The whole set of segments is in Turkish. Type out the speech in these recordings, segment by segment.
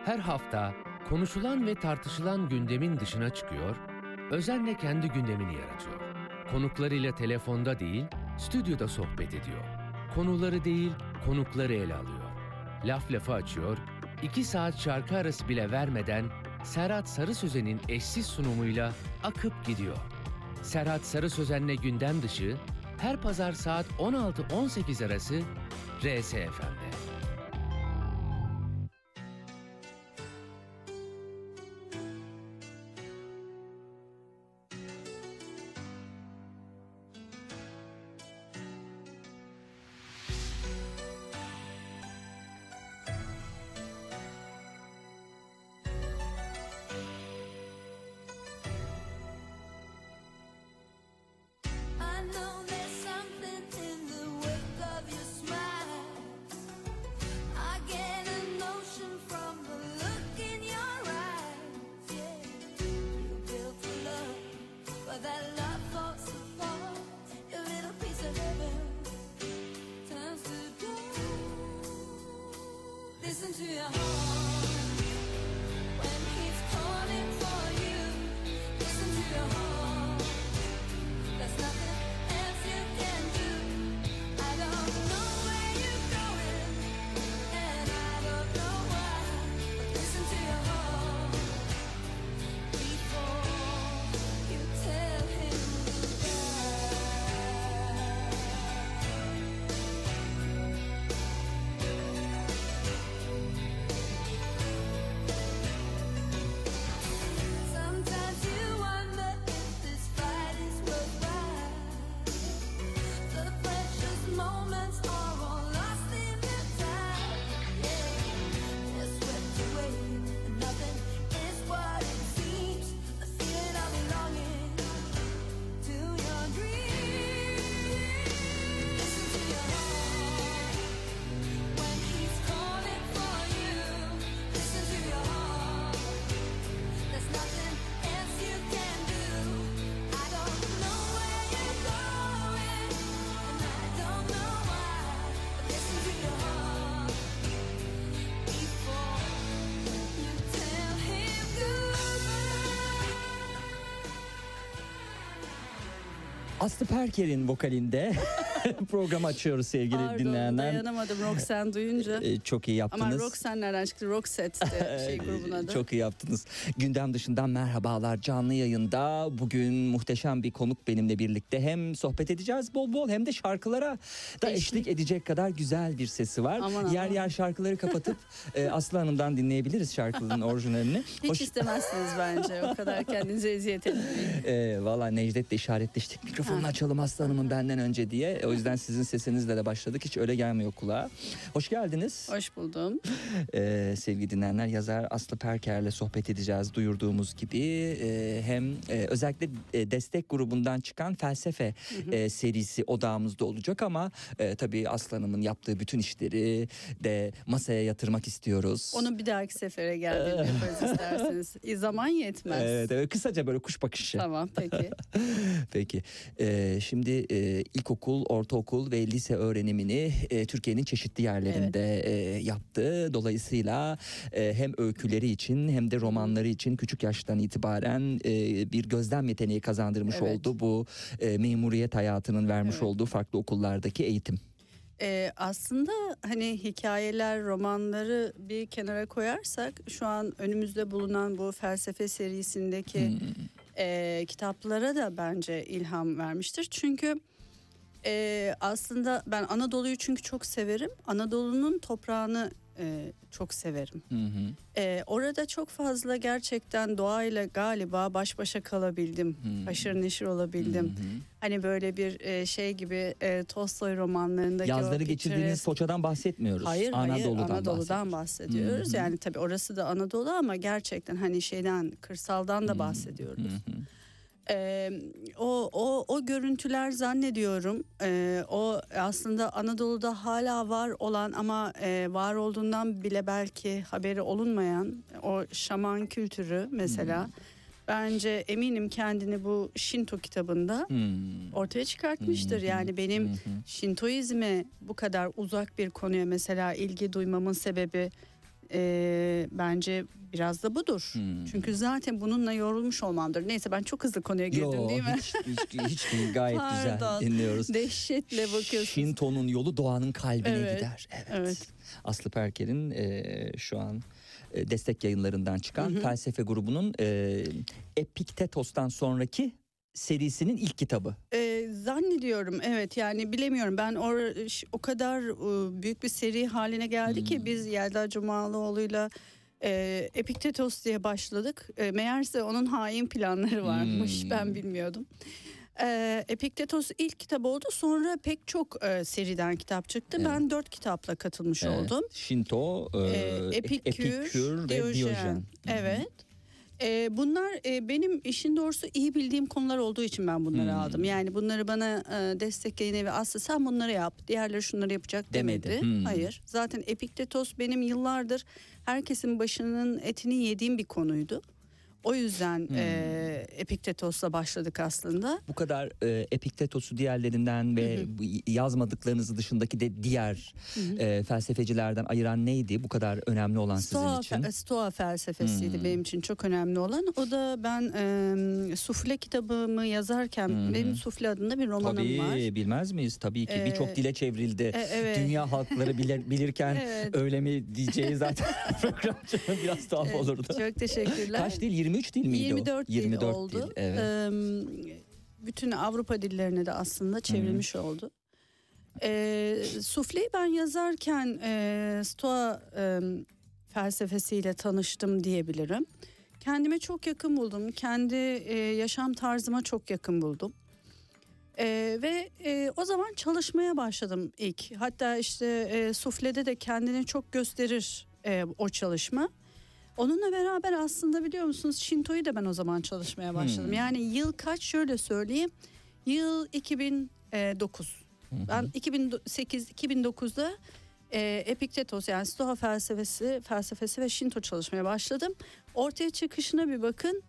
Her hafta konuşulan ve tartışılan gündemin dışına çıkıyor, özenle kendi gündemini yaratıyor. Konuklarıyla telefonda değil, stüdyoda sohbet ediyor. Konuları değil, konukları ele alıyor. Laf lafı açıyor, 2 saat şarkı arası bile vermeden Serhat Sarı Sözen'in eşsiz sunumuyla akıp gidiyor. Serhat Sarı Sözen'le gündem dışı, her pazar saat 16-18 arası RSFM'de. Aslı Perker'in vokalinde programı açıyoruz sevgili dinleyenler. Dayanamadım Roxanne duyunca. Çok iyi yaptınız. Ama Roxanne nereden çıktı? Roxette'ti grubun adı. Çok iyi yaptınız. Gündem dışından merhabalar, canlı yayında. Bugün muhteşem bir konuk benimle birlikte. Hem sohbet edeceğiz bol bol hem de şarkılara da eşlik edecek kadar güzel bir sesi var. Yer yer şarkıları kapatıp Aslı Hanım'dan dinleyebiliriz şarkının orijinalini. Hiç istemezsiniz bence. O kadar kendinize eziyet etmeyin. Valla Necdet'le işaretleştik. Mikrofonunu açalım Aslı Hanım'ın benden önce diye. O yüzden sizin sesinizle de başladık. Hiç öyle gelmiyor kulağa. Hoş geldiniz. Hoş buldum. Sevgili dinleyenler, yazar Aslı Perker'le sohbet edeceğiz duyurduğumuz gibi. Hem özellikle destek grubundan çıkan Felsefe serisi odağımızda olacak ama tabii Aslı Hanım'ın yaptığı bütün işleri de masaya yatırmak istiyoruz. Onu bir dahaki sefere geldiğinde yaparız isterseniz. Zaman yetmez. Evet, kısaca böyle kuş bakışı. Tamam, peki. Peki. Şimdi ilkokul, ortaokul ve lise öğrenimini Türkiye'nin çeşitli yerlerinde yaptı. Dolayısıyla hem öyküleri için hem de romanları için küçük yaştan itibaren bir gözlem yeteneği kazandırmış oldu. Bu memuriyet hayatının vermiş olduğu farklı okullardaki eğitim. Aslında hani hikayeler, romanları bir kenara koyarsak şu an önümüzde bulunan bu felsefe serisindeki kitaplara da bence ilham vermiştir. Çünkü aslında ben Anadolu'yu çünkü çok severim. Anadolu'nun toprağını çok severim. Orada çok fazla gerçekten doğayla galiba baş başa kalabildim. Haşır neşir olabildim. Hani böyle bir şey gibi Tolstoy romanlarındaki yazları geçirdiğiniz Foça'dan bahsetmiyoruz. Hayır, Anadolu'dan bahsediyoruz. Yani tabii orası da Anadolu ama gerçekten hani kırsaldan da bahsediyoruz. O görüntüler zannediyorum o aslında Anadolu'da hala var olan ama var olduğundan bile belki haberi olunmayan o şaman kültürü mesela bence eminim kendini bu Şinto kitabında ortaya çıkartmıştır. Yani benim Şintoizme bu kadar uzak bir konuya mesela ilgi duymamın sebebi bence biraz da budur. Çünkü zaten bununla yorulmuş olmamdır. Neyse, ben çok hızlı konuya girdim değil mi? Hiç değil, gayet güzel dinliyoruz. Dehşetle bakıyorsunuz. Shinto'nun yolu doğanın kalbine Evet, gider. evet. Aslı Perker'in şu an destek yayınlarından çıkan felsefe grubunun Epiktetos'tan sonraki serisinin ilk kitabı. Zannediyorum, evet, yani bilemiyorum. Ben o kadar büyük bir seri haline geldi ki biz Yelda Cumalıoğlu'yla Epiktetos diye başladık. Meğerse onun hain planları varmış. Ben bilmiyordum. Epiktetos ilk kitap oldu. Sonra pek çok seriden kitap çıktı. Evet. Ben 4 kitapla katılmış oldum. Shinto, Epikür ve Diyojen. Evet. Bunlar benim işin doğrusu iyi bildiğim konular olduğu için ben bunları aldım. Yani bunları bana destek yayın evi Aslı sen bunları yap, diğerleri şunları yapacak demedi. Hayır. Zaten Epiktetos benim yıllardır herkesin başının etini yediğim bir konuydu. O yüzden Epiktetos'la başladık aslında. Bu kadar Epiktetos'u diğerlerinden ve yazmadıklarınızı dışındaki de diğer felsefecilerden ayıran neydi? Bu kadar önemli olan sizin için? Stoa felsefesiydi benim için çok önemli olan. O da ben Sufle kitabımı yazarken benim Sufle adında bir romanım var. Tabii, bilmez miyiz? Tabii ki birçok dile çevrildi. Evet. Dünya halkları bilirken öyle mi diyeceği zaten programcının biraz tuhaf olurdu. Çok teşekkürler. Kaç dil? 23 dil miydi 24 o? 24 dil oldu. Dil, evet. Bütün Avrupa dillerine de aslında çevrilmiş oldu. Sufle'yi ben yazarken Stoa felsefesiyle tanıştım diyebilirim. Kendime çok yakın buldum. Kendi yaşam tarzıma çok yakın buldum. Ve o zaman çalışmaya başladım ilk. Hatta işte Sufle'de de kendini çok gösterir o çalışma. Onunla beraber aslında biliyor musunuz Shinto'yu da ben o zaman çalışmaya başladım. Yani yıl kaç şöyle söyleyeyim. Yıl 2009. Ben 2008-2009'da Epiktetos yani Stoa felsefesi ve Shinto çalışmaya başladım. Ortaya çıkışına bir bakın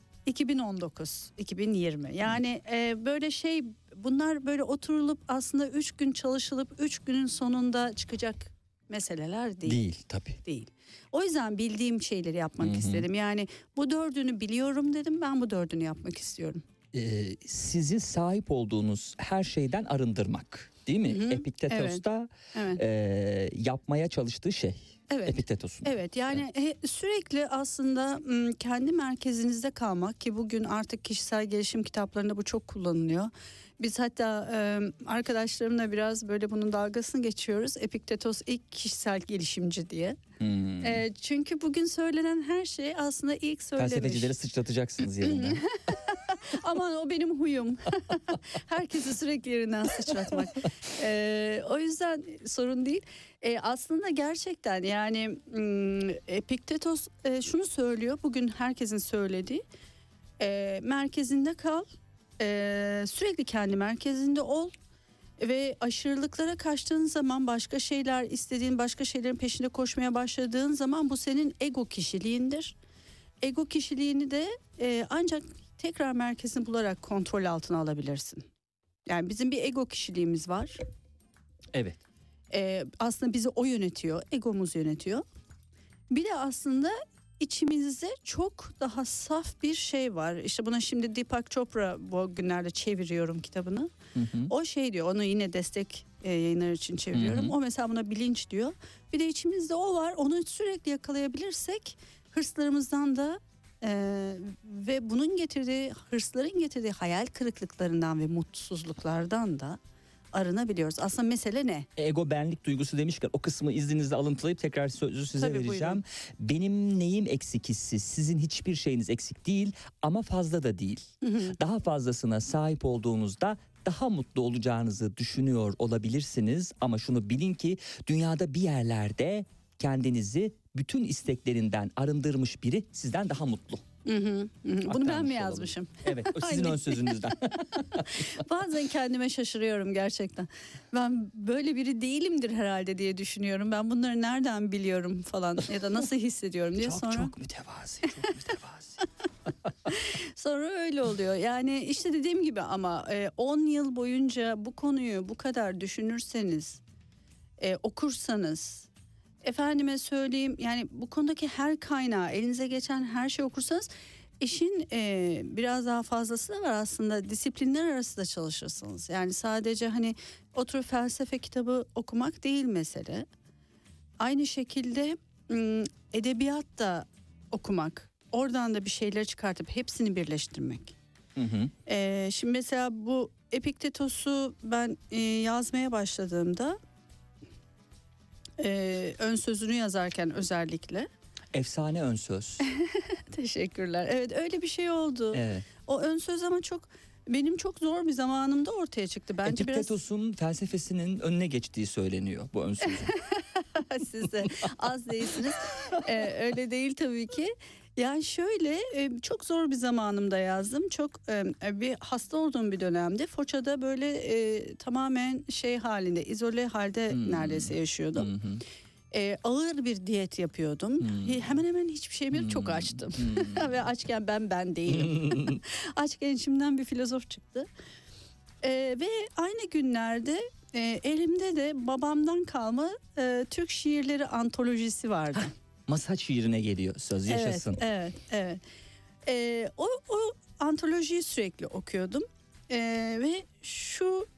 2019, 2020. Yani böyle bunlar böyle oturulup aslında 3 gün çalışılıp 3 günün sonunda çıkacak meseleler değil. Değil tabii. Değil. O yüzden bildiğim şeyleri yapmak istedim. Yani bu 4'ünü biliyorum dedim, ben bu 4'ünü yapmak istiyorum. Sizi sahip olduğunuz her şeyden arındırmak, değil mi? Epiktetos'ta yapmaya çalıştığı şey. Evet. Epiktetos'un. Evet, yani sürekli aslında kendi merkezinizde kalmak ki bugün artık kişisel gelişim kitaplarında bu çok kullanılıyor. Biz hatta arkadaşlarımla biraz böyle bunun dalgasını geçiyoruz. Epiktetos ilk kişisel gelişimci diye. Çünkü bugün söylenen her şey aslında ilk söylemiş. Felsefecileri sıçratacaksınız yerinden. Aman o benim huyum. Herkesi sürekli yerinden sıçratmak. O yüzden sorun değil. Aslında gerçekten yani Epiktetos şunu söylüyor. Bugün herkesin söylediği. Merkezinde kal. Sürekli kendi merkezinde ol. Ve aşırılıklara kaçtığın zaman başka şeyler istediğin başka şeylerin peşinde koşmaya başladığın zaman bu senin ego kişiliğindir. Ego kişiliğini de ancak tekrar merkezini bularak kontrol altına alabilirsin. Yani bizim bir ego kişiliğimiz var. Evet. Aslında bizi o yönetiyor, egomuz yönetiyor. Bir de aslında içimizde çok daha saf bir şey var. İşte buna şimdi Deepak Chopra bu günlerde çeviriyorum kitabını. O diyor, onu yine destek yayınları için çeviriyorum. O mesela buna bilinç diyor. Bir de içimizde o var. Onu sürekli yakalayabilirsek hırslarımızdan da ve bunun hırsların getirdiği hayal kırıklıklarından ve mutsuzluklardan da arınabiliyoruz. Aslında mesele ne? Ego benlik duygusu demişken o kısmı izninizle alıntılayıp tekrar sözü size Tabii, vereceğim. buyurun. Benim neyim eksik hissi? Sizin hiçbir şeyiniz eksik değil ama fazla da değil. Daha fazlasına sahip olduğunuzda daha mutlu olacağınızı düşünüyor olabilirsiniz ama şunu bilin ki dünyada bir yerlerde kendinizi bütün isteklerinden arındırmış biri sizden daha mutlu. Bunu ben mi yazmışım? Evet, o sizin ön sözünüzden. Bazen kendime şaşırıyorum gerçekten. Ben böyle biri değilimdir herhalde diye düşünüyorum. Ben bunları nereden biliyorum falan ya da nasıl hissediyorum diye Çok mütevazi, çok mütevazi. Sonra öyle oluyor. Yani işte dediğim gibi ama 10 yıl boyunca bu konuyu bu kadar düşünürseniz, okursanız, efendime söyleyeyim, yani bu konudaki her kaynağı, elinize geçen her şeyi okursanız, işin biraz daha fazlası da var aslında. Disiplinler arası da çalışırsınız. Yani sadece hani oturup felsefe kitabı okumak değil mesele. Aynı şekilde edebiyat da okumak. Oradan da bir şeyler çıkartıp hepsini birleştirmek. Hı hı. Şimdi mesela bu Epiktetos'u ben yazmaya başladığımda, ön sözünü yazarken özellikle. Efsane ön söz. Teşekkürler. Evet, öyle bir şey oldu. Evet. O ön söz ama benim çok zor bir zamanımda ortaya çıktı. Bence Epiktetos'un felsefesinin önüne geçtiği söyleniyor bu ön sözün. siz de az değilsiniz. Öyle değil tabii ki. Yani şöyle, çok zor bir zamanımda yazdım. Çok bir hasta olduğum bir dönemde Foça'da böyle tamamen halinde, izole halde neredeyse yaşıyordum. Ağır bir diyet yapıyordum. Hemen hemen hiçbir şeyim çok açtım. Ve açken ben değilim. Açken içimden bir filozof çıktı. Ve aynı günlerde elimde de babamdan kalma Türk şiirleri antolojisi vardı. Masa şiirine geliyor söz, yaşasın. Evet. O antolojiyi sürekli okuyordum. Ve şu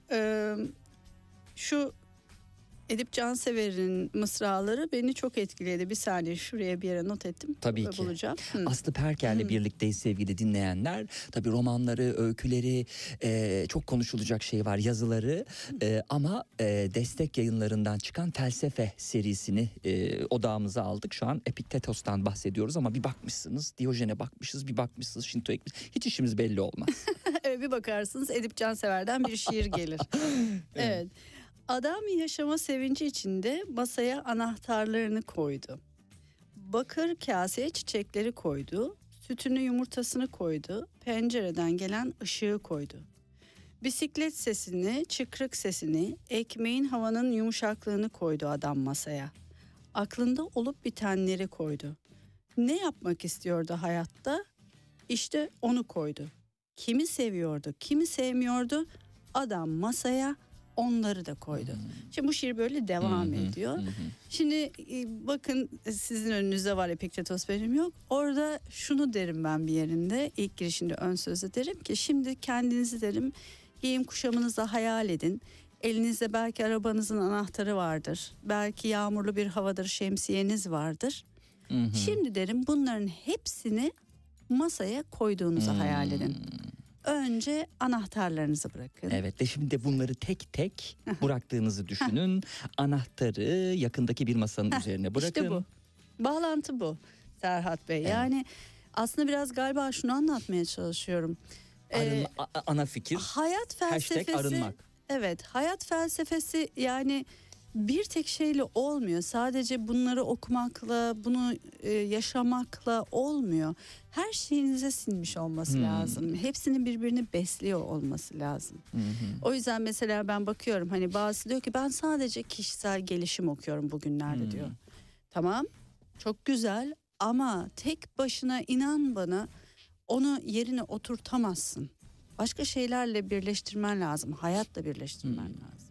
Edip Cansever'in mısraları beni çok etkiledi. Bir saniye, şuraya bir yere not ettim. Tabii ki. Bulacağım. Aslı Perker'le birlikteyiz sevgili dinleyenler. Tabii romanları, öyküleri, çok konuşulacak şey var, yazıları. Ama destek yayınlarından çıkan felsefe serisini odağımıza aldık. Şu an Epiktetos'tan bahsediyoruz ama bir bakmışsınız Diyojen'e bakmışız, bir bakmışsınız Şinto'ya gitmişsiniz. Hiç işimiz belli olmaz. Bir bakarsınız Edip Cansever'den bir şiir gelir. Evet. Adam yaşama sevinci içinde masaya anahtarlarını koydu. Bakır kaseye çiçekleri koydu. Sütünü, yumurtasını koydu. Pencereden gelen ışığı koydu. Bisiklet sesini, çıkrık sesini, ekmeğin havanın yumuşaklığını koydu adam masaya. Aklında olup bitenleri koydu. Ne yapmak istiyordu hayatta? İşte onu koydu. Kimi seviyordu, kimi sevmiyordu? Adam masaya onları da koydu. Şimdi bu şiir böyle devam ediyor. Şimdi bakın, sizin önünüzde var Epiktetos, benim yok. Orada şunu derim ben bir yerinde, ilk girişinde ön sözde derim ki, şimdi kendinizi derim giyim kuşamınızla hayal edin. Elinizde belki arabanızın anahtarı vardır. Belki yağmurlu bir havadır, şemsiyeniz vardır. Şimdi derim bunların hepsini masaya koyduğunuzu hayal edin. Önce anahtarlarınızı bırakın. Evet, ve şimdi de bunları tek tek bıraktığınızı düşünün. Anahtarı yakındaki bir masanın üzerine bırakın. İşte bu. Bağlantı bu Serhat Bey. Evet. Yani aslında biraz galiba şunu anlatmaya çalışıyorum. Ana fikir. Hayat felsefesi. #arınmak. Evet, hayat felsefesi yani bir tek şeyle olmuyor. Sadece bunları okumakla, bunu yaşamakla olmuyor. Her şeyinize sinmiş olması lazım. Hepsinin birbirini besliyor olması lazım. O yüzden mesela ben bakıyorum, hani bazısı diyor ki ben sadece kişisel gelişim okuyorum bugünlerde diyor. Tamam, çok güzel ama tek başına, inan bana, onu yerine oturtamazsın. Başka şeylerle birleştirmen lazım. Hayatla birleştirmen lazım.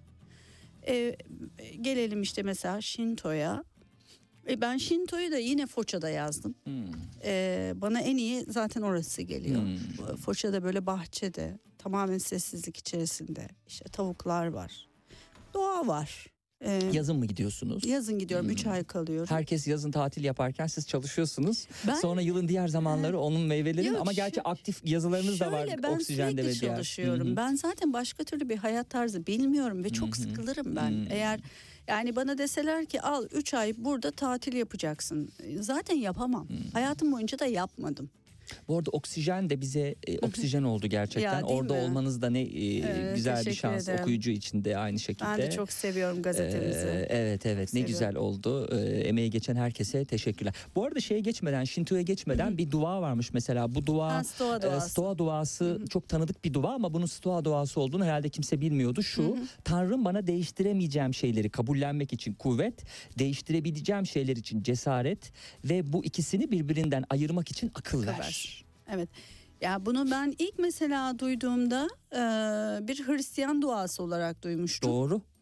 Gelelim işte mesela Şinto'ya. Ben Şinto'yu da yine Foça'da yazdım. Bana en iyi zaten orası geliyor. Foça'da böyle bahçede, tamamen sessizlik içerisinde. İşte tavuklar var. Doğa var. Yazın mı gidiyorsunuz? Yazın gidiyorum. 3 ay kalıyorum. Herkes yazın tatil yaparken siz çalışıyorsunuz. Ben, sonra yılın diğer zamanları onun meyvelerini, ama gerçi aktif yazılarınız da var. Ben Oksijen'de sürekli ve diğer. çalışıyorum. Ben zaten başka türlü bir hayat tarzı bilmiyorum ve çok sıkılırım ben. Eğer yani bana deseler ki al 3 ay burada tatil yapacaksın, zaten yapamam. Hayatım boyunca da yapmadım. Bu arada Oksijen de bize oksijen oldu gerçekten. Orada olmanız da ne güzel bir şans ederim. Okuyucu için de aynı şekilde. Ben de çok seviyorum gazetemizi. Evet ne seviyorum. Güzel oldu. Emeği geçen herkese teşekkürler. Bu arada Şinto'ya geçmeden bir dua varmış mesela. Bu dua Stoa duası çok tanıdık bir dua, ama bunun Stoa duası olduğunu herhalde kimse bilmiyordu. Tanrım bana değiştiremeyeceğim şeyleri kabullenmek için kuvvet, değiştirebileceğim şeyler için cesaret ve bu ikisini birbirinden ayırmak için akıl ver. Evet. Ya bunu ben ilk mesela duyduğumda bir Hristiyan duası olarak duymuştum. Doğru.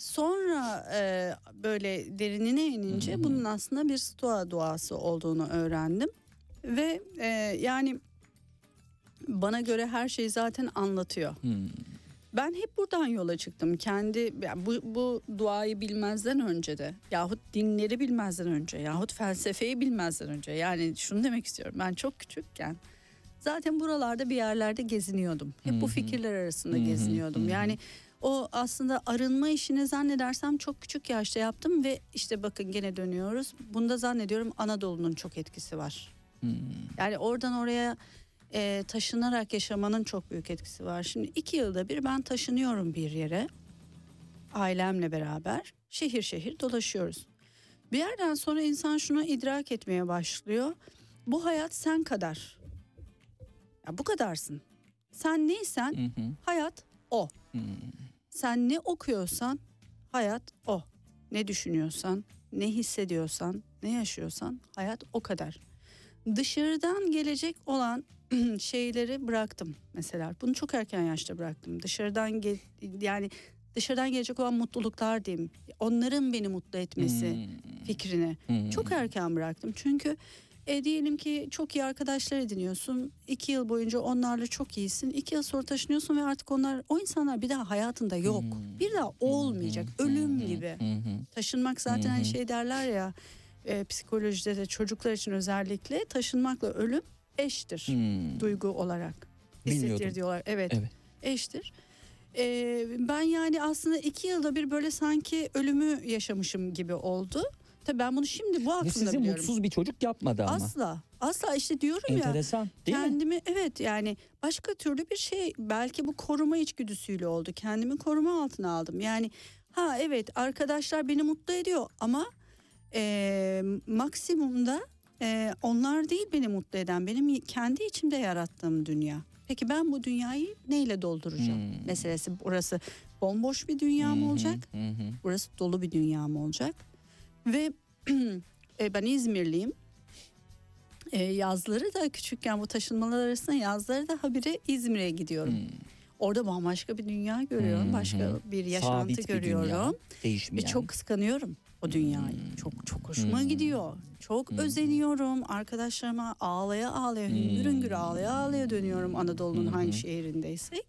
Sonra böyle derinine inince bunun aslında bir stoa duası olduğunu öğrendim. Ve yani bana göre her şeyi zaten anlatıyor. Ben hep buradan yola çıktım. Yani bu duayı bilmezden önce de, yahut dinleri bilmezden önce, yahut felsefeyi bilmezden önce. Yani şunu demek istiyorum. Ben çok küçükken zaten buralarda bir yerlerde geziniyordum. Hep bu fikirler arasında geziniyordum. Yani o aslında arınma işini zannedersem çok küçük yaşta yaptım ve işte bakın gene dönüyoruz. Bunda zannediyorum Anadolu'nun çok etkisi var. Yani oradan oraya taşınarak yaşamanın çok büyük etkisi var. Şimdi 2 yılda bir ben taşınıyorum bir yere. Ailemle beraber şehir şehir dolaşıyoruz. Bir yerden sonra insan şunu idrak etmeye başlıyor. Bu hayat sen kadar. Ya bu kadarsın. Sen neysen hayat o. Sen ne okuyorsan hayat o. Ne düşünüyorsan, ne hissediyorsan, ne yaşıyorsan hayat o kadar. Dışarıdan gelecek olan şeyleri bıraktım mesela. Bunu çok erken yaşta bıraktım. Dışarıdan gelecek olan mutluluklar diyeyim. Onların beni mutlu etmesi fikrini çok erken bıraktım. Çünkü diyelim ki çok iyi arkadaşlar ediniyorsun. 2 yıl boyunca onlarla çok iyisin. 2 yıl sonra taşınıyorsun ve artık o insanlar bir daha hayatında yok. Bir daha olmayacak. Ölüm gibi. Taşınmak zaten hani şey derler ya, psikolojide de çocuklar için özellikle taşınmakla ölüm eştir duygu olarak. Hissettir diyorlar. Evet. Eştir. Ben yani aslında 2 yılda bir böyle sanki ölümü yaşamışım gibi oldu. Tabii ben bunu şimdi bu aklımda sizi biliyorum. mutsuz bir çocuk yapmadı ama. Asla işte diyorum ya. Enteresan değil mi? Kendimi yani başka türlü bir şey, belki bu koruma içgüdüsüyle oldu. Kendimi koruma altına aldım. Yani evet arkadaşlar beni mutlu ediyor ama maksimumda onlar değil beni mutlu eden, benim kendi içimde yarattığım dünya. Peki ben bu dünyayı neyle dolduracağım? Meselesi burası bomboş bir dünya mı olacak? Burası dolu bir dünya mı olacak? Ve ben İzmirliyim. Yazları da küçükken bu taşınmalar arasında yazları da habire İzmir'e gidiyorum. Orada bambaşka bir dünya görüyorum. Başka bir yaşantı Sabit görüyorum. Bir dünya, değişmeyen. Ve çok kıskanıyorum o dünyayı. Çok hoşuma gidiyor. Çok özeniyorum. Arkadaşlarıma ağlaya ağlaya, hüngür hüngür ağlaya ağlaya dönüyorum Anadolu'nun hangi şehrindeysek.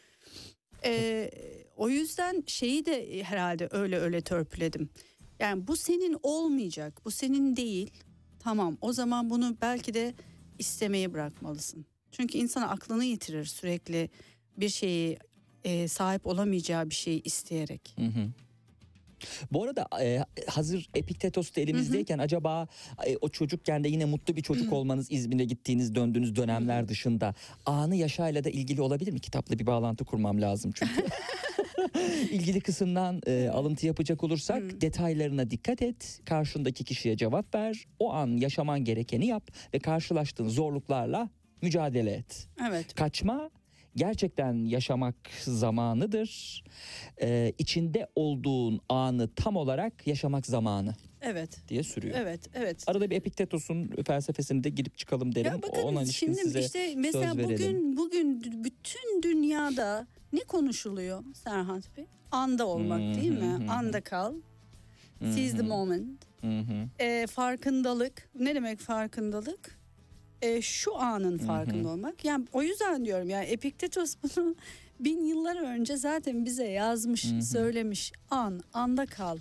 O yüzden şeyi de herhalde öyle törpüledim. Yani bu senin olmayacak, bu senin değil. Tamam, o zaman bunu belki de istemeyi bırakmalısın. Çünkü insan aklını yitirir sürekli bir şeyi sahip olamayacağı bir şeyi isteyerek. Bu arada hazır Epiktetos da elimizdeyken acaba o çocukken de yine mutlu bir çocuk olmanız, İzmir'e gittiğiniz, döndüğünüz dönemler dışında anı yaşayla da ilgili olabilir mi? Kitapla bir bağlantı kurmam lazım çünkü. İlgili kısımdan alıntı yapacak olursak detaylarına dikkat et, karşındaki kişiye cevap ver, o an yaşaman gerekeni yap ve karşılaştığın zorluklarla mücadele et. Evet. Kaçma gerçekten yaşamak zamanıdır. İçinde olduğun anı tam olarak yaşamak zamanı. Evet. Diye sürüyor. Evet. Arada bir Epiktetos'un felsefesine de girip çıkalım derim. Ya bakın ona ilişkin şimdi size işte mesela söz verelim. bugün bütün dünyada ne konuşuluyor Serhat Bey? Anda olmak değil mi? Anda kal. Seize the moment. Farkındalık. Ne demek farkındalık? Şu anın farkında olmak. Yani o yüzden diyorum yani Epiktetos bunu 1000 yıllar önce zaten bize yazmış, söylemiş. Anda kal.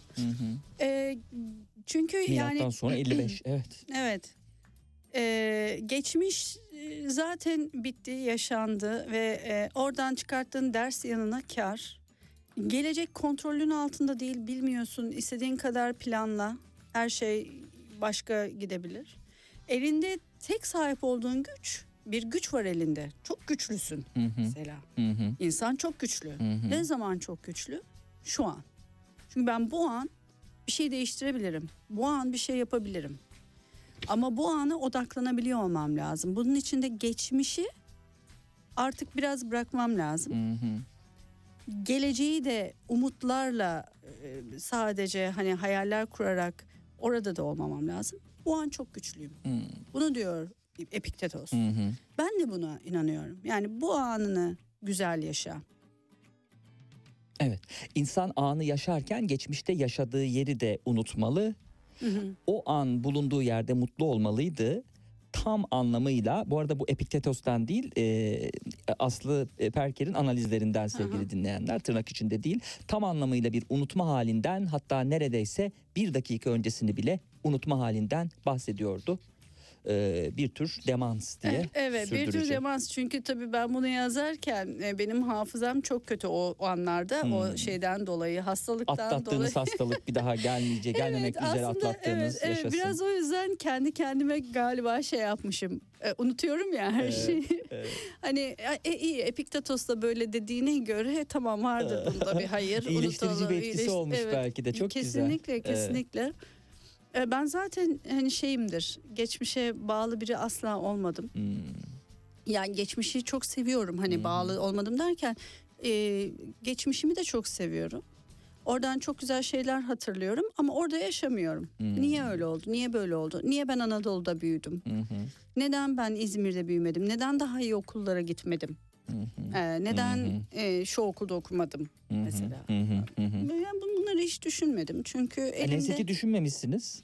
Çünkü Milattan yani sonra 55 evet. Evet. Geçmiş zaten bitti, yaşandı ve oradan çıkarttığın ders yanına kar. Gelecek kontrolün altında değil, bilmiyorsun. İstediğin kadar planla. Her şey başka gidebilir. Elinde tek sahip olduğun bir güç var elinde. Çok güçlüsün mesela. İnsan çok güçlü. Ne zaman çok güçlü? Şu an. Çünkü ben bu an bir şey değiştirebilirim. Bu an bir şey yapabilirim. Ama bu ana odaklanabiliyor olmam lazım. Bunun için de geçmişi artık biraz bırakmam lazım. Geleceği de umutlarla sadece hani hayaller kurarak orada da olmamam lazım. Bu an çok güçlüyüm. Bunu diyor Epiktetos. Ben de buna inanıyorum. Yani bu anını güzel yaşa. Evet. İnsan anı yaşarken geçmişte yaşadığı yeri de unutmalı. O an bulunduğu yerde mutlu olmalıydı. Tam anlamıyla, bu arada bu Epiktetos'tan değil, Aslı Perker'in analizlerinden sevgili dinleyenler, tırnak içinde değil. Tam anlamıyla bir unutma halinden, hatta neredeyse bir dakika öncesini bile unutma halinden bahsediyordu. Bir tür demans diye Evet, bir tür demans, çünkü tabii ben bunu yazarken benim hafızam çok kötü o anlarda, o şeyden dolayı, hastalıktan atlattığınız dolayı. hastalık bir daha gelmeyecek, gelmemek üzere atlattığınız, evet, yaşasın. biraz o yüzden kendi kendime galiba şey yapmışım, unutuyorum ya her şeyi. Hani iyi, Epiktetos da böyle dediğine göre tamam, vardır bunda bir hayır. İyileştirici bir etkisi olmuş belki de, çok kesinlikle, güzel. Kesinlikle. Ben zaten hani şeyimdir, geçmişe bağlı biri asla olmadım. Yani geçmişi çok seviyorum, hani bağlı olmadım derken geçmişimi de çok seviyorum. Oradan çok güzel şeyler hatırlıyorum ama orada yaşamıyorum. Niye öyle oldu? Niye böyle oldu? Niye ben Anadolu'da büyüdüm? Neden ben İzmir'de büyümedim? Neden daha iyi okullara gitmedim? Neden şu okulda okumadım mesela? Ben bunları hiç düşünmedim çünkü elimde... Neyse ki düşünmemişsiniz.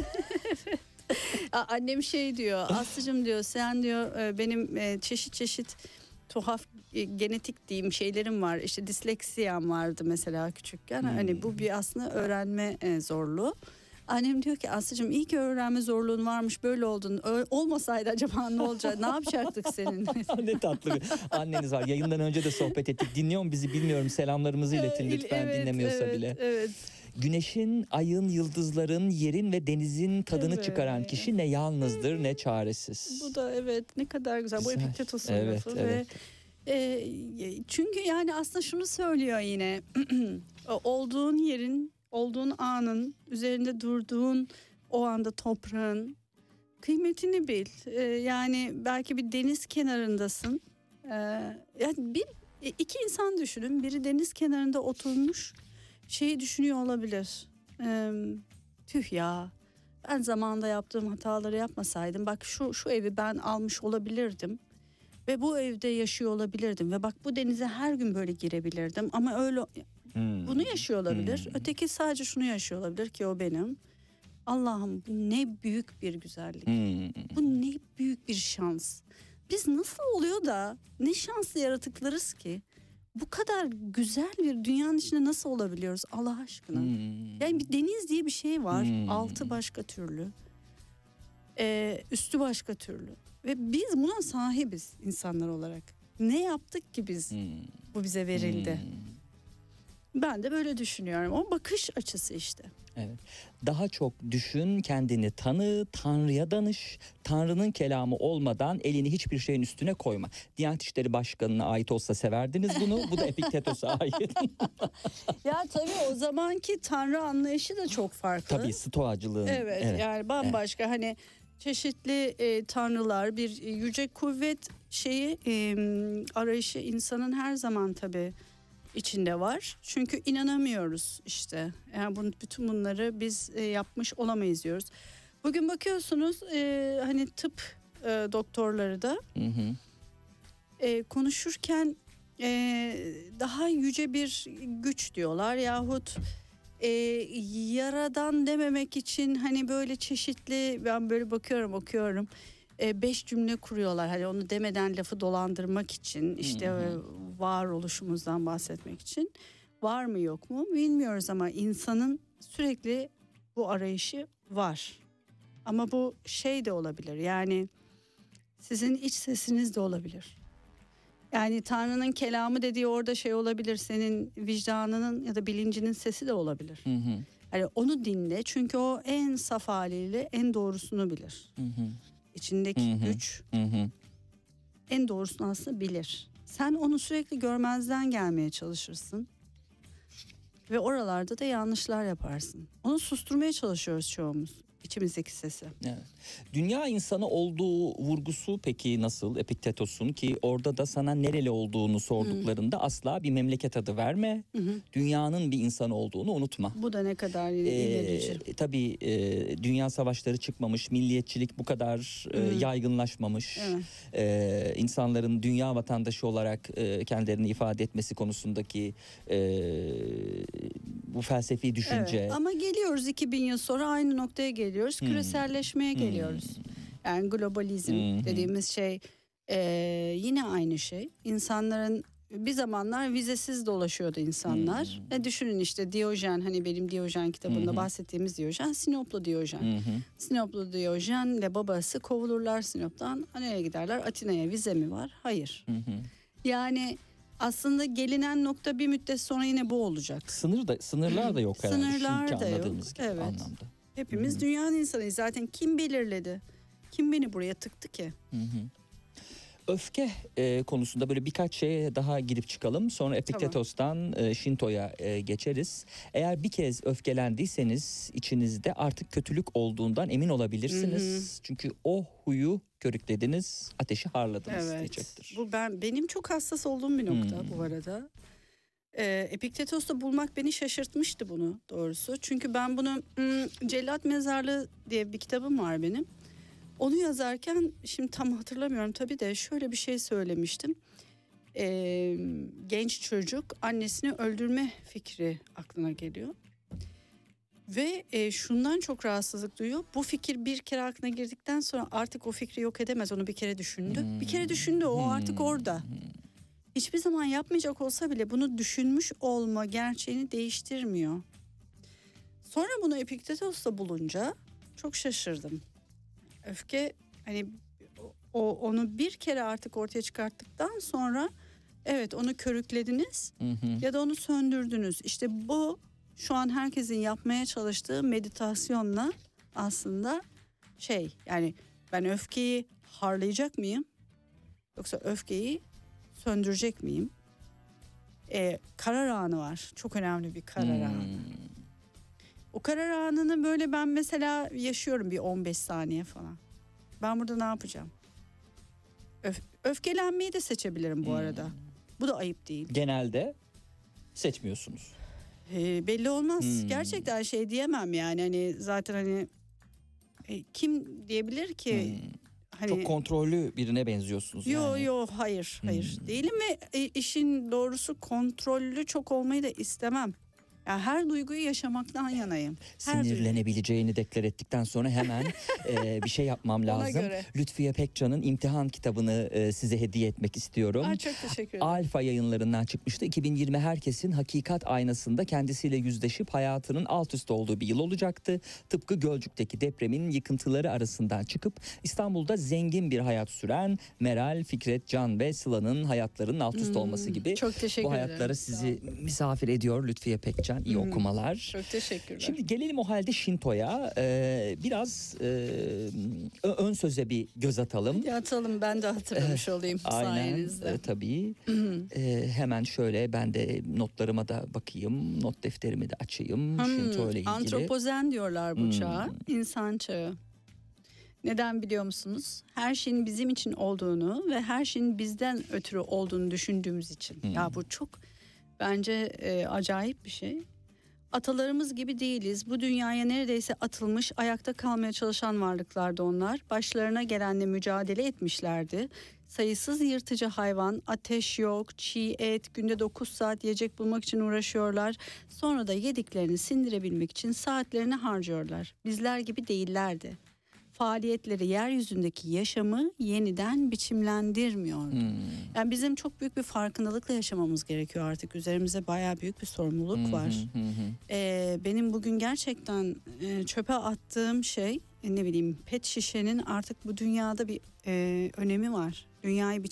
Annem şey diyor, Aslıcığım diyor, sen diyor benim çeşit çeşit tuhaf genetik diyeyim şeylerim var. İşte disleksiyam vardı mesela küçükken. Hani bu bir aslında öğrenme zorluğu. Annem diyor ki, Aslıcığım iyi ki öğrenme zorluğun varmış, böyle oldun. Olmasaydı acaba ne olacak? Ne yapacaktık seninle? Ne tatlı bir anneniz var. Yayından önce de sohbet ettik. Dinliyor mu bizi bilmiyorum. Selamlarımızı iletin lütfen, dinlemiyorsa bile. Evet. Güneşin, ayın, yıldızların, yerin ve denizin tadını çıkaran kişi ne yalnızdır ne çaresiz. Bu da ne kadar güzel. Bu Epiktetos'un lafı. Evet. Çünkü yani aslında şunu söylüyor yine. Olduğun yerin, olduğun anın, üzerinde durduğun o anda toprağın kıymetini bil. Yani belki bir deniz kenarındasın. Yani iki insan düşünün. Biri deniz kenarında oturmuş, şeyi düşünüyor olabilir. Tüh ya, ben zamanında yaptığım hataları yapmasaydım, bak şu evi ben almış olabilirdim ve bu evde yaşıyor olabilirdim ve bak bu denize her gün böyle girebilirdim ama öyle bunu yaşıyor olabilir. Öteki sadece şunu yaşıyor olabilir ki o benim. Allah'ım, bu ne büyük bir güzellik. Bu ne büyük bir şans. Biz nasıl oluyor da ne şanslı yaratıklarız ki bu kadar güzel bir dünyanın içinde nasıl olabiliyoruz Allah aşkına? Yani bir deniz diye bir şey var. Altı başka türlü. Üstü başka türlü. Ve biz buna sahibiz insanlar olarak. Ne yaptık ki biz? Bu bize verildi. Ben de böyle düşünüyorum. O bakış açısı işte. Evet. Daha çok düşün, kendini tanı, Tanrı'ya danış. Tanrı'nın kelamı olmadan elini hiçbir şeyin üstüne koyma. Diyanet İşleri Başkanı'na ait olsa severdiniz bunu. Bu da Epiktetos'a ait. Ya tabii o zamanki Tanrı anlayışı da çok farklı. Tabii stoacılığın. Evet. Yani bambaşka hani çeşitli tanrılar, bir yüce kuvvet arayışı insanın her zaman tabii içinde var. Çünkü inanamıyoruz işte. Yani bütün bunları biz yapmış olamayız diyoruz. Bugün bakıyorsunuz hani tıp doktorları da konuşurken daha yüce bir güç diyorlar yahut yaradan dememek için hani böyle çeşitli, ben böyle okuyorum 5 cümle kuruyorlar. Hani onu demeden lafı dolandırmak için, işte varoluşumuzdan bahsetmek için. Var mı yok mu bilmiyoruz ama insanın sürekli bu arayışı var. Ama bu şey de olabilir, yani sizin iç sesiniz de olabilir. Yani Tanrı'nın kelamı dediği orada şey olabilir, senin vicdanının ya da bilincinin sesi de olabilir. Yani onu dinle, çünkü o en saf haliyle en doğrusunu bilir. İçindeki güç en doğrusunu aslında bilir. Sen onu sürekli görmezden gelmeye çalışırsın. Ve oralarda da yanlışlar yaparsın. Onu susturmaya çalışıyoruz çoğumuz. İçimizdeki sesi. Evet. Dünya insanı olduğu vurgusu peki nasıl Epiktetos'un, ki orada da sana nereli olduğunu sorduklarında asla bir memleket adı verme. Dünyanın bir insanı olduğunu unutma. Bu da ne kadar ilerici. Tabii dünya savaşları çıkmamış, milliyetçilik bu kadar yaygınlaşmamış. İnsanların dünya vatandaşı olarak kendilerini ifade etmesi konusundaki bu felsefi düşünce. Evet, ama geliyoruz 2000 yıl sonra aynı noktaya geliyoruz. Küreselleşmeye geliyoruz. Yani globalizm dediğimiz şey yine aynı şey. İnsanların bir zamanlar vizesiz dolaşıyordu insanlar. Düşünün işte Diyojen, hani benim Diyojen kitabında bahsettiğimiz Diyojen, Sinoplu Diyojen. Sinoplu Diyojen'le babası kovulurlar Sinop'tan. Nereye giderler? Atina'ya. Vize mi var? Hayır. Yani aslında gelinen nokta bir müddet sonra yine bu olacak. Sınırlar da yok herhalde. Sınırlar Çünkü da yok. anladığımız gibi anlamda. Hepimiz dünyanın insanıyız. Zaten kim belirledi? Kim beni buraya tıktı ki? Öfke konusunda böyle birkaç şeye daha girip çıkalım. Sonra Epiktetos'tan Shinto'ya geçeriz. Eğer bir kez öfkelendiyseniz içinizde artık kötülük olduğundan emin olabilirsiniz. Çünkü o huyu körüklediniz, ateşi harladınız diyecektir. Bu benim çok hassas olduğum bir nokta bu arada. Epiktetos'ta bulmak beni şaşırtmıştı bunu doğrusu. Çünkü ben bunu Cellat Mezarlığı diye bir kitabım var benim. Onu yazarken şimdi tam hatırlamıyorum tabii de şöyle bir şey söylemiştim. Genç çocuk annesini öldürme fikri aklına geliyor. Ve şundan çok rahatsızlık duyuyor. Bu fikir bir kere aklına girdikten sonra artık o fikri yok edemez. Onu bir kere düşündü. Bir kere düşündü, o artık orada. Hiçbir zaman yapmayacak olsa bile bunu düşünmüş olma gerçeğini değiştirmiyor. Sonra bunu Epiktetos'ta bulunca çok şaşırdım. Öfke, hani onu bir kere artık ortaya çıkarttıktan sonra evet onu körüklediniz ya da onu söndürdünüz. İşte bu şu an herkesin yapmaya çalıştığı meditasyonla aslında yani ben öfkeyi harlayacak mıyım? Yoksa öfkeyi söndürecek miyim? Karar anı var. Çok önemli bir karar anı. O karar anını böyle ben mesela yaşıyorum bir 15 saniye falan. Ben burada ne yapacağım? Öfkelenmeyi de seçebilirim bu arada. Bu da ayıp değil. Genelde seçmiyorsunuz. Belli olmaz. Gerçekten diyemem yani. Hani zaten hani kim diyebilir ki? Hani, çok kontrollü birine benziyorsunuz. Yok hayır değilim ve işin doğrusu kontrollü çok olmayı da istemem. Yani her duyguyu yaşamaktan yanayım. Sinirlenebileceğini deklar ettikten sonra hemen bir şey yapmam lazım. Lütfiye Pekcan'ın İmtihan kitabını size hediye etmek istiyorum. Çok teşekkür ederim. Alfa yayınlarından çıkmıştı. 2020 herkesin hakikat aynasında kendisiyle yüzleşip hayatının alt üst olduğu bir yıl olacaktı. Tıpkı Gölcük'teki depremin yıkıntıları arasından çıkıp İstanbul'da zengin bir hayat süren Meral, Fikret, Can ve Sıla'nın hayatlarının alt üst olması gibi. Çok teşekkür bu hayatlara sizi misafir ediyor Lütfiye Pekcan. İyi okumalar. Çok teşekkürler. Şimdi gelelim o halde Shinto'ya. Biraz ön söze bir göz atalım. Atalım, ben de hatırlamış olayım sayenizde. Aynen tabii. Hemen şöyle ben de notlarıma da bakayım. Not defterimi de açayım. Shinto ile ilgili. Antropozen diyorlar bu çağa. İnsan çağı. Neden biliyor musunuz? Her şeyin bizim için olduğunu ve her şeyin bizden ötürü olduğunu düşündüğümüz için. Ya bu çok bence acayip bir şey. Atalarımız gibi değiliz. Bu dünyaya neredeyse atılmış, ayakta kalmaya çalışan varlıklardı onlar. Başlarına gelenle mücadele etmişlerdi. Sayısız yırtıcı hayvan, ateş yok, çiğ et, günde 9 saat yiyecek bulmak için uğraşıyorlar. Sonra da yediklerini sindirebilmek için saatlerini harcıyorlar. Bizler gibi değillerdi. Faaliyetleri yeryüzündeki yaşamı yeniden biçimlendirmiyordu. Yani bizim çok büyük bir farkındalıkla yaşamamız gerekiyor artık. Üzerimize bayağı büyük bir sorumluluk var. Benim bugün gerçekten çöpe attığım şey, ne bileyim, pet şişenin artık bu dünyada bir önemi var. Dünyayı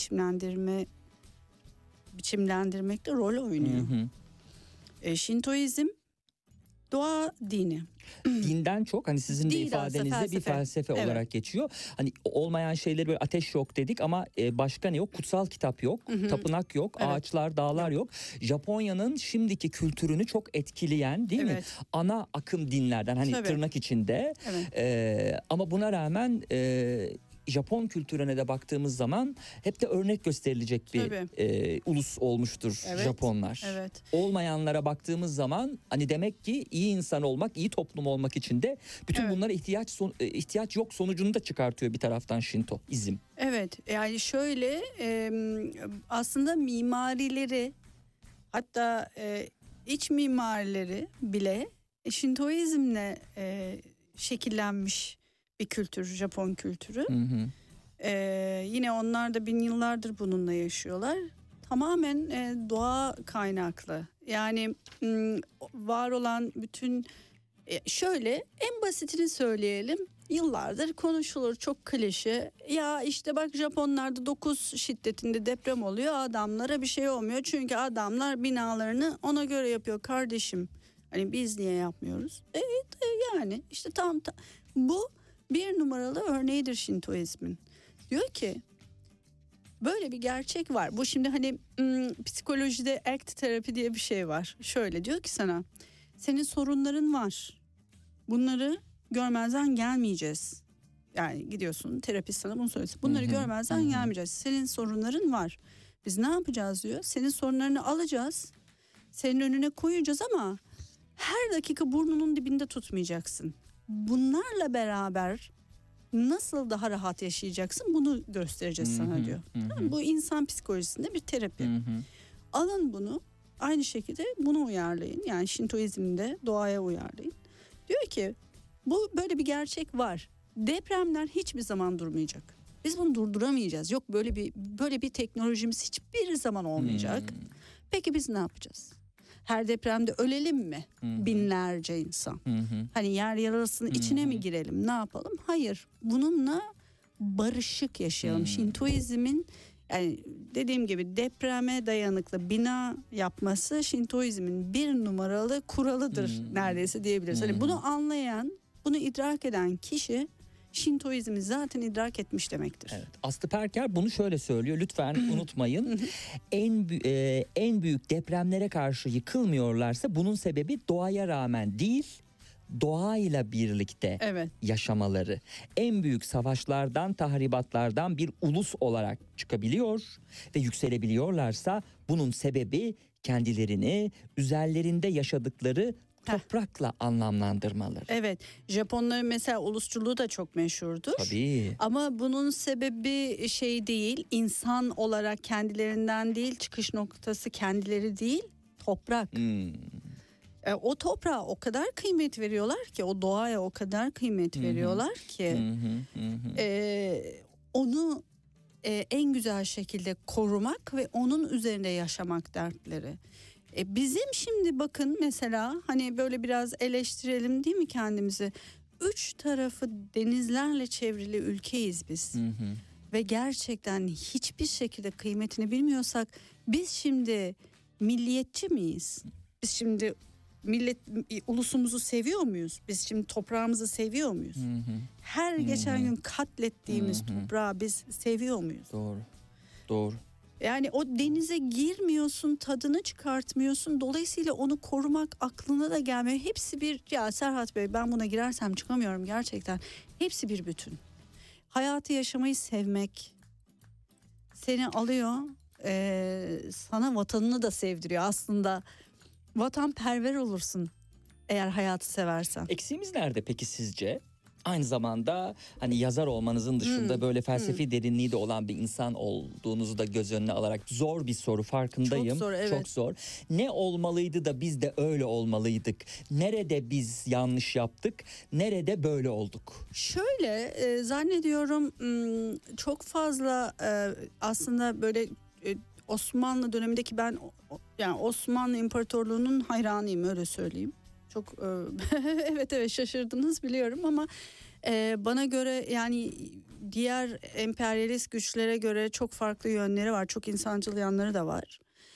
biçimlendirmekte rol oynuyor. Şintoizm Doğa dini. Dinden çok hani sizin de Değil aslında, ifadenizde bir felsefe Evet. olarak geçiyor. Hani olmayan şeyleri böyle ateş yok dedik ama başka ne yok? Kutsal kitap yok, tapınak yok, Evet. ağaçlar, dağlar yok. Japonya'nın şimdiki kültürünü çok etkileyen değil mi? Evet. Ana akım dinlerden hani Tabii. tırnak içinde. Evet. Ama buna rağmen Japon kültürüne de baktığımız zaman hep de örnek gösterilecek bir ulus olmuştur Evet. Japonlar. Evet. Olmayanlara baktığımız zaman hani demek ki iyi insan olmak, iyi toplum olmak için de bütün Evet. bunlara ihtiyaç yok sonucunu da çıkartıyor bir taraftan Şintoizm. Evet, yani şöyle aslında mimarileri, hatta iç mimarileri bile Şintoizmle şekillenmiş bir kültür, Japon kültürü. Hı hı. Yine onlar da bin yıllardır bununla yaşıyorlar. Tamamen doğa kaynaklı. Yani var olan bütün şöyle en basitini söyleyelim. Yıllardır konuşulur, çok klişe. Ya işte bak Japonlarda 9 şiddetinde deprem oluyor, adamlara bir şey olmuyor. Çünkü adamlar binalarını ona göre yapıyor kardeşim. Hani biz niye yapmıyoruz? Yani işte tam bu bir numaralı örneğidir Şintoizmin. Diyor ki böyle bir gerçek var. Bu şimdi hani psikolojide ACT terapi diye bir şey var. Şöyle diyor ki sana, senin sorunların var. Bunları görmezden gelmeyeceğiz. Yani gidiyorsun terapist sana bunu söylüyor. Bunları görmezden gelmeyeceğiz. Senin sorunların var. Biz ne yapacağız diyor. Senin sorunlarını alacağız. Senin önüne koyacağız ama her dakika burnunun dibinde tutmayacaksın. Bunlarla beraber nasıl daha rahat yaşayacaksın bunu göstereceğiz sana diyor. Tamam, bu insan psikolojisinde bir terapi. Alın bunu, aynı şekilde bunu uyarlayın. Yani Şintoizm'de doğaya uyarlayın. Diyor ki bu böyle bir gerçek var. Depremler hiçbir zaman durmayacak. Biz bunu durduramayacağız. Yok böyle bir teknolojimiz hiçbir zaman olmayacak. Peki biz ne yapacağız? Her depremde ölelim mi? Binlerce insan. Hani yer yarasının içine mi girelim? Ne yapalım? Hayır. Bununla barışık yaşayalım. Şintoizmin yani dediğim gibi depreme dayanıklı bina yapması Şintoizmin bir numaralı kuralıdır neredeyse diyebiliriz. Hani bunu anlayan, bunu idrak eden kişi Şintoizmi zaten idrak etmiş demektir. Evet. Aslı Perker bunu şöyle söylüyor. Lütfen unutmayın. En büyük depremlere karşı yıkılmıyorlarsa bunun sebebi doğaya rağmen değil, doğayla birlikte yaşamaları. En büyük savaşlardan, tahribatlardan bir ulus olarak çıkabiliyor ve yükselebiliyorlarsa bunun sebebi kendilerini üzerlerinde yaşadıkları toprakla anlamlandırmaları. Evet. Japonların mesela ulusçuluğu da çok meşhurdur. Tabii. Ama bunun sebebi şey değil, insan olarak kendilerinden değil, çıkış noktası kendileri değil, toprak. O toprağa o kadar kıymet veriyorlar ki, o doğaya o kadar kıymet veriyorlar ki onu en güzel şekilde korumak ve onun üzerinde yaşamak dertleri. Bizim şimdi bakın mesela hani böyle biraz eleştirelim değil mi kendimizi? 3 tarafı denizlerle çevrili ülkeyiz biz. Ve gerçekten hiçbir şekilde kıymetini bilmiyorsak biz şimdi milliyetçi miyiz? Biz şimdi ulusumuzu seviyor muyuz? Biz şimdi toprağımızı seviyor muyuz? Her geçen gün katlettiğimiz toprağı biz seviyor muyuz? Doğru. Yani o denize girmiyorsun, tadını çıkartmıyorsun. Dolayısıyla onu korumak aklına da gelmiyor. Hepsi bir, ya Serhat Bey ben buna girersem çıkamıyorum gerçekten. Hepsi bir bütün. Hayatı yaşamayı sevmek seni alıyor, sana vatanını da sevdiriyor. Aslında vatanperver olursun eğer hayatı seversen. Eksiğimiz nerede peki sizce? Aynı zamanda hani yazar olmanızın dışında böyle felsefi derinliği de olan bir insan olduğunuzu da göz önüne alarak zor bir soru, farkındayım. Çok zor, evet. Çok zor. Ne olmalıydı da biz de öyle olmalıydık? Nerede biz yanlış yaptık? Nerede böyle olduk? Şöyle zannediyorum çok fazla aslında böyle Osmanlı dönemindeki ben yani Osmanlı İmparatorluğu'nun hayranıyım, öyle söyleyeyim. Çok evet şaşırdınız biliyorum ama bana göre yani diğer emperyalist güçlere göre çok farklı yönleri var. Çok insancıl yanları da var.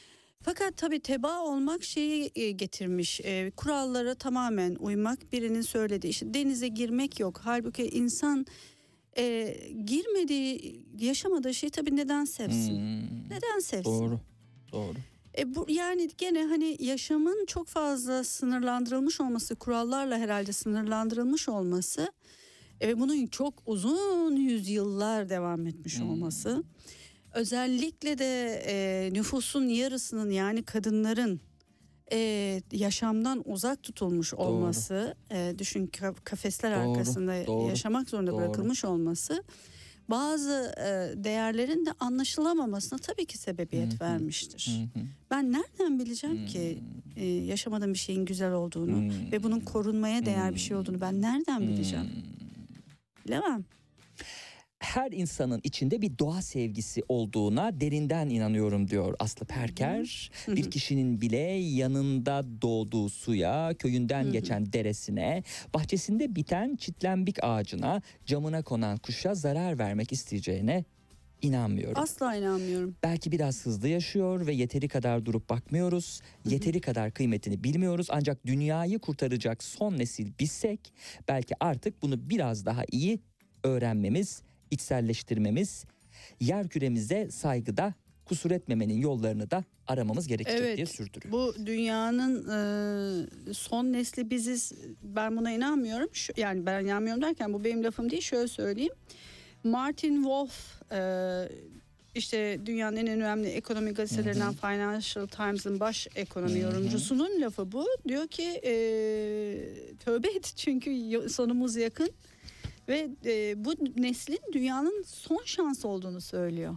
Fakat tabii tebaa olmak şeyi getirmiş. Kurallara tamamen uymak, birinin söylediği işte denize girmek yok. Halbuki insan girmediği, yaşamadığı şeyi tabii neden sevsin? Neden sevsin? Doğru. Bu yani gene hani yaşamın çok fazla sınırlandırılmış olması, kurallarla herhalde sınırlandırılmış olması ve bunun çok uzun yüzyıllar devam etmiş olması. Özellikle de nüfusun yarısının, yani kadınların yaşamdan uzak tutulmuş olması, düşün kafesler arkasında yaşamak zorunda bırakılmış olması, bazı değerlerin de anlaşılamamasına tabii ki sebebiyet vermiştir. Ben nereden bileceğim ki yaşamadığım bir şeyin güzel olduğunu ve bunun korunmaya değer bir şey olduğunu ben nereden bileceğim? Bilemem. Her insanın içinde bir doğa sevgisi olduğuna derinden inanıyorum diyor Aslı Perker. Bir kişinin bile yanında doğduğu suya, köyünden geçen deresine, bahçesinde biten çitlenbik ağacına, camına konan kuşa zarar vermek isteyeceğine inanmıyorum. Asla inanmıyorum. Belki biraz hızlı yaşıyor ve yeteri kadar durup bakmıyoruz. Yeteri kadar kıymetini bilmiyoruz. Ancak dünyayı kurtaracak son nesil bizsek belki artık bunu biraz daha iyi öğrenmemiz, içselleştirmemiz, yer küremize saygıda kusur etmemenin yollarını da aramamız gerekecek diye sürdürüyor. Bu dünyanın son nesli biziz. Ben buna inanmıyorum. Yani ben inanmıyorum derken bu benim lafım değil. Şöyle söyleyeyim. Martin Wolf işte dünyanın en önemli ekonomi gazetelerinden Financial Times'ın baş ekonomi yorumcusunun lafı bu. Diyor ki tövbe et çünkü sonumuz yakın. Ve bu neslin dünyanın son şansı olduğunu söylüyor.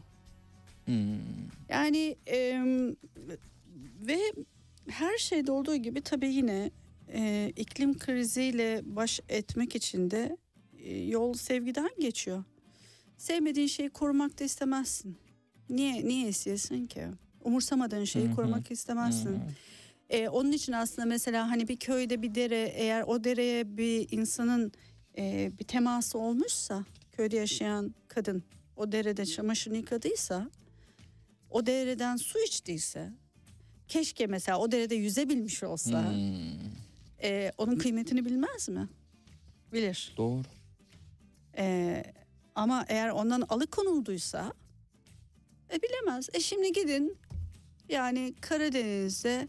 Yani ve her şeyde olduğu gibi tabii yine iklim kriziyle baş etmek için de yol sevgiden geçiyor. Sevmediğin şeyi korumak da istemezsin. Niye isteyesin ki? Umursamadığın şeyi korumak istemezsin. Onun için aslında mesela hani bir köyde bir dere, eğer o dereye bir insanın bir teması olmuşsa, köyde yaşayan kadın o derede çamaşırını yıkadıysa, o dereden su içtiyse, keşke mesela o derede yüzebilmiş olsa, onun kıymetini bilmez mi? Bilir. Doğru. Ama eğer ondan alıkonulduysa bilemez. Şimdi gidin yani Karadeniz'de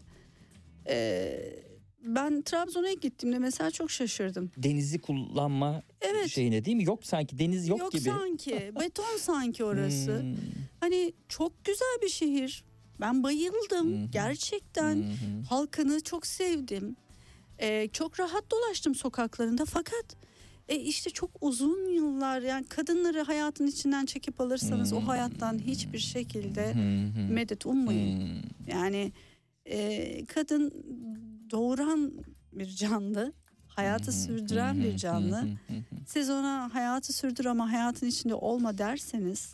ben Trabzon'a gittiğimde mesela çok şaşırdım. Denizi kullanma şeyine değil mi? Yok sanki deniz yok gibi. Yok sanki. Beton sanki orası. Hani çok güzel bir şehir. Ben bayıldım. Gerçekten halkını çok sevdim. Çok rahat dolaştım sokaklarında fakat işte çok uzun yıllar, yani kadınları hayatın içinden çekip alırsanız o hayattan hiçbir şekilde medet ummayın. Yani kadın doğuran bir canlı, hayatı sürdüren bir canlı. Siz ona hayatı sürdür ama hayatın içinde olma derseniz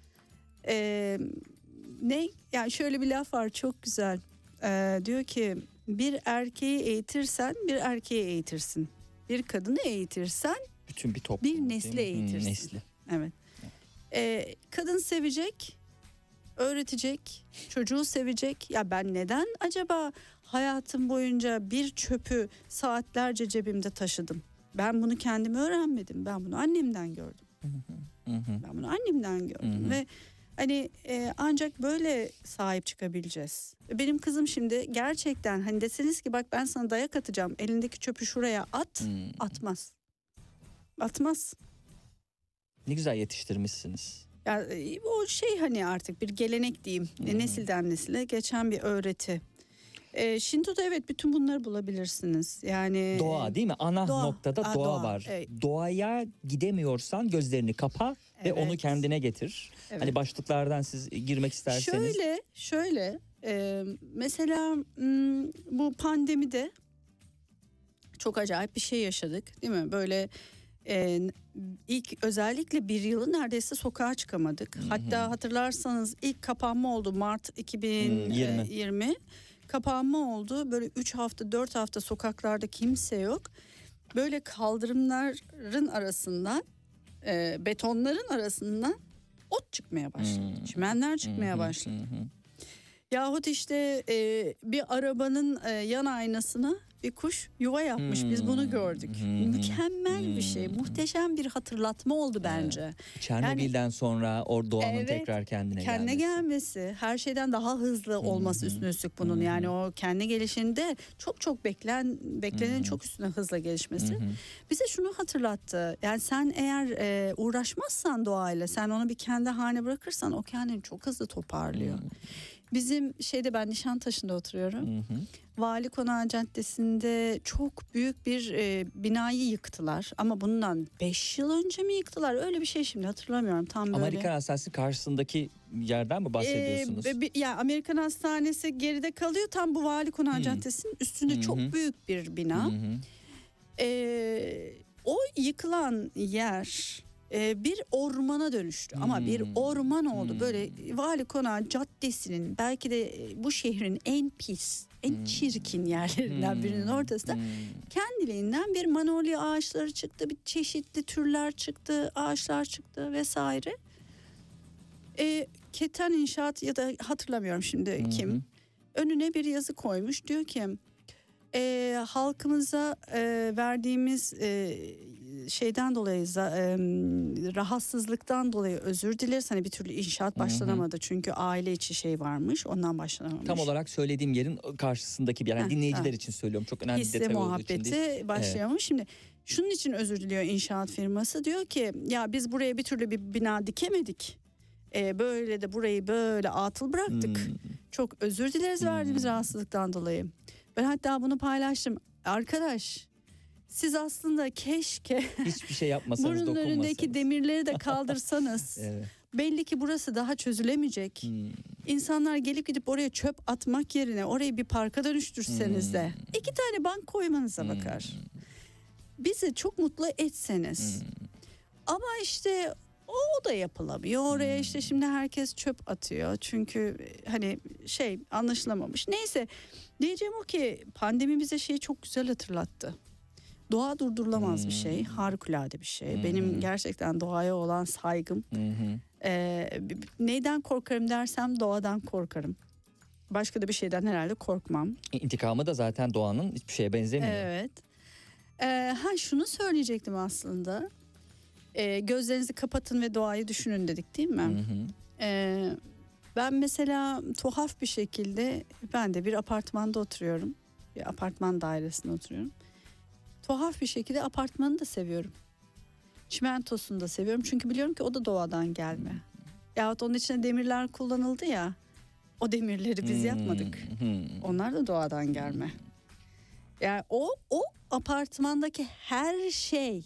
yani şöyle bir laf var çok güzel. Diyor ki bir erkeği eğitirsen bir erkeği eğitirsin. Bir kadını eğitirsen bütün bir toplum, bir nesli eğitirsin. Nesli. Evet. Kadın sevecek, öğretecek, çocuğu sevecek. Ya ben neden acaba hayatım boyunca bir çöpü saatlerce cebimde taşıdım? Ben bunu kendime öğrenmedim. Ben bunu annemden gördüm. Ben bunu annemden gördüm ve hani ancak böyle sahip çıkabileceğiz. Benim kızım şimdi gerçekten hani deseniz ki bak ben sana dayak atacağım, elindeki çöpü şuraya at, atmaz. Atmaz. Ne güzel yetiştirmişsiniz. Ya o şey hani artık bir gelenek diyeyim. Nesilden nesile geçen bir öğreti. Shinto'da evet bütün bunları bulabilirsiniz. Yani doğa değil mi? Ana noktada doğa var. Evet. Doğaya gidemiyorsan gözlerini kapa ve onu kendine getir. Evet. Hani başlıklardan siz girmek isterseniz. Şöyle mesela bu pandemide çok acayip bir şey yaşadık değil mi? Böyle ilk özellikle bir yılı neredeyse sokağa çıkamadık. Hatta hatırlarsanız ilk kapanma oldu Mart 2020. Kapanma oldu. Böyle 3 hafta 4 hafta sokaklarda kimse yok. Böyle kaldırımların arasından betonların arasından ot çıkmaya başladı. Çimenler çıkmaya başladı. Yahut işte bir arabanın yan aynasına bir kuş yuva yapmış. Biz bunu gördük. Mükemmel bir şey. Muhteşem bir hatırlatma oldu bence. Çernobil'den sonra o doğanın tekrar kendine gelmesi. Her şeyden daha hızlı olması üstüne üstlük bunun. Yani o kendi gelişinde çok beklenenin çok üstüne hızla gelişmesi. Bize şunu hatırlattı. Yani sen eğer uğraşmazsan doğayla, sen onu bir kendi haline bırakırsan o kendini çok hızlı toparlıyor. Bizim ben Nişantaşı'nda oturuyorum. Vali Konağı Caddesi'nde çok büyük bir binayı yıktılar. Ama bundan 5 yıl önce mi yıktılar? Öyle bir şey, şimdi hatırlamıyorum tam böyle. Amerikan Hastanesi karşısındaki yerden mi bahsediyorsunuz? Yani Amerikan Hastanesi geride kalıyor. Tam bu Vali Konağı Caddesi'nin üstünde çok büyük bir bina. O yıkılan yer bir ormana dönüştü. Ama bir orman oldu. Böyle Vali Konağı Caddesi'nin belki de bu şehrin en pis, en çirkin yerlerinden birinin ortasında kendiliğinden bir manolya ağaçları çıktı. Bir çeşitli türler çıktı, ağaçlar çıktı vesaire. Keten İnşaat ya da hatırlamıyorum şimdi kim, önüne bir yazı koymuş. Diyor ki halkımıza verdiğimiz şeyden dolayı rahatsızlıktan dolayı özür dileriz. Hani bir türlü inşaat başlanamadı çünkü aile içi varmış, ondan başlanamamış. Tam olarak söylediğim yerin karşısındaki bir yer. Yani dinleyiciler için söylüyorum, çok önemli bir detay olduğu için değil. Hisse muhabbeti başlayamamış. Şimdi şunun için özür diliyor inşaat firması, diyor ki ya biz buraya bir türlü bir bina dikemedik. Böyle de burayı böyle atıl bıraktık. Çok özür dileriz verdiğimiz rahatsızlıktan dolayı. Ben hatta bunu paylaştım. Arkadaş, siz aslında keşke hiçbir şey yapmasanız, bunun dokunmasanız. önündeki demirleri de kaldırsanız. Evet. Belli ki burası daha çözülemeyecek. İnsanlar gelip gidip oraya çöp atmak yerine orayı bir parka dönüştürseniz de 2 tane bank koymanıza bakar. Bizi çok mutlu etseniz. Ama işte o da yapılamıyor. Oraya işte şimdi herkes çöp atıyor. Çünkü hani anlaşılamamış. Neyse, diyeceğim o ki pandemi bize çok güzel hatırlattı. Doğa durdurulamaz bir şey. Harikulade bir şey. Benim gerçekten doğaya olan saygım. Neyden korkarım dersem doğadan korkarım. Başka da bir şeyden herhalde korkmam. İntikamı da zaten doğanın hiçbir şeye benzemiyor. Evet. Şunu söyleyecektim aslında. Gözlerinizi kapatın ve doğayı düşünün dedik değil mi? Ben mesela tuhaf bir şekilde, ben de bir apartmanda oturuyorum. Bir apartman dairesinde oturuyorum. Tuhaf bir şekilde apartmanı da seviyorum. Çimentosunu da seviyorum. Çünkü biliyorum ki o da doğadan gelme. Yahut onun içine demirler kullanıldı ya. O demirleri biz yapmadık. Onlar da doğadan gelme. Yani o apartmandaki her şey,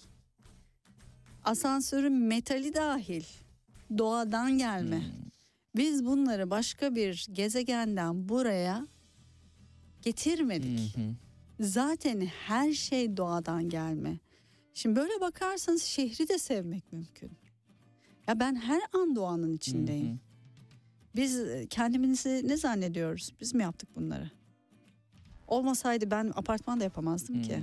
asansörün metali dahil, doğadan gelme. Biz bunları başka bir gezegenden buraya getirmedik. Zaten her şey doğadan gelme. Şimdi böyle bakarsanız şehri de sevmek mümkün. Ya ben her an doğanın içindeyim. Biz kendimizi ne zannediyoruz? Biz mi yaptık bunları? Olmasaydı ben apartman da yapamazdım ki.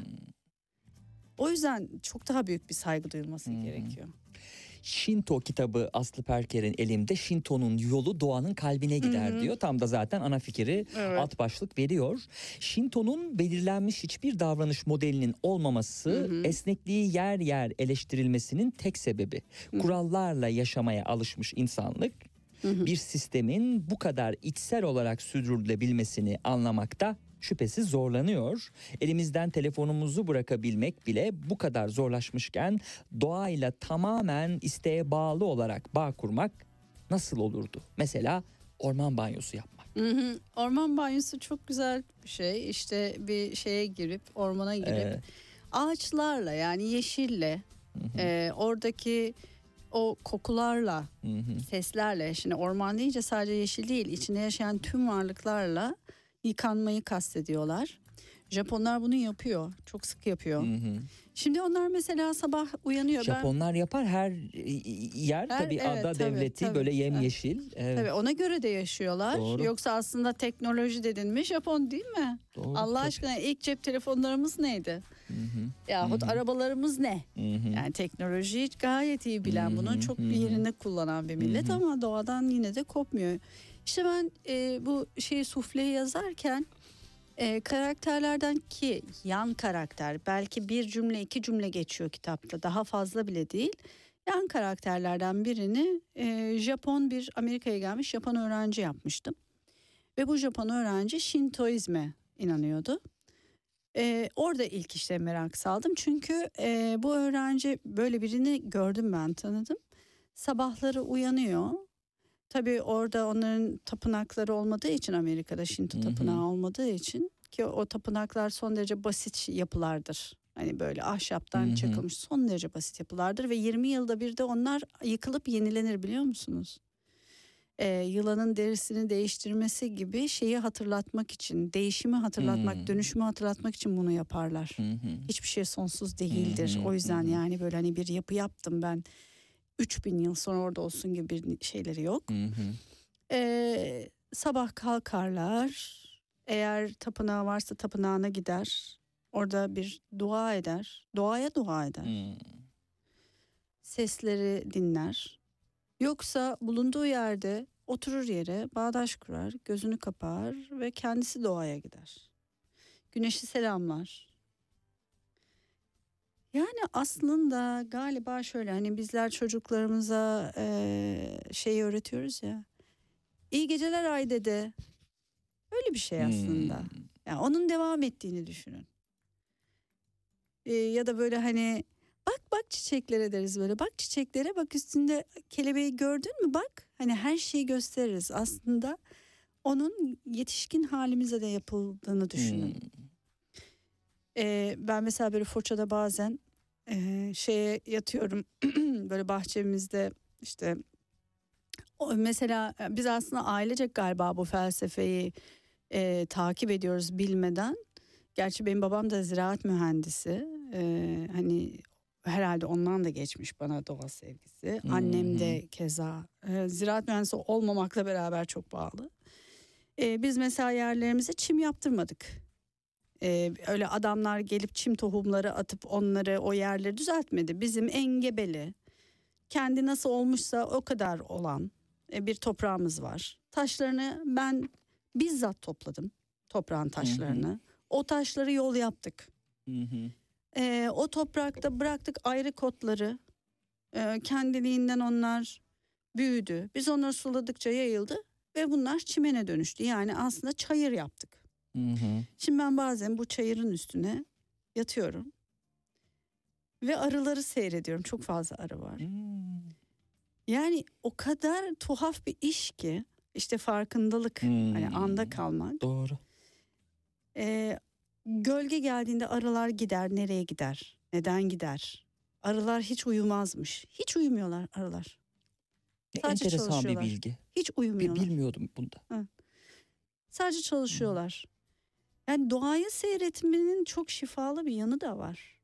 O yüzden çok daha büyük bir saygı duyulması gerekiyor. Shinto kitabı Aslı Perker'in elimde. Shinto'nun yolu doğanın kalbine gider diyor. Tam da zaten ana fikri alt başlık veriyor. Shinto'nun belirlenmiş hiçbir davranış modelinin olmaması, esnekliği yer yer eleştirilmesinin tek sebebi. Kurallarla yaşamaya alışmış insanlık bir sistemin bu kadar içsel olarak sürdürülebilmesini anlamakta şüphesiz zorlanıyor. Elimizden telefonumuzu bırakabilmek bile bu kadar zorlaşmışken doğayla tamamen isteğe bağlı olarak bağ kurmak nasıl olurdu? Mesela orman banyosu yapmak. Orman banyosu çok güzel bir şey. İşte bir şeye girip, ormana girip ağaçlarla, yani yeşille, oradaki o kokularla, seslerle, şimdi orman deyince sadece yeşil değil, içinde yaşayan tüm varlıklarla yıkanmayı kastediyorlar. Japonlar bunu yapıyor. Çok sık yapıyor. Şimdi onlar mesela sabah uyanıyor. Japonlar yapar, her yer tabii ada devleti tabii, böyle yemyeşil. Evet. Tabii ona göre de yaşıyorlar. Doğru. Yoksa aslında teknoloji dedin mi Japon değil mi? Doğru, Allah aşkına ilk cep telefonlarımız neydi? Yahut arabalarımız ne? Yani teknolojiyi gayet iyi bilen, bunu çok yerinde kullanan bir millet ama doğadan yine de kopmuyor. İşte ben bu sufleyi yazarken karakterlerden, ki yan karakter belki bir cümle 2 cümle geçiyor kitapta, daha fazla bile değil. Yan karakterlerden birini Japon bir Amerika'ya gelmiş Japon öğrenci yapmıştım. Ve bu Japon öğrenci Şintoizme inanıyordu. Orada ilk işte merak saldım. Çünkü bu öğrenci, böyle birini gördüm, ben tanıdım. Sabahları uyanıyor. Tabii orada onların tapınakları olmadığı için, Amerika'da Şinto tapınağı olmadığı için, ki o tapınaklar son derece basit yapılardır. Hani böyle ahşaptan çakılmış son derece basit yapılardır ve 20 yılda bir de onlar yıkılıp yenilenir, biliyor musunuz? Yılanın derisini değiştirmesi gibi şeyi hatırlatmak için, değişimi hatırlatmak, dönüşümü hatırlatmak için bunu yaparlar. Hiçbir şey sonsuz değildir. O yüzden yani böyle hani bir yapı yaptım ben, 3000 yıl sonra orada olsun gibi bir şeyleri yok. Sabah kalkarlar, eğer tapınağı varsa tapınağına gider, orada bir dua eder, doğaya dua eder. Sesleri dinler. Yoksa bulunduğu yerde oturur yere, bağdaş kurar, gözünü kapar ve kendisi doğaya gider. Güneşi selamlar. Yani aslında galiba şöyle, hani bizler çocuklarımıza şeyi öğretiyoruz ya. İyi geceler ay dede. Öyle bir şey aslında. Yani onun devam ettiğini düşünün. Ya da böyle hani bak çiçeklere deriz böyle. Bak çiçeklere, bak üstünde kelebeği gördün mü, bak. Hani her şeyi gösteririz. Aslında onun yetişkin halimize de yapıldığını düşünün. Ben mesela böyle Foça'da bazen şeye yatıyorum. Böyle bahçemizde işte mesela biz aslında ailecek galiba bu felsefeyi takip ediyoruz bilmeden. Gerçi benim babam da ziraat mühendisi. Hani herhalde ondan da geçmiş bana doğa sevgisi. Annem de keza ziraat mühendisi olmamakla beraber çok bağlı. Biz mesela yerlerimize çim yaptırmadık. Öyle adamlar gelip çim tohumları atıp onları, o yerleri düzeltmedi. Bizim engebeli, kendi nasıl olmuşsa o kadar olan bir toprağımız var. Taşlarını ben bizzat topladım, toprağın taşlarını. O taşları yol yaptık. O toprakta bıraktık ayrı kotları. Kendiliğinden onlar büyüdü. Biz onları suladıkça yayıldı ve bunlar çimene dönüştü. Yani aslında çayır yaptık. Şimdi ben bazen bu çayırın üstüne yatıyorum ve arıları seyrediyorum. Çok fazla arı var. Yani o kadar tuhaf bir iş ki, işte farkındalık, hani anda kalmak. Doğru. Gölge geldiğinde arılar gider. Nereye gider? Neden gider? Arılar hiç uyumazmış. Hiç uyumuyorlar arılar. Sadece enteresan çalışıyorlar. bir bilgi. Hiç uyumuyorlar. Bilmiyordum bunda. Sadece çalışıyorlar. Yani doğayı seyretmenin çok şifalı bir yanı da var.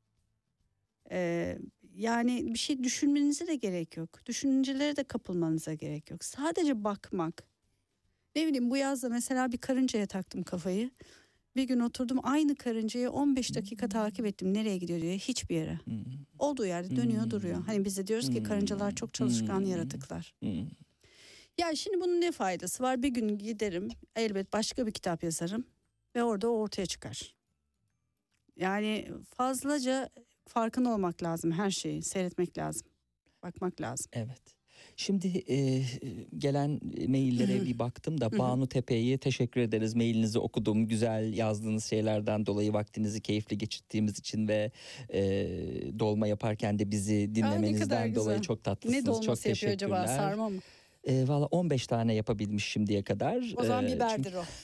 Yani bir şey düşünmenize de gerek yok. Düşüncelere de kapılmanıza gerek yok. Sadece bakmak. Ne bileyim, bu yazda mesela bir karıncaya taktım kafayı. Bir gün oturdum, aynı karıncayı 15 dakika takip ettim. Nereye gidiyor diye, hiçbir yere. Olduğu yerde dönüyor duruyor. Hani biz de diyoruz ki karıncalar çok çalışkan yaratıklar. Ya şimdi bunun ne faydası var? Bir gün giderim, elbet başka bir kitap yazarım ve orada o ortaya çıkar. Yani fazlaca farkında olmak lazım, her şeyi seyretmek lazım, bakmak lazım. Evet. Şimdi gelen maillere bir baktım da Banu Tepe'ye teşekkür ederiz. Mailinizi okudum. Güzel yazdığınız şeylerden dolayı, vaktinizi keyifli geçirdiğimiz için ve dolma yaparken de bizi dinlemenizden dolayı çok tatlısınız. Ne dolması çok yapıyor acaba, sarma mı? Valla 15 tane yapabilmiş şimdiye kadar. O zaman biberdir o.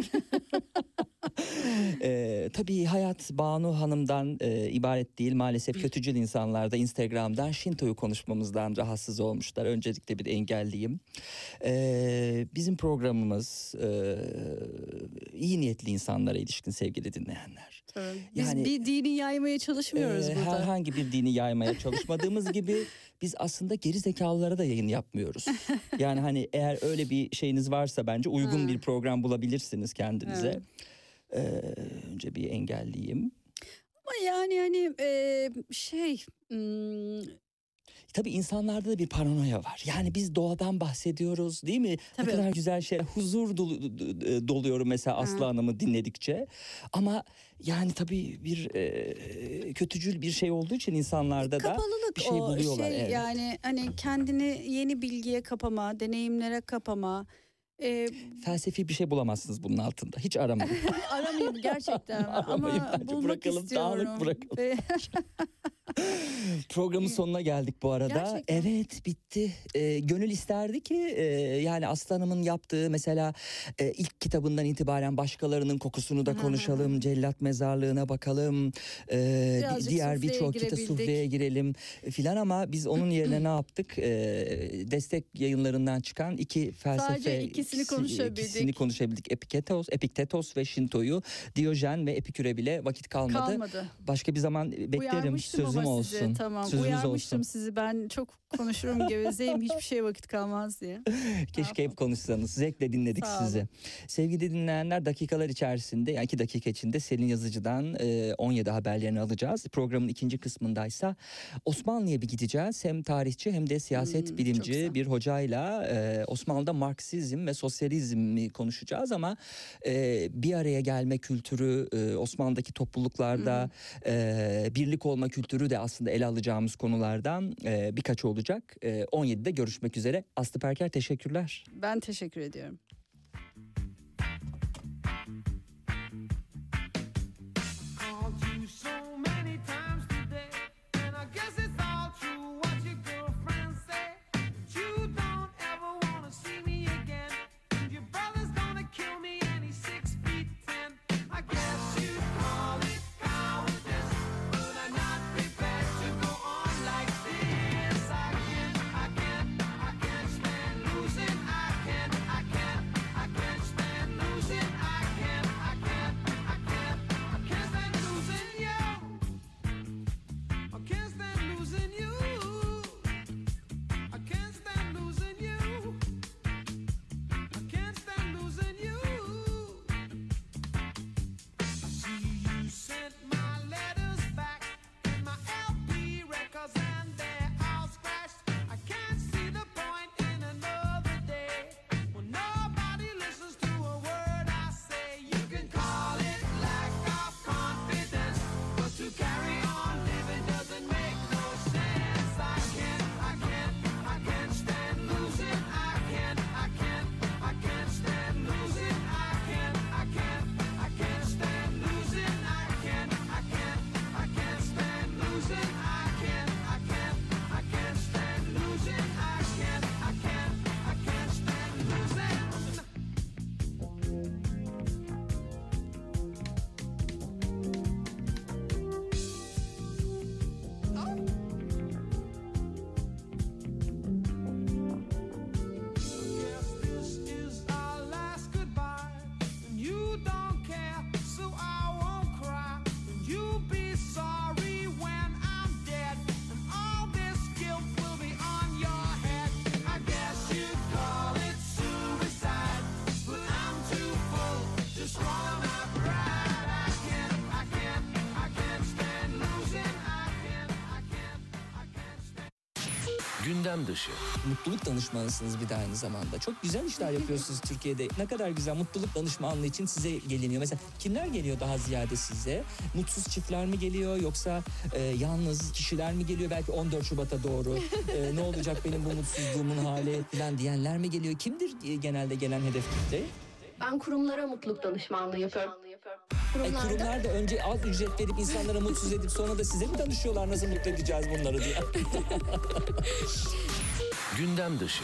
Tabii hayat Banu Hanım'dan ibaret değil. Maalesef kötücül insanlar da Instagram'dan Şinto'yu konuşmamızdan rahatsız olmuşlar. Öncelikle bir engelliyim. Bizim programımız iyi niyetli insanlara ilişkin, sevgili dinleyenler. Tabii. Biz Yani, bir dini yaymaya çalışmıyoruz burada. Herhangi bir dini yaymaya çalışmadığımız gibi biz aslında geri zekalılara da yayın yapmıyoruz. Yani hani eğer öyle bir şeyiniz varsa bence uygun bir program bulabilirsiniz kendinize. Önce bir engelliyim. Ama yani hani şey... Tabii insanlarda da bir paranoya var. Yani biz doğadan bahsediyoruz, değil mi? Tabii. Ne kadar güzel şeyler. Huzur doluyorum mesela Aslı Hanım'ı dinledikçe. Ama yani tabii bir kötücül bir şey olduğu için insanlarda da kapalılık bir şey buluyorlar. Evet. Yani hani kendini yeni bilgiye kapama, deneyimlere kapama. Felsefi bir şey bulamazsınız bunun altında. Hiç aramayın. Aramayayım gerçekten. Aramayın Ama bence. bulmak Bırakalım, istiyorum. dağınık bırakalım. Programın sonuna geldik bu arada. Gerçekten. Evet, bitti. Gönül isterdi ki yani Aslı Hanım'ın yaptığı mesela ilk kitabından itibaren başkalarının kokusunu da konuşalım. Cellat Mezarlığı'na bakalım. Diğer birçok kitap sufleye girelim filan, ama biz onun yerine ne yaptık? Destek yayınlarından çıkan iki felsefe sadece ikisini konuşabildik. Epiktetos ve Shinto'yu, Diyojen ve Epikür'e bile vakit kalmadı. Başka bir zaman beklerim. Sözüm olsun. Size, tamam. Sözünüz Uyarmıştım olsun. sizi. Ben çok konuşurum, gevezeyim. Hiçbir şeye vakit kalmaz diye. Keşke hep konuşsanız. Zevkle dinledik sizi. Sevgili dinleyenler, dakikalar içerisinde, yani 2 dakika içinde Selin Yazıcı'dan 17 haberlerini alacağız. Programın ikinci kısmındaysa Osmanlı'ya bir gideceğiz. Hem tarihçi hem de siyaset bilimci bir hocayla Osmanlı'da Marksizm ve sosyalizmi konuşacağız, ama bir araya gelme kültürü, Osmanlı'daki topluluklarda birlik olma kültürü de aslında ele alacağımız konulardan birkaç olacak. 17'de görüşmek üzere. Aslı Perker, teşekkürler. Ben teşekkür ediyorum. Gündem dışı. Mutluluk danışmanısınız bir de aynı zamanda. Çok güzel işler yapıyorsunuz Türkiye'de. Ne kadar güzel, mutluluk danışmanlığı için size geliniyor. Mesela kimler geliyor daha ziyade size? Mutsuz çiftler mi geliyor, yoksa yalnız kişiler mi geliyor? Belki 14 Şubat'a doğru ne olacak benim bu mutsuzluğumun hali falan diyenler mi geliyor? Kimdir genelde gelen hedef kitle? Ben kurumlara mutluluk danışmanlığı yapıyorum. Kurumlar da önce az ücret verip insanlara mutsuz edip sonra da size mi danışıyorlar, nasıl mutlu edeceğiz bunları diye? Gündem dışı.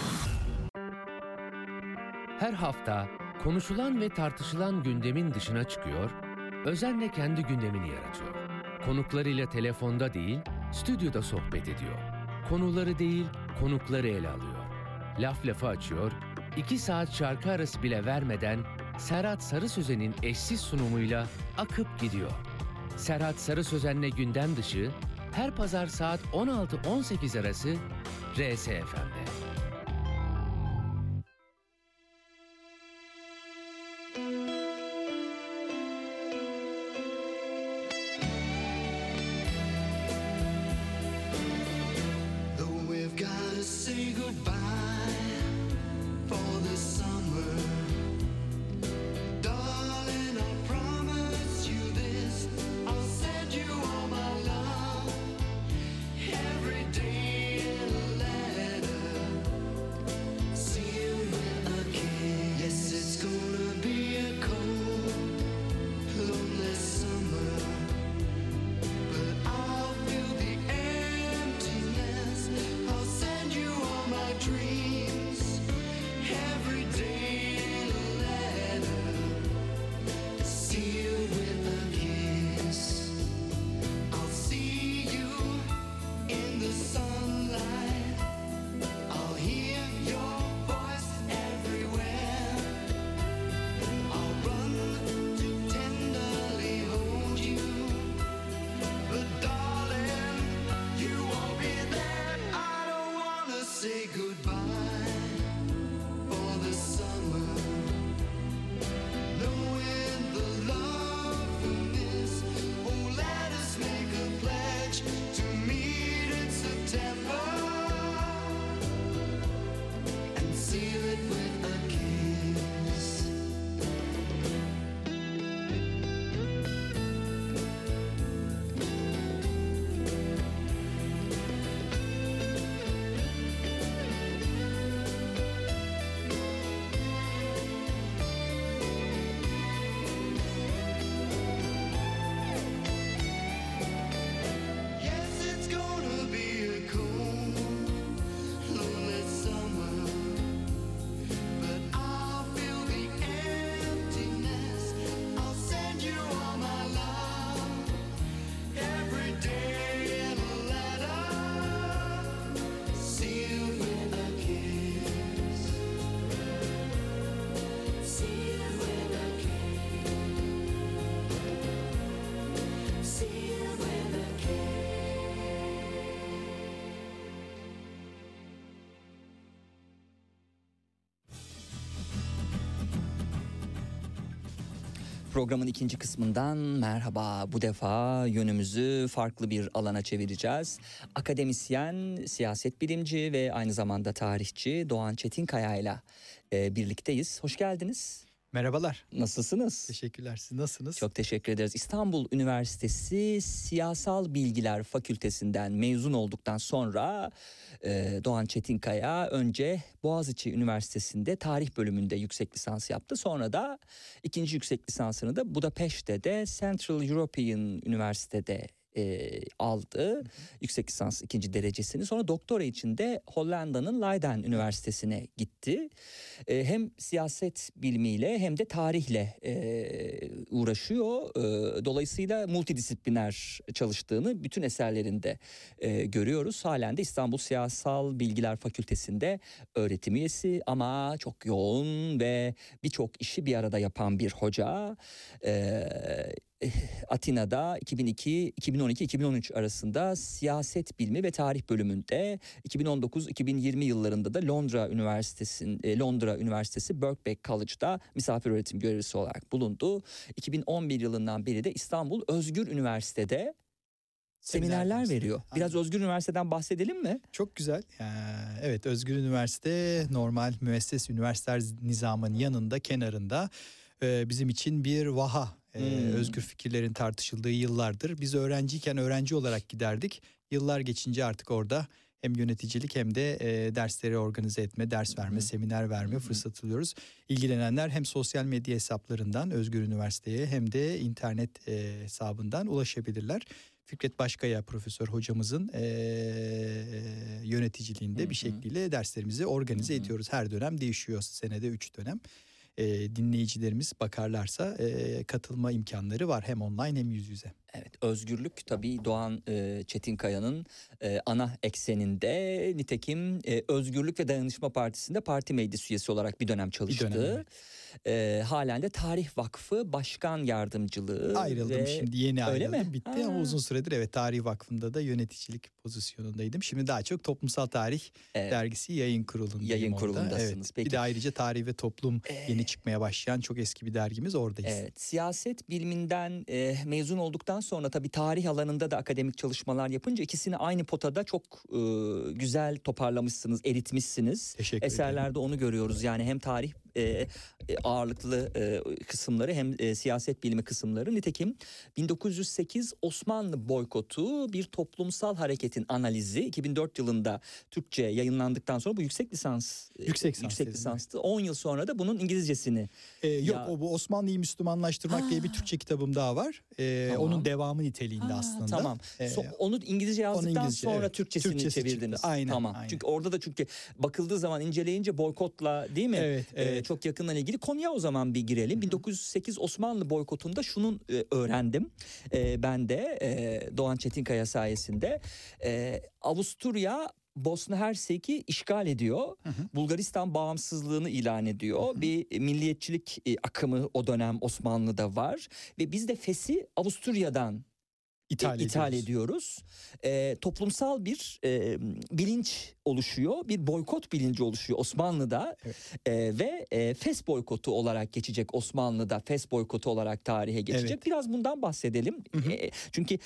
Her hafta konuşulan ve tartışılan gündemin dışına çıkıyor, özenle kendi gündemini yaratıyor. Konuklarıyla telefonda değil, stüdyoda sohbet ediyor. Konuları değil, konukları ele alıyor. Laf lafı açıyor, 2 saat şarkı arası bile vermeden Serhat Sarı Sözen'in eşsiz sunumuyla akıp gidiyor. Serhat Sarı Sözen'le gündem dışı her pazar saat 16-18 arası RSFM'de. Programın ikinci kısmından merhaba. Bu defa yönümüzü farklı bir alana çevireceğiz. Akademisyen, siyaset bilimci ve aynı zamanda tarihçi Doğan Çetinkaya ile birlikteyiz. Hoş geldiniz. Merhabalar. Nasılsınız? Teşekkürler. Siz nasılsınız? Çok teşekkür ederiz. İstanbul Üniversitesi Siyasal Bilgiler Fakültesinden mezun olduktan sonra Doğan Çetinkaya önce Boğaziçi Üniversitesi'nde tarih bölümünde yüksek lisans yaptı. Sonra da ikinci yüksek lisansını da Budapeşte de Central European Üniversitede aldı. Yüksek lisans ikinci derecesini. Sonra doktora için de Hollanda'nın Leiden Üniversitesi'ne gitti. Hem siyaset bilimiyle hem de tarihle uğraşıyor. Dolayısıyla multidisipliner çalıştığını bütün eserlerinde görüyoruz. Halen de İstanbul Siyasal Bilgiler Fakültesi'nde öğretim üyesi ama çok yoğun ve birçok işi bir arada yapan bir hoca. Atina'da 2012-2013 arasında siyaset bilimi ve tarih bölümünde, 2019-2020 yıllarında da Londra Üniversitesi Birkbeck College'da misafir öğretim görevlisi olarak bulundu. 2011 yılından beri de İstanbul Özgür Üniversitede seminerler veriyor. Biraz Özgür Üniversiteden bahsedelim mi? Çok güzel. Evet, Özgür Üniversite normal müesses üniversiteler nizamının yanında, kenarında bizim için bir vaha. Özgür fikirlerin tartışıldığı yıllardır. Biz öğrenciyken öğrenci olarak giderdik. Yıllar geçince artık orada hem yöneticilik hem de dersleri organize etme, ders verme, seminer verme fırsatı alıyoruz. İlgilenenler hem sosyal medya hesaplarından Özgür Üniversite'ye hem de internet hesabından ulaşabilirler. Fikret Başkaya profesör hocamızın yöneticiliğinde bir şekliyle derslerimizi organize ediyoruz. Her dönem değişiyor, senede 3 dönem. Dinleyicilerimiz bakarlarsa katılma imkanları var, hem online hem yüz yüze. Evet, özgürlük tabii Doğan Çetinkaya'nın ana ekseninde. Nitekim Özgürlük ve Dayanışma Partisi'nde parti meclis üyesi olarak bir dönem çalıştı. Bir dönem, evet. Halen de Tarih Vakfı Başkan Yardımcılığı. Ayrıldım şimdi, yeni ayrıldım. Öyle mi? Bitti ama uzun süredir evet Tarih Vakfı'nda da yöneticilik pozisyonundaydım. Şimdi daha çok Toplumsal Tarih dergisi yayın kurulundayım. Yayın kurulundasınız. Evet. Peki. Bir de ayrıca Tarih ve Toplum yeni çıkmaya başlayan çok eski bir dergimiz, oradayız. Evet, siyaset biliminden mezun olduktan sonra tabii tarih alanında da akademik çalışmalar yapınca ikisini aynı potada çok güzel toparlamışsınız, eritmişsiniz. Teşekkür Eserlerde ederim. onu görüyoruz. Yani hem tarih ağırlıklı kısımları hem siyaset bilimi kısımları. Nitekim 1908 Osmanlı boykotu bir toplumsal hareketin analizi 2004 yılında Türkçe yayınlandıktan sonra bu yüksek lisanstı. 10 yıl sonra da bunun İngilizcesini. Bu Osmanlı'yı Müslümanlaştırmak diye bir Türkçe kitabım daha var. Tamam. Onun devamı niteliğinde aslında. Tamam. Onu İngilizce yazdıktan sonra evet. Türkçesini çevirdiniz. Aynen. Tamam. Aynen. Çünkü orada da bakıldığı zaman inceleyince boykotla değil mi? Evet. Çok yakından ilgili. Konuya o zaman bir girelim. 1908 Osmanlı boykotunda şunun öğrendim. Ben de Doğan Çetinkaya sayesinde Avusturya Bosna Hersek'i işgal ediyor. Bulgaristan bağımsızlığını ilan ediyor. Bir milliyetçilik akımı o dönem Osmanlı'da var. Ve biz de Fes'i Avusturya'dan ithal ediyoruz. Toplumsal bir bilinç oluşuyor. Bir boykot bilinci oluşuyor Osmanlı'da. Evet. Ve Fes boykotu olarak geçecek Osmanlı'da. Fes boykotu olarak tarihe geçecek. Evet. Biraz bundan bahsedelim. Çünkü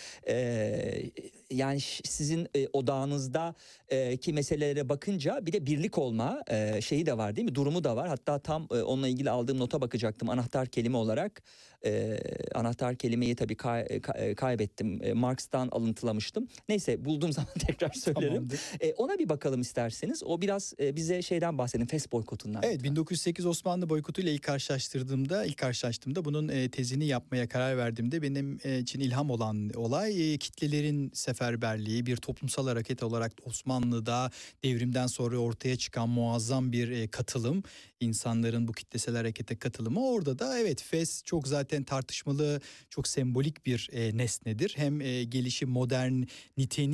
yani sizin odağınızda ki meselelere bakınca bir de birlik olma şeyi de var değil mi? Durumu da var. Hatta tam onunla ilgili aldığım nota bakacaktım. Anahtar kelime olarak. Anahtar kelimeyi tabii kaybettim. Marx'tan alıntılamıştım. Neyse bulduğum zaman tekrar söylerim. Ona bir bakalım isterseniz. O biraz bize şeyden bahsedin. Fes boykotundan. Evet, 1908 Osmanlı boykotuyla ilk karşılaştığımda bunun tezini yapmaya karar verdiğimde benim için ilham olan olay kitlelerin seferberliği, bir toplumsal hareket olarak Osmanlı'da devrimden sonra ortaya çıkan muazzam bir katılım. İnsanların bu kitlesel harekete katılımı. Orada da evet Fes çok zaten tartışmalı, çok sembolik bir nesnedir. Hem gelişi modernitenin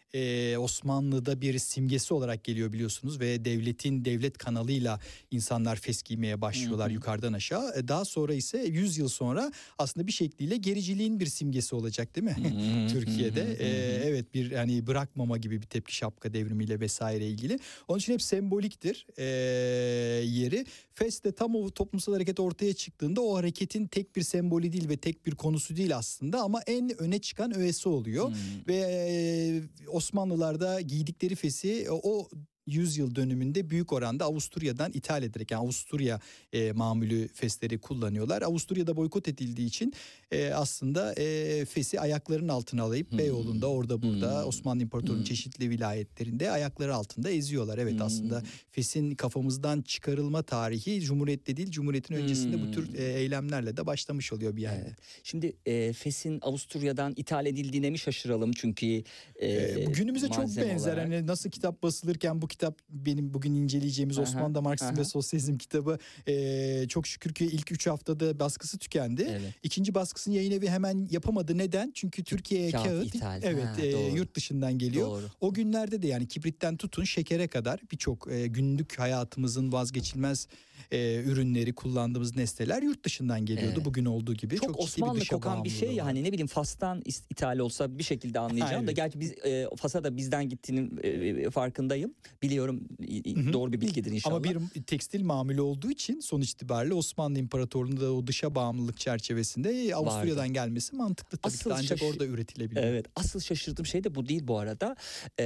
Osmanlı'da bir simgesi olarak geliyor biliyorsunuz ve devlet kanalıyla insanlar fes giymeye başlıyorlar yukarıdan aşağı. Daha sonra ise 100 yıl sonra aslında bir şekliyle gericiliğin bir simgesi olacak değil mi? Türkiye'de. Evet, bir hani bırakmama gibi bir tepki şapka devrimiyle vesaire ilgili. Onun için hep semboliktir yeri. Fes de tam o toplumsal hareket ortaya çıktığında o hareketin tek bir sembolü değil ve tek bir konusu değil aslında ama en öne çıkan öğesi oluyor. Ve Osmanlılar'da giydikleri fesi o 100 yıl dönümünde büyük oranda Avusturya'dan ithal ederek, yani Avusturya mamülü fesleri kullanıyorlar. Avusturya'da boykot edildiği için aslında fesi ayaklarının altına alıp Beyoğlu'nda orada burada Osmanlı İmparatorluğu'nun çeşitli vilayetlerinde ayakları altında eziyorlar. Evet, aslında fesin kafamızdan çıkarılma tarihi Cumhuriyet'te değil, Cumhuriyet'in öncesinde bu tür eylemlerle de başlamış oluyor bir yerde. Evet. Şimdi fesin Avusturya'dan ithal edildiğine mi şaşıralım çünkü günümüze çok benzer. olarak. Hani nasıl kitap basılırken bu kitap benim bugün inceleyeceğimiz Osmanlı'da Marksizm ve Sosyalizm kitabı çok şükür ki ilk 3 haftada baskısı tükendi. Evet. İkinci baskısını yayın evi hemen yapamadı. Neden? Çünkü Türkiye'ye kağıt ithal. yurt dışından geliyor. Doğru. O günlerde de yani kibritten tutun şekere kadar birçok günlük hayatımızın vazgeçilmez ürünleri, kullandığımız nesneler yurt dışından geliyordu. Evet. Bugün olduğu gibi. Çok ciddi Osmanlı dışa kokan bir şey bağımlılığı ya, var. hani ne bileyim Fas'tan ithal olsa bir şekilde anlayacağım da Evet. gerçi biz Fas'a da bizden gittiğinin farkındayım. Biliyorum, doğru bir bilgidir inşallah. Ama bir tekstil mamülü olduğu için sonuç itibariyle Osmanlı İmparatorluğu'nda o dışa bağımlılık çerçevesinde Avusturya'dan gelmesi mantıklı tabii ki de, ancak orada üretilebiliyor. Evet, asıl şaşırdığım şey de bu değil bu arada.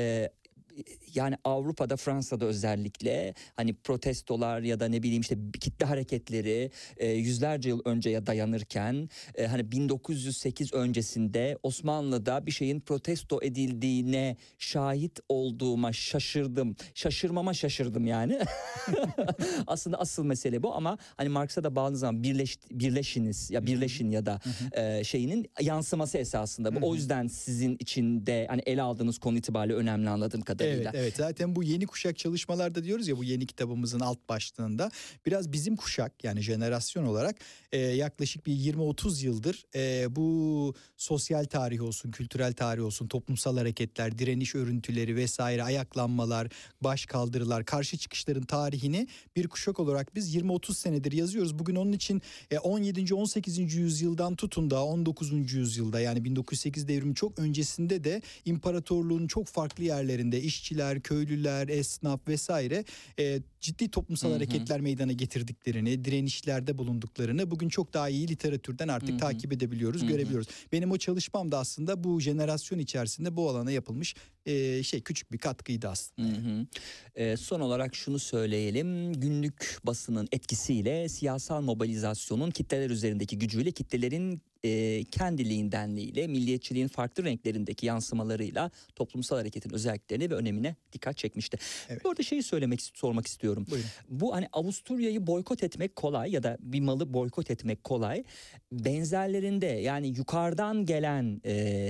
Yani Avrupa'da, Fransa'da özellikle hani protestolar ya da ne bileyim işte kitle hareketleri yüzlerce yıl önceye dayanırken hani 1908 öncesinde Osmanlı'da bir şeyin protesto edildiğine şahit olduğuma şaşırdım. Şaşırmama şaşırdım yani. Aslında asıl mesele bu ama hani Marx'a da bağlı zaman birleşiniz ya birleşin ya da şeyinin yansıması esasında bu. O yüzden sizin için de hani ele aldığınız konu itibariyle önemli anladığım kadarıyla. Evet, zaten bu yeni kuşak çalışmalarda diyoruz ya, bu yeni kitabımızın alt başlığında biraz bizim kuşak yani jenerasyon olarak yaklaşık bir 20-30 yıldır bu sosyal tarih olsun, kültürel tarih olsun, toplumsal hareketler, direniş örüntüleri vesaire, ayaklanmalar, baş kaldırılar, karşı çıkışların tarihini bir kuşak olarak biz 20-30 senedir yazıyoruz. Bugün onun için 17. 18. yüzyıldan tutun da 19. yüzyılda yani 1908 devrimi çok öncesinde de imparatorluğun çok farklı yerlerinde işçiler, köylüler, esnaf vesaire ciddi toplumsal hareketler meydana getirdiklerini, direnişlerde bulunduklarını bugün çok daha iyi literatürden artık takip edebiliyoruz, görebiliyoruz. Benim o çalışmam da aslında bu jenerasyon içerisinde bu alana yapılmış küçük bir katkıydı aslında. Son olarak şunu söyleyelim. Günlük basının etkisiyle siyasal mobilizasyonun kitleler üzerindeki gücüyle kitlelerin kendiliğindenliğiyle milliyetçiliğin farklı renklerindeki yansımalarıyla toplumsal hareketin özelliklerine ve önemine dikkat çekmişti. Evet. Orada sormak istiyorum. Buyurun. Bu hani Avusturya'yı boykot etmek kolay ya da bir malı boykot etmek kolay. Benzerlerinde yani yukarıdan gelen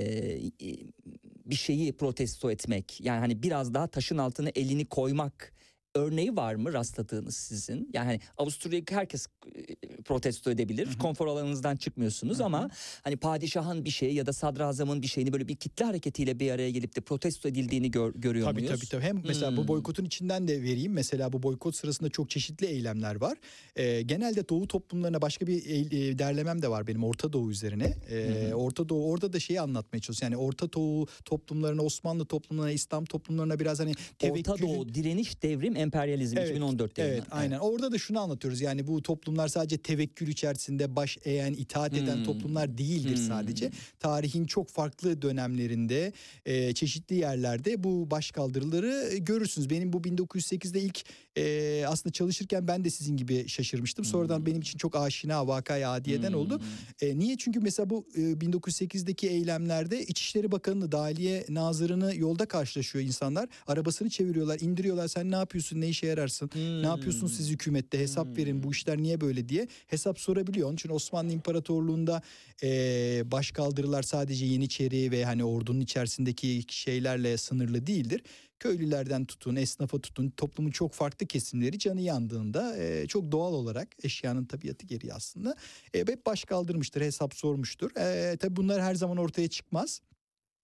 bir şeyi protesto etmek, yani hani biraz daha taşın altına elini koymak örneği var mı rastladığınız sizin? Yani hani Avusturya'yı herkes protesto edebilir. Konfor alanınızdan çıkmıyorsunuz ama hani padişahın bir şeyi ya da sadrazamın bir şeyini böyle bir kitle hareketiyle bir araya gelip de protesto edildiğini görüyor muyuz? Tabii. Hem mesela bu boykotun içinden de vereyim. Mesela bu boykot sırasında çok çeşitli eylemler var. Genelde Doğu toplumlarına başka bir derlemem de var benim Orta Doğu üzerine. Orta Doğu, orada da şeyi anlatmaya çalışıyorum. Yani Orta Doğu toplumlarına, Osmanlı toplumlarına, İslam toplumlarına biraz hani Orta Doğu, direniş, devrim, emperyalizm 2014 yılında. Evet, aynen. Orada da şunu anlatıyoruz. Yani bu toplumlar sadece tevekkül içerisinde baş eğen, itaat eden toplumlar değildir sadece. Tarihin çok farklı dönemlerinde, çeşitli yerlerde bu başkaldırıları görürsünüz. Benim bu 1908'de ilk aslında çalışırken ben de sizin gibi şaşırmıştım. Sonradan benim için çok aşina, vakaya adiyeden oldu. Niye? Çünkü mesela bu 1908'deki eylemlerde İçişleri Bakanı'nı, Dahiliye Nazırı'nı yolda karşılaşıyor insanlar. Arabasını çeviriyorlar, indiriyorlar. Sen ne yapıyorsun, ne işe yararsın, ne yapıyorsunuz siz hükümette, hesap verin, bu işler niye böyle diye hesap sorabiliyor. Onun için Osmanlı İmparatorluğu'nda başkaldırılar sadece Yeniçeri ve hani ordunun içerisindeki şeylerle sınırlı değildir. Köylülerden tutun, esnafa tutun, toplumun çok farklı kesimleri canı yandığında çok doğal olarak eşyanın tabiatı gereği aslında hep baş kaldırmıştır, hesap sormuştur. Tabii bunlar her zaman ortaya çıkmaz.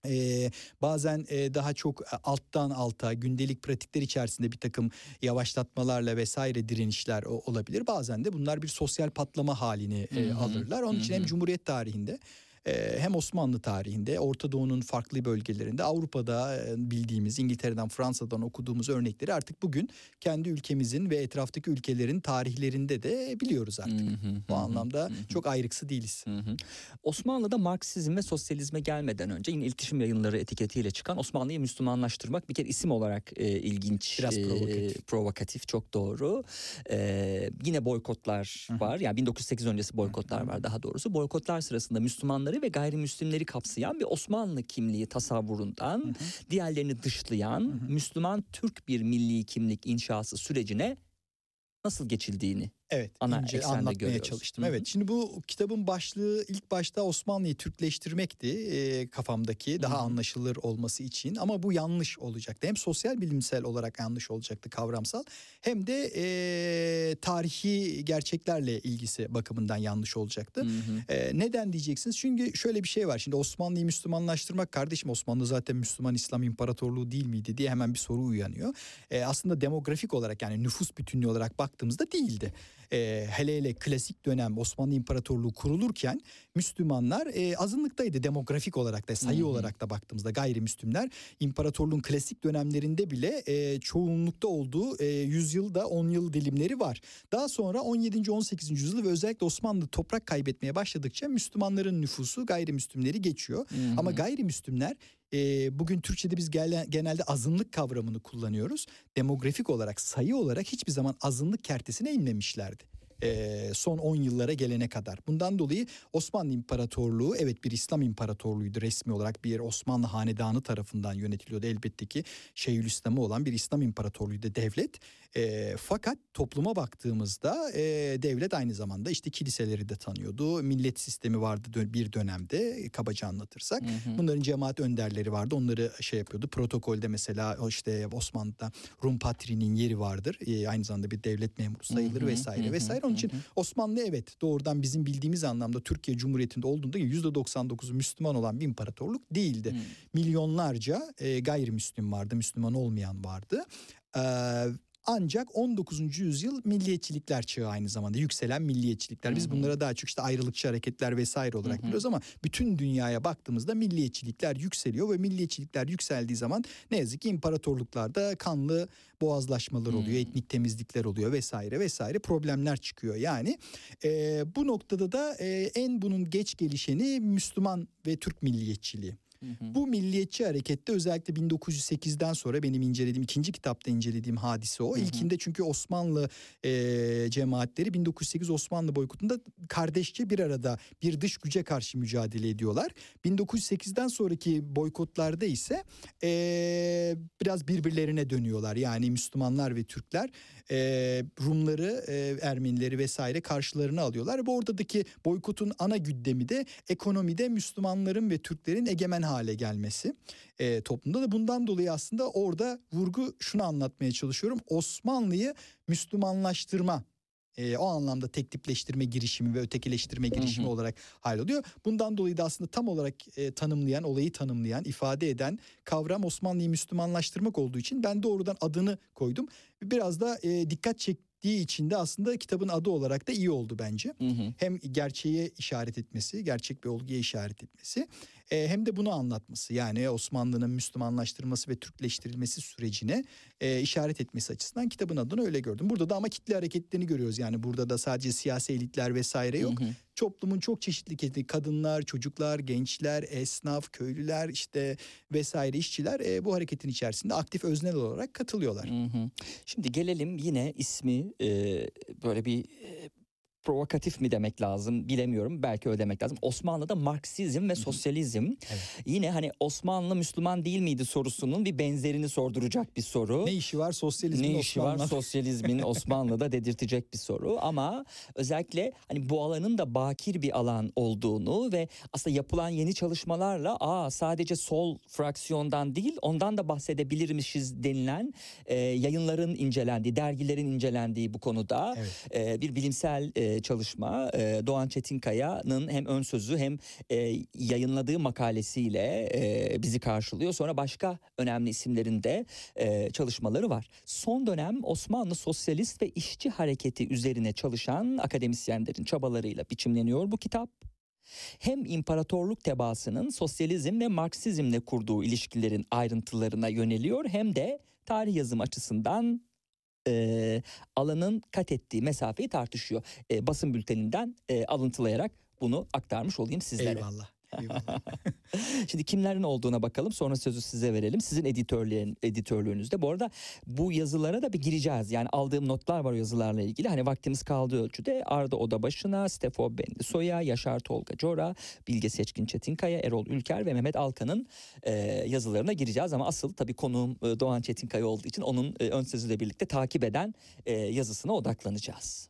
Bazen daha çok alttan alta gündelik pratikler içerisinde bir takım yavaşlatmalarla vesaire direnişler olabilir. Bazen de bunlar bir sosyal patlama halini alırlar. Onun için hem Cumhuriyet tarihinde hem Osmanlı tarihinde, Orta Doğu'nun farklı bölgelerinde, Avrupa'da bildiğimiz, İngiltere'den, Fransa'dan okuduğumuz örnekleri artık bugün kendi ülkemizin ve etraftaki ülkelerin tarihlerinde de biliyoruz artık. Bu anlamda çok ayrıksı değiliz. Osmanlı'da Marksizm ve sosyalizme gelmeden önce yine iletişim yayınları etiketiyle çıkan Osmanlı'yı Müslümanlaştırmak bir kere isim olarak ilginç. Biraz provokatif, çok doğru. Yine boykotlar var. Yani 1908 öncesi boykotlar var daha doğrusu. Boykotlar sırasında Müslümanları ve gayrimüslimleri kapsayan bir Osmanlı kimliği tasavvurundan diğerlerini dışlayan Müslüman Türk bir milli kimlik inşası sürecine nasıl geçildiğini ince anlatmaya çalıştım. Evet, şimdi bu kitabın başlığı ilk başta Osmanlı'yı Türkleştirmekti kafamdaki daha anlaşılır olması için, ama bu yanlış olacaktı. Hem sosyal bilimsel olarak yanlış olacaktı, kavramsal, hem de tarihi gerçeklerle ilgisi bakımından yanlış olacaktı. Neden diyeceksiniz? Çünkü şöyle bir şey var. Şimdi Osmanlı'yı Müslümanlaştırmak, kardeşim Osmanlı zaten Müslüman İslam İmparatorluğu değil miydi diye hemen bir soru uyanıyor. Aslında demografik olarak, yani nüfus bütünlüğü olarak baktığımızda değildi. Hele klasik dönem Osmanlı İmparatorluğu kurulurken Müslümanlar azınlıktaydı, demografik olarak da, sayı olarak da baktığımızda. Gayrimüslimler imparatorluğun klasik dönemlerinde bile çoğunlukta olduğu yüzyılda 10 yıl dilimleri var. Daha sonra 17. 18. yüzyıl ve özellikle Osmanlı toprak kaybetmeye başladıkça Müslümanların nüfusu gayrimüslimleri geçiyor. Ama gayrimüslimler, bugün Türkçe'de biz genelde azınlık kavramını kullanıyoruz. Demografik olarak, sayı olarak hiçbir zaman azınlık kertesine inmemişlerdi. Son 10 yıllara gelene kadar. Bundan dolayı Osmanlı İmparatorluğu evet bir İslam İmparatorluğuydu, resmi olarak bir Osmanlı Hanedanı tarafından yönetiliyordu. Elbette ki Şeyhülislam'ı olan bir İslam İmparatorluğuydu devlet. Fakat topluma baktığımızda devlet aynı zamanda işte kiliseleri de tanıyordu. Millet sistemi vardı bir dönemde, kabaca anlatırsak. Bunların cemaat önderleri vardı. Onları yapıyordu. Protokolde mesela işte Osmanlı'da Rum Patriğinin yeri vardır. Aynı zamanda bir devlet memuru sayılır vesaire vesaire. Onun için Osmanlı evet doğrudan bizim bildiğimiz anlamda Türkiye Cumhuriyeti'nde olduğunda %99'u Müslüman olan bir imparatorluk değildi. Milyonlarca gayrimüslim vardı, Müslüman olmayan vardı. Ancak 19. yüzyıl milliyetçilikler çağı aynı zamanda, yükselen milliyetçilikler. Biz bunlara daha çok işte ayrılıkçı hareketler vesaire olarak biliyoruz, ama bütün dünyaya baktığımızda milliyetçilikler yükseliyor ve milliyetçilikler yükseldiği zaman ne yazık ki imparatorluklarda kanlı boğazlaşmalar oluyor, etnik temizlikler oluyor vesaire vesaire, problemler çıkıyor. Yani bu noktada da en bunun geç gelişeni Müslüman ve Türk milliyetçiliği. Bu milliyetçi harekette özellikle 1908'den sonra benim incelediğim, ikinci kitapta incelediğim hadise o. İlkinde çünkü Osmanlı cemaatleri 1908 Osmanlı boykotunda kardeşçe bir arada bir dış güce karşı mücadele ediyorlar. 1908'den sonraki boykotlarda ise biraz birbirlerine dönüyorlar. Yani Müslümanlar ve Türkler Rumları, Ermenileri vesaire karşılarına alıyorlar. Bu oradaki boykotun ana gündemi de ekonomide Müslümanların ve Türklerin egemen hale gelmesi toplumda da. Bundan dolayı aslında orada vurgu şunu anlatmaya çalışıyorum: Osmanlı'yı Müslümanlaştırma, o anlamda tek tipleştirme girişimi ve ötekileştirme girişimi olarak halloluyor. Bundan dolayı da aslında tam olarak tanımlayan, olayı tanımlayan, ifade eden kavram Osmanlı'yı Müslümanlaştırmak olduğu için ben doğrudan adını koydum. Biraz da dikkat çektiği için de aslında kitabın adı olarak da iyi oldu bence. Hem gerçeğe işaret etmesi, gerçek bir olguya işaret etmesi, hem de bunu anlatması, yani Osmanlı'nın Müslümanlaştırılması ve Türkleştirilmesi sürecine işaret etmesi açısından kitabın adını öyle gördüm. Burada da ama kitle hareketlerini görüyoruz. Yani burada da sadece siyasi elitler vesaire yok. Toplumun çok çeşitli kesimleri, kadınlar, çocuklar, gençler, esnaf, köylüler işte vesaire, işçiler bu hareketin içerisinde aktif, öznel olarak katılıyorlar. Şimdi gelelim yine ismi böyle bir provokatif mi demek lazım bilemiyorum, belki öyle demek lazım. Osmanlı'da Marksizm ve sosyalizm. Yine hani Osmanlı Müslüman değil miydi sorusunun bir benzerini sorduracak bir soru. Ne işi var sosyalizmin Ne işi var sosyalizmin Osmanlı'da dedirtecek bir soru, ama özellikle hani bu alanın da bakir bir alan olduğunu ve aslında yapılan yeni çalışmalarla sadece sol fraksiyondan değil ondan da bahsedebilirmişiz denilen yayınların incelendiği, dergilerin incelendiği bu konuda bir bilimsel çalışma. Doğan Çetinkaya'nın hem ön sözü hem yayınladığı makalesiyle bizi karşılıyor. Sonra başka önemli isimlerin de çalışmaları var. Son dönem Osmanlı Sosyalist ve İşçi Hareketi üzerine çalışan akademisyenlerin çabalarıyla biçimleniyor bu kitap. Hem imparatorluk tebaasının sosyalizm ve Marksizmle kurduğu ilişkilerin ayrıntılarına yöneliyor, hem de tarih yazım açısından alanın kat ettiği mesafeyi tartışıyor. Basın bülteninden alıntılayarak bunu aktarmış olayım sizlere. Eyvallah. Eyvallah. Şimdi kimlerin olduğuna bakalım, sonra sözü size verelim. Sizin editörlüğünüzde. Bu arada bu yazılara da bir gireceğiz. Yani aldığım notlar var o yazılarla ilgili. Hani vaktimiz kaldığı ölçüde Arda Odabaşı'na, Stefo Benlisoy'a, Yaşar Tolga Cora, Bilge Seçkin Çetinkaya, Erol Ülker ve Mehmet Alkan'ın yazılarına gireceğiz. Ama asıl tabii konuğum Doğan Çetinkaya olduğu için onun ön sözüyle birlikte takip eden yazısına odaklanacağız.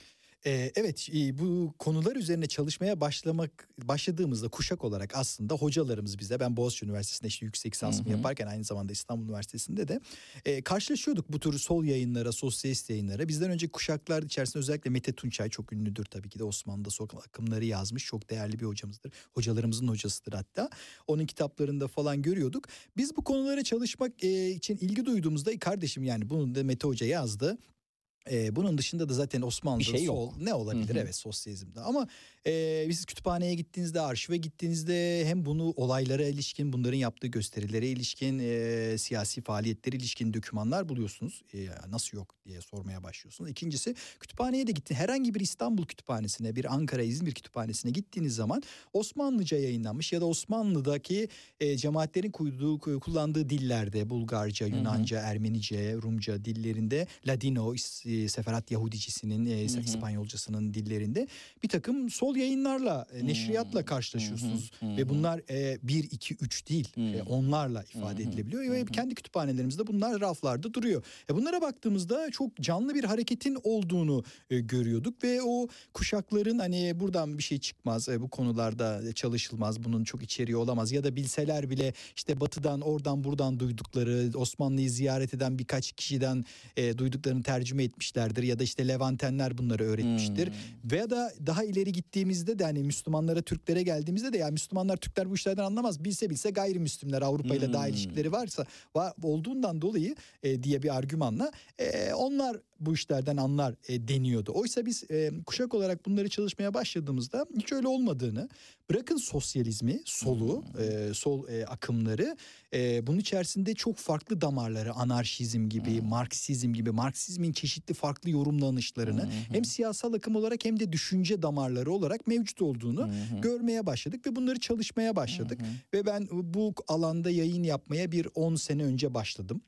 Evet, bu konular üzerine çalışmaya başladığımızda kuşak olarak aslında hocalarımız bize, ben Boğaziçi Üniversitesi'nde işte yüksek lisansımı yaparken aynı zamanda İstanbul Üniversitesi'nde de karşılaşıyorduk bu tür sol yayınlara, sosyalist yayınlara. Bizden önce kuşaklar içerisinde özellikle Mete Tunçay çok ünlüdür tabii ki de, Osmanlı'da sol akımları yazmış, çok değerli bir hocamızdır. Hocalarımızın hocasıdır hatta. Onun kitaplarında falan görüyorduk. Biz bu konulara çalışmak için ilgi duyduğumuzda kardeşim, yani bunu da Mete Hoca yazdı. Bunun dışında da zaten Osmanlı'da şey sol yok. ne olabilir? Evet, sosyalizmde. Ama siz kütüphaneye gittiğinizde, arşive gittiğinizde hem bunu olaylara ilişkin, bunların yaptığı gösterilere ilişkin, siyasi faaliyetlere ilişkin dokümanlar buluyorsunuz. Nasıl yok diye sormaya başlıyorsunuz. İkincisi, kütüphaneye de gittin. Herhangi bir İstanbul kütüphanesine, bir Ankara, İzmir kütüphanesine gittiğiniz zaman Osmanlıca yayınlanmış ya da Osmanlı'daki cemaatlerin kullandığı dillerde, Bulgarca, Yunanca, Ermenice, Rumca dillerinde, Ladino, Seferat Yahudicisinin, İspanyolcasının dillerinde bir takım sol yayınlarla, neşriyatla karşılaşıyorsunuz. Ve bunlar 1, 2, 3 değil, onlarla ifade edilebiliyor. Ve kendi kütüphanelerimizde bunlar raflarda duruyor. Bunlara baktığımızda çok canlı bir hareketin olduğunu görüyorduk. Ve o kuşakların hani buradan bir şey çıkmaz, bu konularda çalışılmaz, bunun çok içeriği olamaz. Ya da bilseler bile işte batıdan, oradan buradan duydukları, Osmanlı'yı ziyaret eden birkaç kişiden duyduklarını tercüme etmişlerdir. Ya da işte Levantenler bunları öğretmiştir. Veya da daha ileri gittiğimizde de hani Müslümanlara, Türklere geldiğimizde de ya Müslümanlar, Türkler bu işlerden anlamaz. Bilse gayrimüslimler, Avrupa ile daha ilişkileri varsa olduğundan dolayı diye bir argümanla onlar bu işlerden anlar deniyordu. Oysa biz kuşak olarak bunları çalışmaya başladığımızda hiç öyle olmadığını, bırakın sosyalizmi, solu, sol akımları, bunun içerisinde çok farklı damarları, anarşizm gibi, Marksizm gibi, Marksizmin çeşitli farklı yorumlanışlarını hem siyasal akım olarak hem de düşünce damarları olarak mevcut olduğunu görmeye başladık ve bunları çalışmaya başladık. Ve ben bu alanda yayın yapmaya bir 10 sene önce başladım.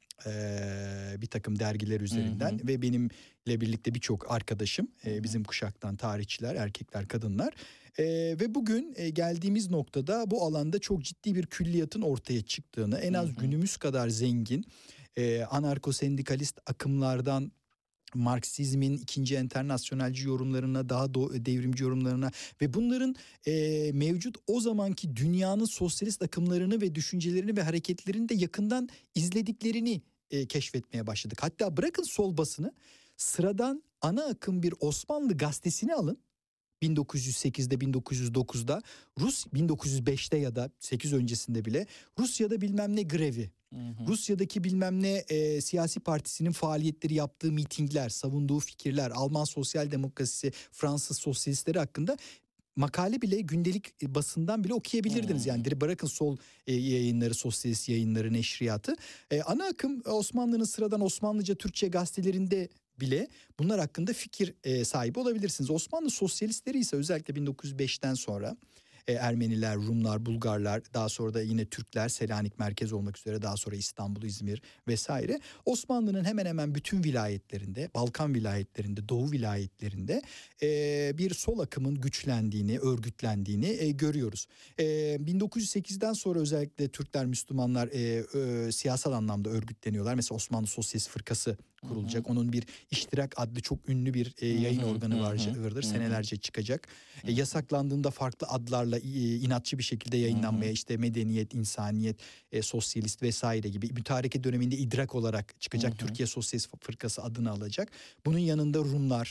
Bir takım dergiler üzerinden ve benimle birlikte birçok arkadaşım, bizim kuşaktan tarihçiler, erkekler, kadınlar. Ve bugün geldiğimiz noktada bu alanda çok ciddi bir külliyatın ortaya çıktığını, en az günümüz kadar zengin anarko-sendikalist akımlardan Marksizmin ikinci enternasyonelci yorumlarına, daha devrimci yorumlarına ve bunların mevcut o zamanki dünyanın sosyalist akımlarını ve düşüncelerini ve hareketlerini de yakından izlediklerini keşfetmeye başladık. Hatta bırakın sol basını, sıradan ana akım bir Osmanlı gazetesini alın. 1908'de, 1909'da, 1905'te ya da 8 öncesinde bile Rusya'da bilmem ne grevi, Rusya'daki bilmem ne siyasi partisinin faaliyetleri, yaptığı mitingler, savunduğu fikirler, Alman sosyal demokrasisi, Fransız sosyalistleri hakkında makale bile gündelik basından bile okuyabilirdiniz. Yani bırakın sol yayınları, sosyalist yayınları, neşriyatı. Ana akım Osmanlı'nın sıradan Osmanlıca, Türkçe gazetelerinde bile bunlar hakkında fikir sahibi olabilirsiniz. Osmanlı sosyalistleri ise özellikle 1905'ten sonra Ermeniler, Rumlar, Bulgarlar, daha sonra da yine Türkler, Selanik merkez olmak üzere, daha sonra İstanbul, İzmir vesaire, Osmanlı'nın hemen hemen bütün vilayetlerinde, Balkan vilayetlerinde, Doğu vilayetlerinde bir sol akımın güçlendiğini, örgütlendiğini görüyoruz. 1908'den sonra özellikle Türkler, Müslümanlar siyasal anlamda örgütleniyorlar. Mesela Osmanlı Sosyalist Fırkası kurulacak. Onun bir İştirak adlı çok ünlü bir yayın organı vardır. Senelerce çıkacak. Yasaklandığında farklı adlarla inatçı bir şekilde yayınlanmaya, işte medeniyet, insaniyet, sosyalist vesaire gibi, mütareke döneminde idrak olarak çıkacak. Türkiye Sosyalist Fırkası adını alacak. Bunun yanında Rumlar,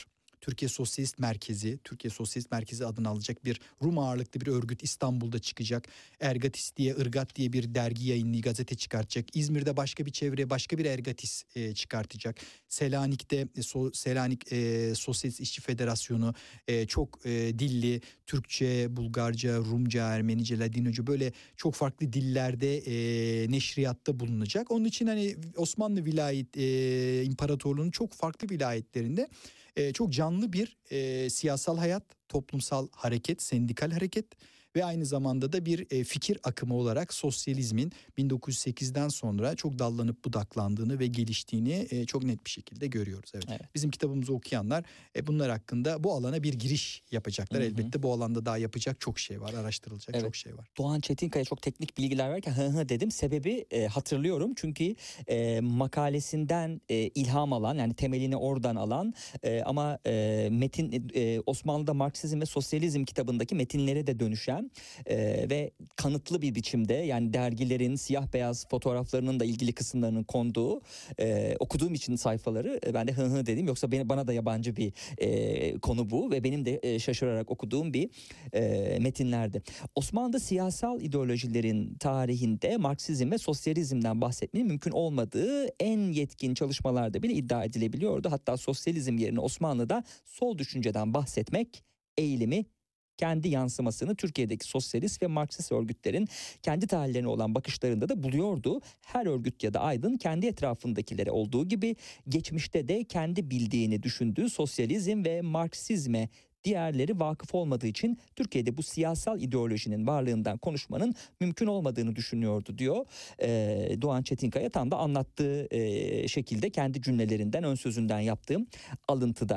Türkiye Sosyalist Merkezi, Türkiye Sosyalist Merkezi adını alacak bir Rum ağırlıklı bir örgüt İstanbul'da çıkacak. Ergatis diye, Irgat diye bir dergi yayınlayacak, gazete çıkartacak. İzmir'de başka bir çevre, başka bir Ergatis çıkartacak. Selanik'te Selanik Sosyalist İşçi Federasyonu çok dilli, Türkçe, Bulgarca, Rumca, Ermenice, Ladinoca böyle çok farklı dillerde neşriyatta bulunacak. Onun için hani Osmanlı İmparatorluğu'nun çok farklı vilayetlerinde çok canlı bir siyasal hayat, toplumsal hareket, sendikal hareket ve aynı zamanda da bir fikir akımı olarak sosyalizmin 1908'den sonra çok dallanıp budaklandığını ve geliştiğini çok net bir şekilde görüyoruz. Evet. Evet. Bizim kitabımızı okuyanlar bunlar hakkında bu alana bir giriş yapacaklar. Hı hı. Elbette bu alanda daha yapacak çok şey var, araştırılacak Evet. çok şey var. Doğan Çetinkaya çok teknik bilgiler verirken hı hı dedim. Sebebi hatırlıyorum çünkü makalesinden ilham alan, yani temelini oradan alan ama metin Osmanlı'da Marksizm ve Sosyalizm kitabındaki metinlere de dönüşen ve kanıtlı bir biçimde, yani dergilerin siyah beyaz fotoğraflarının da ilgili kısımlarının konduğu okuduğum için sayfaları ben de hı hı dedim. Yoksa bana da yabancı bir konu bu ve benim de şaşırarak okuduğum bir metinlerdi. Osmanlı'da siyasal ideolojilerin tarihinde Marksizm ve sosyalizmden bahsetmenin mümkün olmadığı en yetkin çalışmalarda bile iddia edilebiliyordu. Hatta sosyalizm yerine Osmanlı'da sol düşünceden bahsetmek eğilimi kendi yansımasını Türkiye'deki sosyalist ve Marksist örgütlerin kendi tarihlerine olan bakışlarında da buluyordu. Her örgüt ya da aydın kendi etrafındakilere olduğu gibi geçmişte de kendi bildiğini düşündüğü sosyalizm ve Marksizme diğerleri vakıf olmadığı için Türkiye'de bu siyasal ideolojinin varlığından konuşmanın mümkün olmadığını düşünüyordu diyor. Doğan Çetinkaya tam da anlattığı şekilde kendi cümlelerinden, ön sözünden yaptığım alıntıda.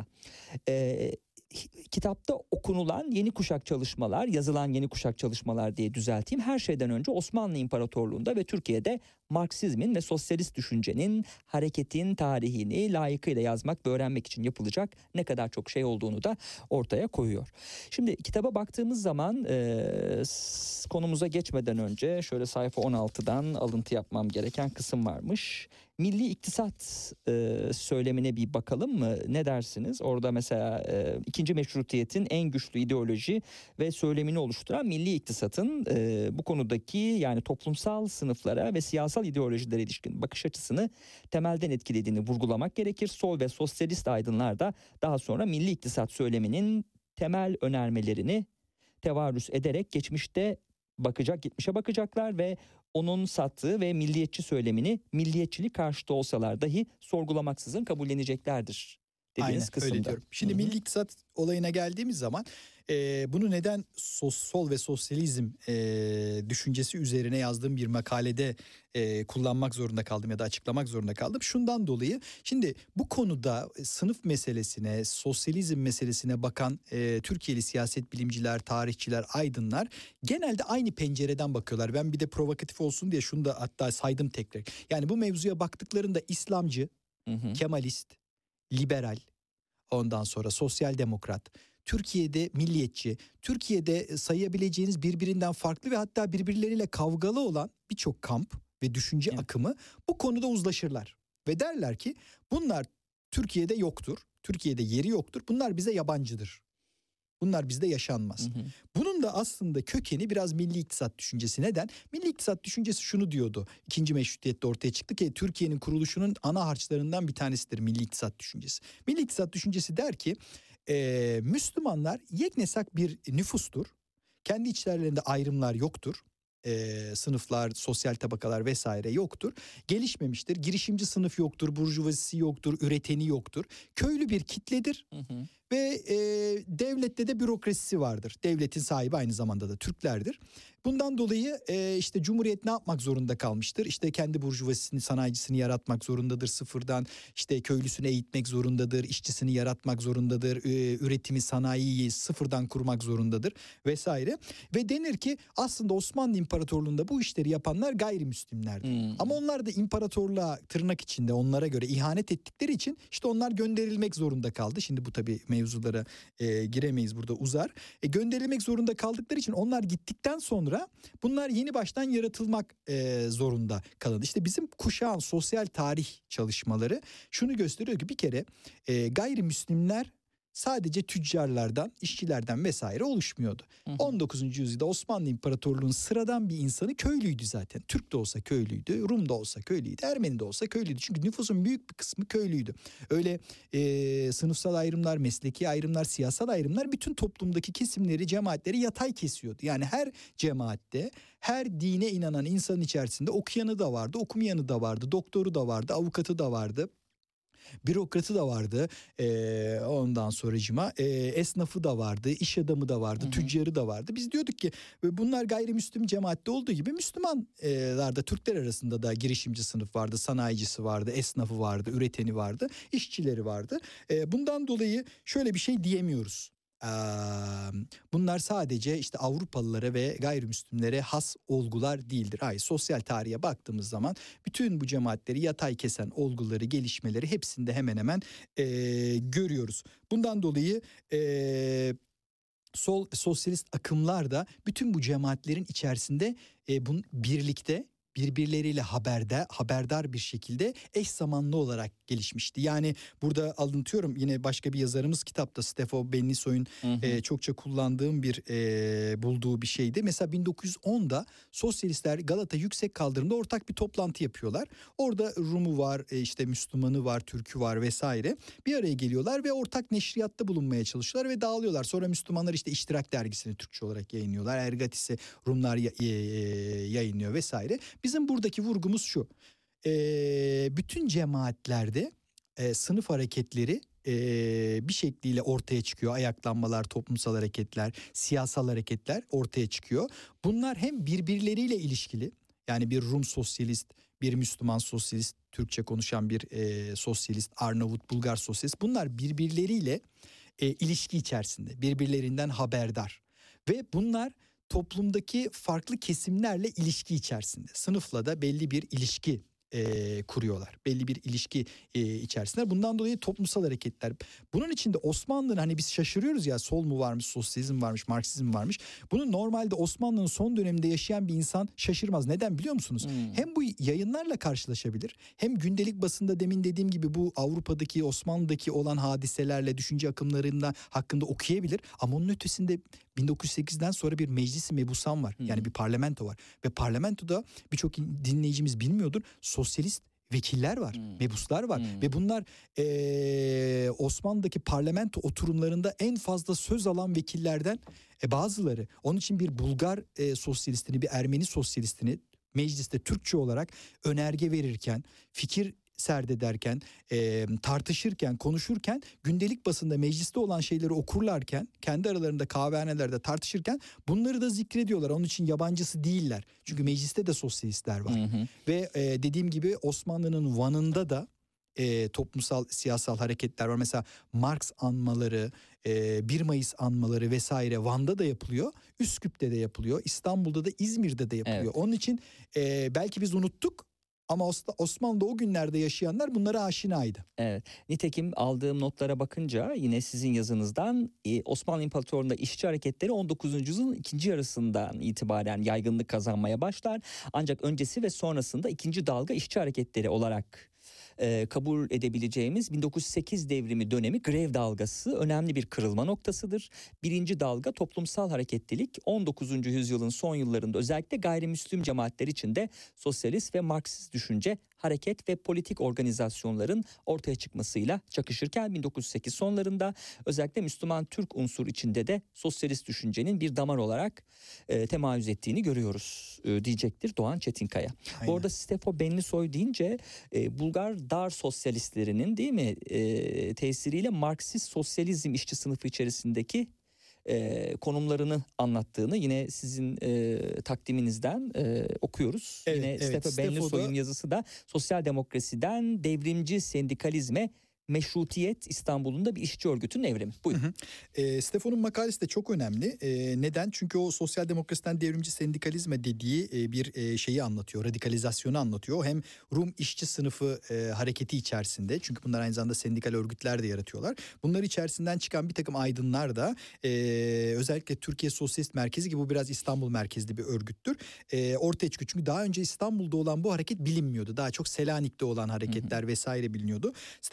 Kitapta okunulan yeni kuşak çalışmalar, yazılan yeni kuşak çalışmalar diye düzelteyim. Her şeyden önce Osmanlı İmparatorluğu'nda ve Türkiye'de Marksizmin ve sosyalist düşüncenin, hareketin tarihini layıkıyla yazmak ve öğrenmek için yapılacak ne kadar çok şey olduğunu da ortaya koyuyor. Şimdi kitaba baktığımız zaman konumuza geçmeden önce şöyle sayfa 16'dan alıntı yapmam gereken kısım varmış. Milli iktisat söylemine bir bakalım mı? Ne dersiniz? Orada mesela ikinci meşrutiyetin en güçlü ideoloji ve söylemini oluşturan milli iktisatın bu konudaki, yani toplumsal sınıflara ve siyasal ideolojilere ilişkin bakış açısını temelden etkilediğini vurgulamak gerekir. Sol ve sosyalist aydınlar da daha sonra milli iktisat söyleminin temel önermelerini tevarüs ederek geçmişe bakacaklar ve onun sattığı ve milliyetçi söylemini milliyetçilik karşıtı olsalar dahi sorgulamaksızın kabulleneceklerdir dediğiniz Aynen, kısımda. öyle diyorum. Şimdi Hı-hı. milli iktisat olayına geldiğimiz zaman bunu neden sol ve sosyalizm düşüncesi üzerine yazdığım bir makalede kullanmak zorunda kaldım ya da açıklamak zorunda kaldım. Şundan dolayı, şimdi bu konuda sınıf meselesine, sosyalizm meselesine bakan Türkiye'li siyaset bilimciler, tarihçiler, aydınlar genelde aynı pencereden bakıyorlar. Ben bir de provokatif olsun diye şunu da hatta saydım tekrar. Yani bu mevzuya baktıklarında İslamcı, Hı-hı. Kemalist, liberal, ondan sonra sosyal demokrat, Türkiye'de milliyetçi, Türkiye'de sayabileceğiniz birbirinden farklı ve hatta birbirleriyle kavgalı olan birçok kamp ve düşünce akımı bu konuda uzlaşırlar. Ve derler ki bunlar Türkiye'de yoktur, Türkiye'de yeri yoktur, bunlar bize yabancıdır. Bunlar bizde yaşanmaz. Hı hı. Bunun da aslında kökeni biraz milli iktisat düşüncesi. Neden? Milli iktisat düşüncesi şunu diyordu. İkinci meşrutiyette ortaya çıktı ki Türkiye'nin kuruluşunun ana harçlarından bir tanesidir milli iktisat düşüncesi. Milli iktisat düşüncesi der ki Müslümanlar yeknesak bir nüfustur. Kendi içlerinde ayrımlar yoktur. Sınıflar, sosyal tabakalar vesaire yoktur. Gelişmemiştir. Girişimci sınıf yoktur, burjuvazisi yoktur, üreteni yoktur. Köylü bir kitledir. Hı hı. Ve devlette de bürokrasisi vardır. Devletin sahibi aynı zamanda da Türklerdir. Bundan dolayı işte Cumhuriyet ne yapmak zorunda kalmıştır? İşte kendi burjuvazisini, sanayicisini yaratmak zorundadır sıfırdan. İşte köylüsünü eğitmek zorundadır, işçisini yaratmak zorundadır, üretimi, sanayiyi sıfırdan kurmak zorundadır vesaire. Ve denir ki aslında Osmanlı İmparatorluğu'nda bu işleri yapanlar gayrimüslimlerdi. Ama onlar da imparatorluğa tırnak içinde onlara göre ihanet ettikleri için işte onlar gönderilmek zorunda kaldı. Şimdi bu tabii mevzulara giremeyiz, burada uzar. Gönderilmek zorunda kaldıkları için onlar gittikten sonra bunlar yeni baştan yaratılmak zorunda kalındı. İşte bizim kuşağın sosyal tarih çalışmaları şunu gösteriyor ki bir kere gayrimüslimler sadece tüccarlardan, işçilerden vesaire oluşmuyordu. 19. yüzyılda Osmanlı İmparatorluğu'nun sıradan bir insanı köylüydü zaten. Türk de olsa köylüydü, Rum da olsa köylüydü, Ermeni de olsa köylüydü. Çünkü nüfusun büyük bir kısmı köylüydü. Öyle sınıfsal ayrımlar, mesleki ayrımlar, siyasal ayrımlar bütün toplumdaki kesimleri, cemaatleri yatay kesiyordu. Yani her cemaatte, her dine inanan insanın içerisinde okuyanı da vardı, okumayanı da vardı, doktoru da vardı, avukatı da vardı. Bürokratı da vardı, ondan sonracıma esnafı da vardı, iş adamı da vardı, tüccarı da vardı. Biz diyorduk ki bunlar gayrimüslim cemaatte olduğu gibi Müslümanlarda, Türkler arasında da girişimci sınıf vardı, sanayicisi vardı, esnafı vardı, üreteni vardı, işçileri vardı. Bundan dolayı şöyle bir şey diyemiyoruz. Bunlar sadece işte Avrupalılara ve gayrimüslimlere has olgular değildir. Hayır, sosyal tarihe baktığımız zaman bütün bu cemaatleri yatay kesen olguları, gelişmeleri hepsinde hemen hemen görüyoruz. Bundan dolayı sol sosyalist akımlar da bütün bu cemaatlerin içerisinde birlikte, birbirleriyle haberdar bir şekilde eş zamanlı olarak gelişmişti. Yani burada alıntıyorum, yine başka bir yazarımız kitapta, Stefan Benlisoy'un çokça kullandığım bulduğu bir şeydi. Mesela 1910'da sosyalistler Galata Yüksek Kaldırım'da ortak bir toplantı yapıyorlar. Orada Rum'u var, işte Müslümanı var, Türk'ü var vesaire. Bir araya geliyorlar ve ortak neşriyatta bulunmaya çalışıyorlar ve dağılıyorlar. Sonra Müslümanlar işte İştirak dergisini Türkçe olarak yayınlıyorlar. Ergatis'i Rumlar yayınlıyor vesaire. Bizim buradaki vurgumuz şu: bütün cemaatlerde sınıf hareketleri bir şekliyle ortaya çıkıyor. Ayaklanmalar, toplumsal hareketler, siyasal hareketler ortaya çıkıyor. Bunlar hem birbirleriyle ilişkili, yani bir Rum sosyalist, bir Müslüman sosyalist, Türkçe konuşan bir sosyalist, Arnavut, Bulgar sosyalist, bunlar birbirleriyle ilişki içerisinde, birbirlerinden haberdar ve bunlar toplumdaki farklı kesimlerle ilişki içerisinde, sınıfla da belli bir ilişki kuruyorlar. Belli bir ilişki içerisinde. Bundan dolayı toplumsal hareketler. Bunun içinde Osmanlı'nın, hani biz şaşırıyoruz ya, sol mu varmış, sosyalizm varmış, Marksizm varmış. Bunu normalde Osmanlı'nın son döneminde yaşayan bir insan şaşırmaz. Neden biliyor musunuz? Hem bu yayınlarla karşılaşabilir, hem gündelik basında demin dediğim gibi bu Avrupa'daki, Osmanlı'daki olan hadiselerle, düşünce akımlarında hakkında okuyabilir. Ama onun ötesinde 1908'den sonra bir meclis-i mebusan var. Yani bir parlamento var. Ve parlamentoda birçok dinleyicimiz bilmiyordur, sosyalist vekiller var, mebuslar var. Ve bunlar Osmanlı'daki parlamento oturumlarında en fazla söz alan vekillerden bazıları. Onun için bir Bulgar sosyalistini, bir Ermeni sosyalistini mecliste Türkçe olarak önerge verirken, fikir serdederken, tartışırken, konuşurken, gündelik basında mecliste olan şeyleri okurlarken, kendi aralarında kahvehanelerde tartışırken bunları da zikrediyorlar. Onun için yabancısı değiller. Çünkü mecliste de sosyalistler var. Ve dediğim gibi Osmanlı'nın Van'ında da toplumsal, siyasal hareketler var. Mesela Marx anmaları, 1 Mayıs anmaları vesaire Van'da da yapılıyor. Üsküp'te de yapılıyor. İstanbul'da da, İzmir'de de yapılıyor. Evet. Onun için belki biz unuttuk. Ama Osmanlı'da o günlerde yaşayanlar bunlara aşinaydı. Evet. Nitekim aldığım notlara bakınca yine sizin yazınızdan Osmanlı İmparatorluğu'nda işçi hareketleri 19. yüzyılın ikinci yarısından itibaren yaygınlık kazanmaya başlar. Ancak öncesi ve sonrasında ikinci dalga işçi hareketleri olarak kabul edebileceğimiz 1908 devrimi dönemi grev dalgası önemli bir kırılma noktasıdır. Birinci dalga toplumsal hareketlilik 19. yüzyılın son yıllarında özellikle gayrimüslim cemaatler içinde sosyalist ve Marksist düşünce, hareket ve politik organizasyonların ortaya çıkmasıyla çakışırken 1908 sonlarında özellikle Müslüman Türk unsur içinde de sosyalist düşüncenin bir damar olarak temayüz ettiğini görüyoruz diyecektir Doğan Çetinkaya. Aynen. Bu arada Stefan Benlisoy deyince Bulgar dar sosyalistlerinin, değil mi, tesiriyle Marksist sosyalizm işçi sınıfı içerisindeki konumlarını anlattığını yine sizin takdiminizden okuyoruz. Evet, yine evet. Stefan Benlisoy'un yazısı da sosyal demokrasiden devrimci sendikalizme meşrutiyet, İstanbul'un da bir işçi örgütünün evrimi. Buyurun. Stefan'ın makalesi de çok önemli. Neden? Çünkü o sosyal demokrasiden devrimci sendikalizme dediği bir şeyi anlatıyor. Radikalizasyonu anlatıyor. Hem Rum işçi sınıfı hareketi içerisinde. Çünkü bunlar aynı zamanda sendikal örgütler de yaratıyorlar. Bunlar içerisinden çıkan bir takım aydınlar da özellikle Türkiye Sosyalist Merkezi gibi, bu biraz İstanbul merkezli bir örgüttür. Ortaya çıkıyor. Çünkü daha önce İstanbul'da olan bu hareket bilinmiyordu. Daha çok Selanik'te olan hareketler vesaire biliniyordu. Stefan ilk defa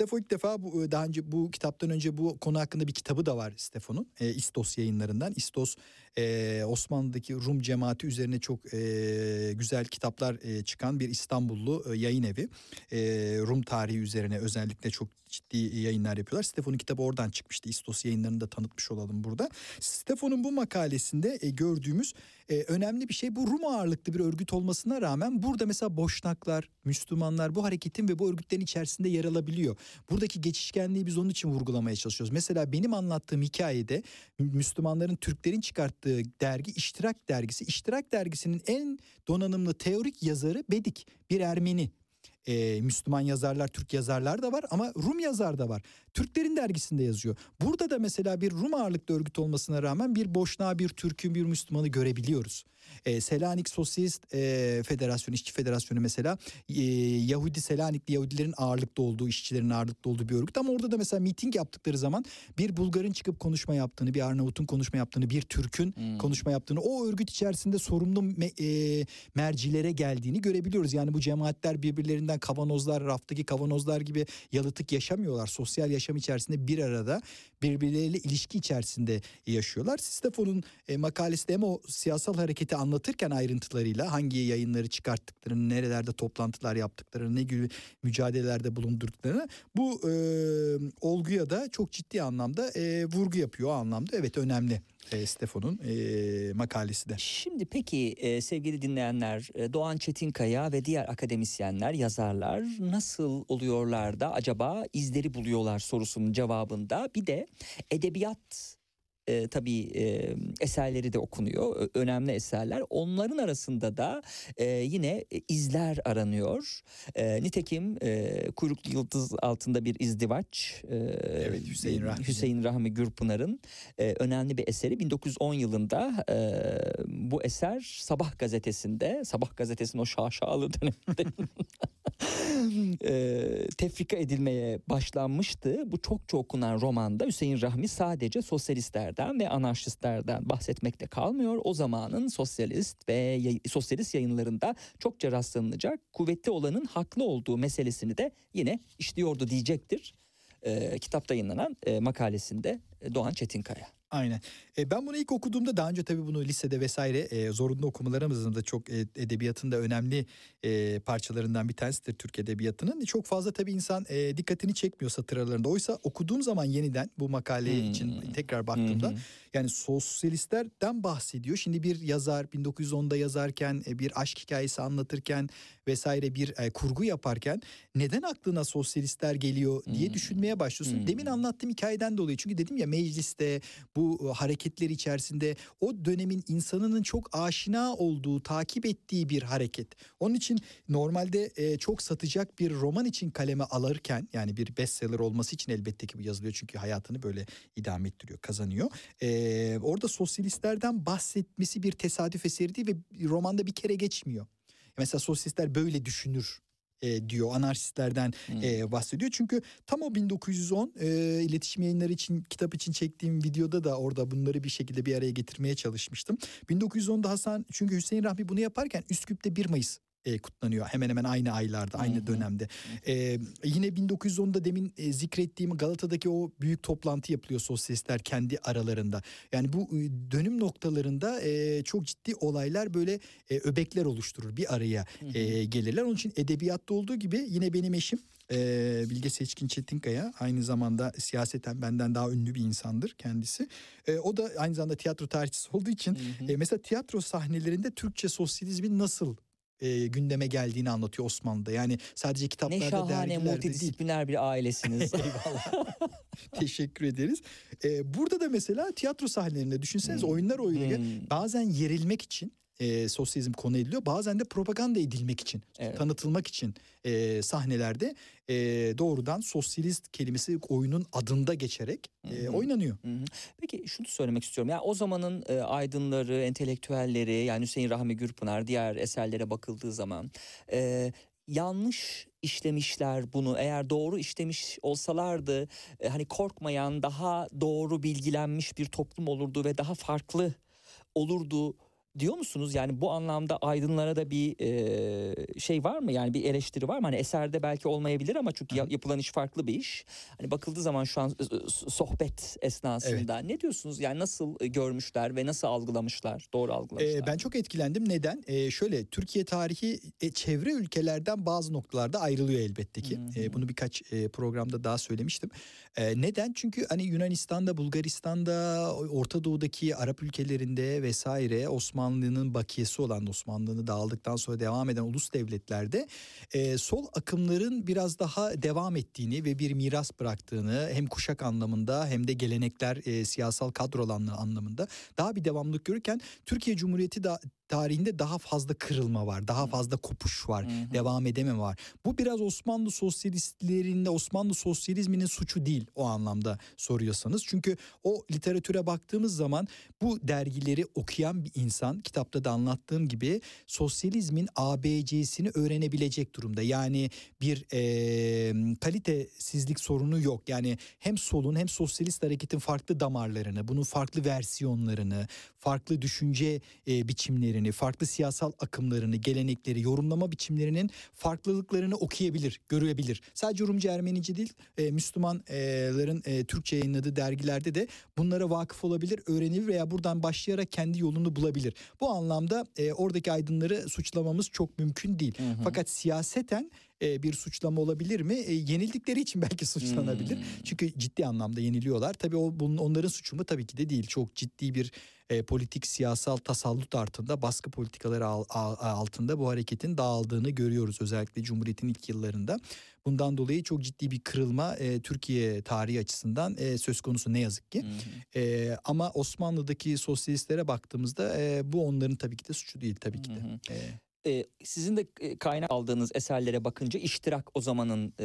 defa daha önce bu kitaptan önce bu konu hakkında bir kitabı da var Stefan'ın. İstos yayınlarından. İstos Osmanlı'daki Rum cemaati üzerine çok güzel kitaplar çıkan bir İstanbullu yayın evi. Rum tarihi üzerine özellikle çok ciddi yayınlar yapıyorlar. Stefan'ın kitabı oradan çıkmıştı. İstos yayınlarını da tanıtmış olalım burada. Stefan'ın bu makalesinde gördüğümüz önemli bir şey, bu Rum ağırlıklı bir örgüt olmasına rağmen burada mesela Boşnaklar, Müslümanlar bu hareketin ve bu örgütlerin içerisinde yer alabiliyor. Buradaki geçişkenliği biz onun için vurgulamaya çalışıyoruz. Mesela benim anlattığım hikayede Müslümanların, Türklerin çıkarttığı dergi İştirak dergisi. İştirak dergisinin en donanımlı teorik yazarı Bedik, bir Ermeni. Müslüman yazarlar, Türk yazarlar da var ama Rum yazar da var. Türklerin dergisinde yazıyor. Burada da mesela bir Rum ağırlıklı örgüt olmasına rağmen bir Boşnağı, bir Türk'ü, bir Müslümanı görebiliyoruz. Selanik Sosyalist Federasyonu, İşçi Federasyonu mesela Yahudi, Selanikli Yahudilerin ağırlıklı olduğu, işçilerin ağırlıklı olduğu bir örgüt. Ama orada da mesela miting yaptıkları zaman bir Bulgar'ın çıkıp konuşma yaptığını, bir Arnavut'un konuşma yaptığını, bir Türk'ün konuşma yaptığını, o örgüt içerisinde sorumlu mercilere geldiğini görebiliyoruz. Yani bu cemaatler birbirlerinden kavanozlar, raftaki kavanozlar gibi yalıtık yaşamıyorlar. Sosyal yaşam içerisinde bir arada birbirleriyle ilişki içerisinde yaşıyorlar. Stefan'ın makalesinde hem o siyasal hareketi anlatırken ayrıntılarıyla hangi yayınları çıkarttıklarını, nerelerde toplantılar yaptıklarını, ne gibi mücadelelerde bulundurduklarını, bu olguya da çok ciddi anlamda vurgu yapıyor o anlamda. Evet, önemli Stefan'ın makalesi de. Şimdi peki sevgili dinleyenler, Doğan Çetinkaya ve diğer akademisyenler, yazarlar nasıl oluyorlar da acaba izleri buluyorlar sorusunun cevabında bir de edebiyat tabii eserleri de okunuyor, önemli eserler. Onların arasında da yine izler aranıyor. Nitekim Kuyruklu Yıldız Altında Bir İzdivaç, Evet, Hüseyin Rahmi Gürpınar'ın önemli bir eseri. 1910 yılında bu eser Sabah gazetesinin o şaşalı döneminde tefrika edilmeye başlanmıştı. Bu çokça okunan romanda Hüseyin Rahmi sadece sosyalistlerden ve anarşistlerden bahsetmekte kalmıyor. O zamanın sosyalist yayınlarında çokça rastlanılacak kuvvetli olanın haklı olduğu meselesini de yine işliyordu diyecektir. Kitapta yayınlanan makalesinde Doğan Çetinkaya. Aynen. Ben bunu ilk okuduğumda, daha önce tabii bunu lisede vesaire zorunlu okumalarımızın da çok edebiyatın da önemli parçalarından bir tanesidir Türk edebiyatının. Çok fazla tabii insan dikkatini çekmiyor satır aralarında. Oysa okuduğum zaman yeniden bu makale için tekrar baktığımda yani sosyalistlerden bahsediyor. Şimdi bir yazar 1910'da yazarken, bir aşk hikayesi anlatırken vesaire, bir kurgu yaparken neden aklına sosyalistler geliyor diye düşünmeye başlıyorsun. Demin anlattığım hikayeden dolayı, çünkü dedim ya, mecliste bu hareketler içerisinde o dönemin insanının çok aşina olduğu, takip ettiği bir hareket. Onun için normalde çok satacak bir roman için kaleme alırken, yani bir bestseller olması için elbette ki bu yazılıyor, çünkü hayatını böyle idame ettiriyor, kazanıyor. Orada sosyalistlerden bahsetmesi bir tesadüf eseri değil ve romanda bir kere geçmiyor. Mesela sosyalistler böyle düşünür diyor, anarşistlerden bahsediyor. Çünkü tam o 1910 iletişim yayınları için, kitap için çektiğim videoda da orada bunları bir şekilde bir araya getirmeye çalışmıştım. 1910'da çünkü Hüseyin Rahmi bunu yaparken Üsküp'te 1 Mayıs kutlanıyor. Hemen hemen aynı aylarda, aynı dönemde. Yine 1910'da demin zikrettiğim Galata'daki o büyük toplantı yapılıyor sosyalistler kendi aralarında. Yani bu dönüm noktalarında çok ciddi olaylar böyle öbekler oluşturur, bir araya gelirler. Onun için edebiyatta olduğu gibi yine benim eşim Bilge Seçkin Çetinkaya aynı zamanda siyaseten benden daha ünlü bir insandır kendisi. O da aynı zamanda tiyatro tarihçisi olduğu için mesela tiyatro sahnelerinde Türkçe sosyalizmin nasıl gündeme geldiğini anlatıyor Osmanlı'da. Yani sadece kitaplarda, ne şahane dergilerde multidisipliner bir ailesiniz. Eyvallah. Teşekkür ederiz. Burada da mesela tiyatro sahnelerinde düşünseniz oyunlar bazen yerilmek için sosyalizm konu ediliyor. Bazen de propaganda edilmek için, tanıtılmak için sahnelerde doğrudan sosyalist kelimesi oyunun adında geçerek oynanıyor. Peki şunu söylemek istiyorum. Yani o zamanın aydınları, entelektüelleri, yani Hüseyin Rahmi Gürpınar, diğer eserlere bakıldığı zaman yanlış işlemişler bunu. Eğer doğru işlemiş olsalardı hani korkmayan, daha doğru bilgilenmiş bir toplum olurdu ve daha farklı olurdu diyor musunuz? Yani bu anlamda aydınlara da bir şey var mı? Yani bir eleştiri var mı? Hani eserde belki olmayabilir ama çünkü yapılan iş farklı bir iş. Hani bakıldığı zaman şu an sohbet esnasında ne diyorsunuz? Yani nasıl görmüşler ve nasıl algılamışlar? Doğru algılamışlar. Ben çok etkilendim. Neden? Şöyle, Türkiye tarihi çevre ülkelerden bazı noktalarda ayrılıyor elbette ki. Bunu birkaç programda daha söylemiştim. Neden? Çünkü hani Yunanistan'da, Bulgaristan'da, Orta Doğu'daki Arap ülkelerinde vesaire Osmanlı'nın bakiyesi olan, Osmanlı'nı dağıldıktan sonra devam eden ulus devletlerde sol akımların biraz daha devam ettiğini ve bir miras bıraktığını, hem kuşak anlamında hem de gelenekler, siyasal kadrolanma anlamında daha bir devamlılık görürken Türkiye Cumhuriyeti tarihinde daha fazla kırılma var, daha fazla kopuş var, devam edememe var. Bu biraz Osmanlı sosyalistlerinde, Osmanlı sosyalizminin suçu değil o anlamda soruyorsanız. Çünkü o literatüre baktığımız zaman bu dergileri okuyan bir insan, kitapta da anlattığım gibi sosyalizmin ABC'sini öğrenebilecek durumda. Yani bir kalitesizlik sorunu yok. Yani hem solun hem sosyalist hareketin farklı damarlarını, bunun farklı versiyonlarını, farklı düşünce biçimlerini, farklı siyasal akımlarını, gelenekleri, yorumlama biçimlerinin farklılıklarını okuyabilir, görebilir. Sadece Rumca Ermenice değil, Müslümanların Türkçe yayınladığı dergilerde de bunlara vakıf olabilir, öğrenebilir veya buradan başlayarak kendi yolunu bulabilir. Bu anlamda oradaki aydınları suçlamamız çok mümkün değil. Fakat siyaseten bir suçlama olabilir mi? Yenildikleri için belki suçlanabilir. Çünkü ciddi anlamda yeniliyorlar. Tabii onların suçu mu? Tabii ki de değil. Çok ciddi bir politik siyasal tasallut altında, baskı politikaları altında bu hareketin dağıldığını görüyoruz. Özellikle Cumhuriyet'in ilk yıllarında. Bundan dolayı çok ciddi bir kırılma Türkiye tarihi açısından söz konusu ne yazık ki. Ama Osmanlı'daki sosyalistlere baktığımızda bu onların tabii ki de suçu değil tabii ki de. Sizin de kaynak aldığınız eserlere bakınca İştirak o zamanın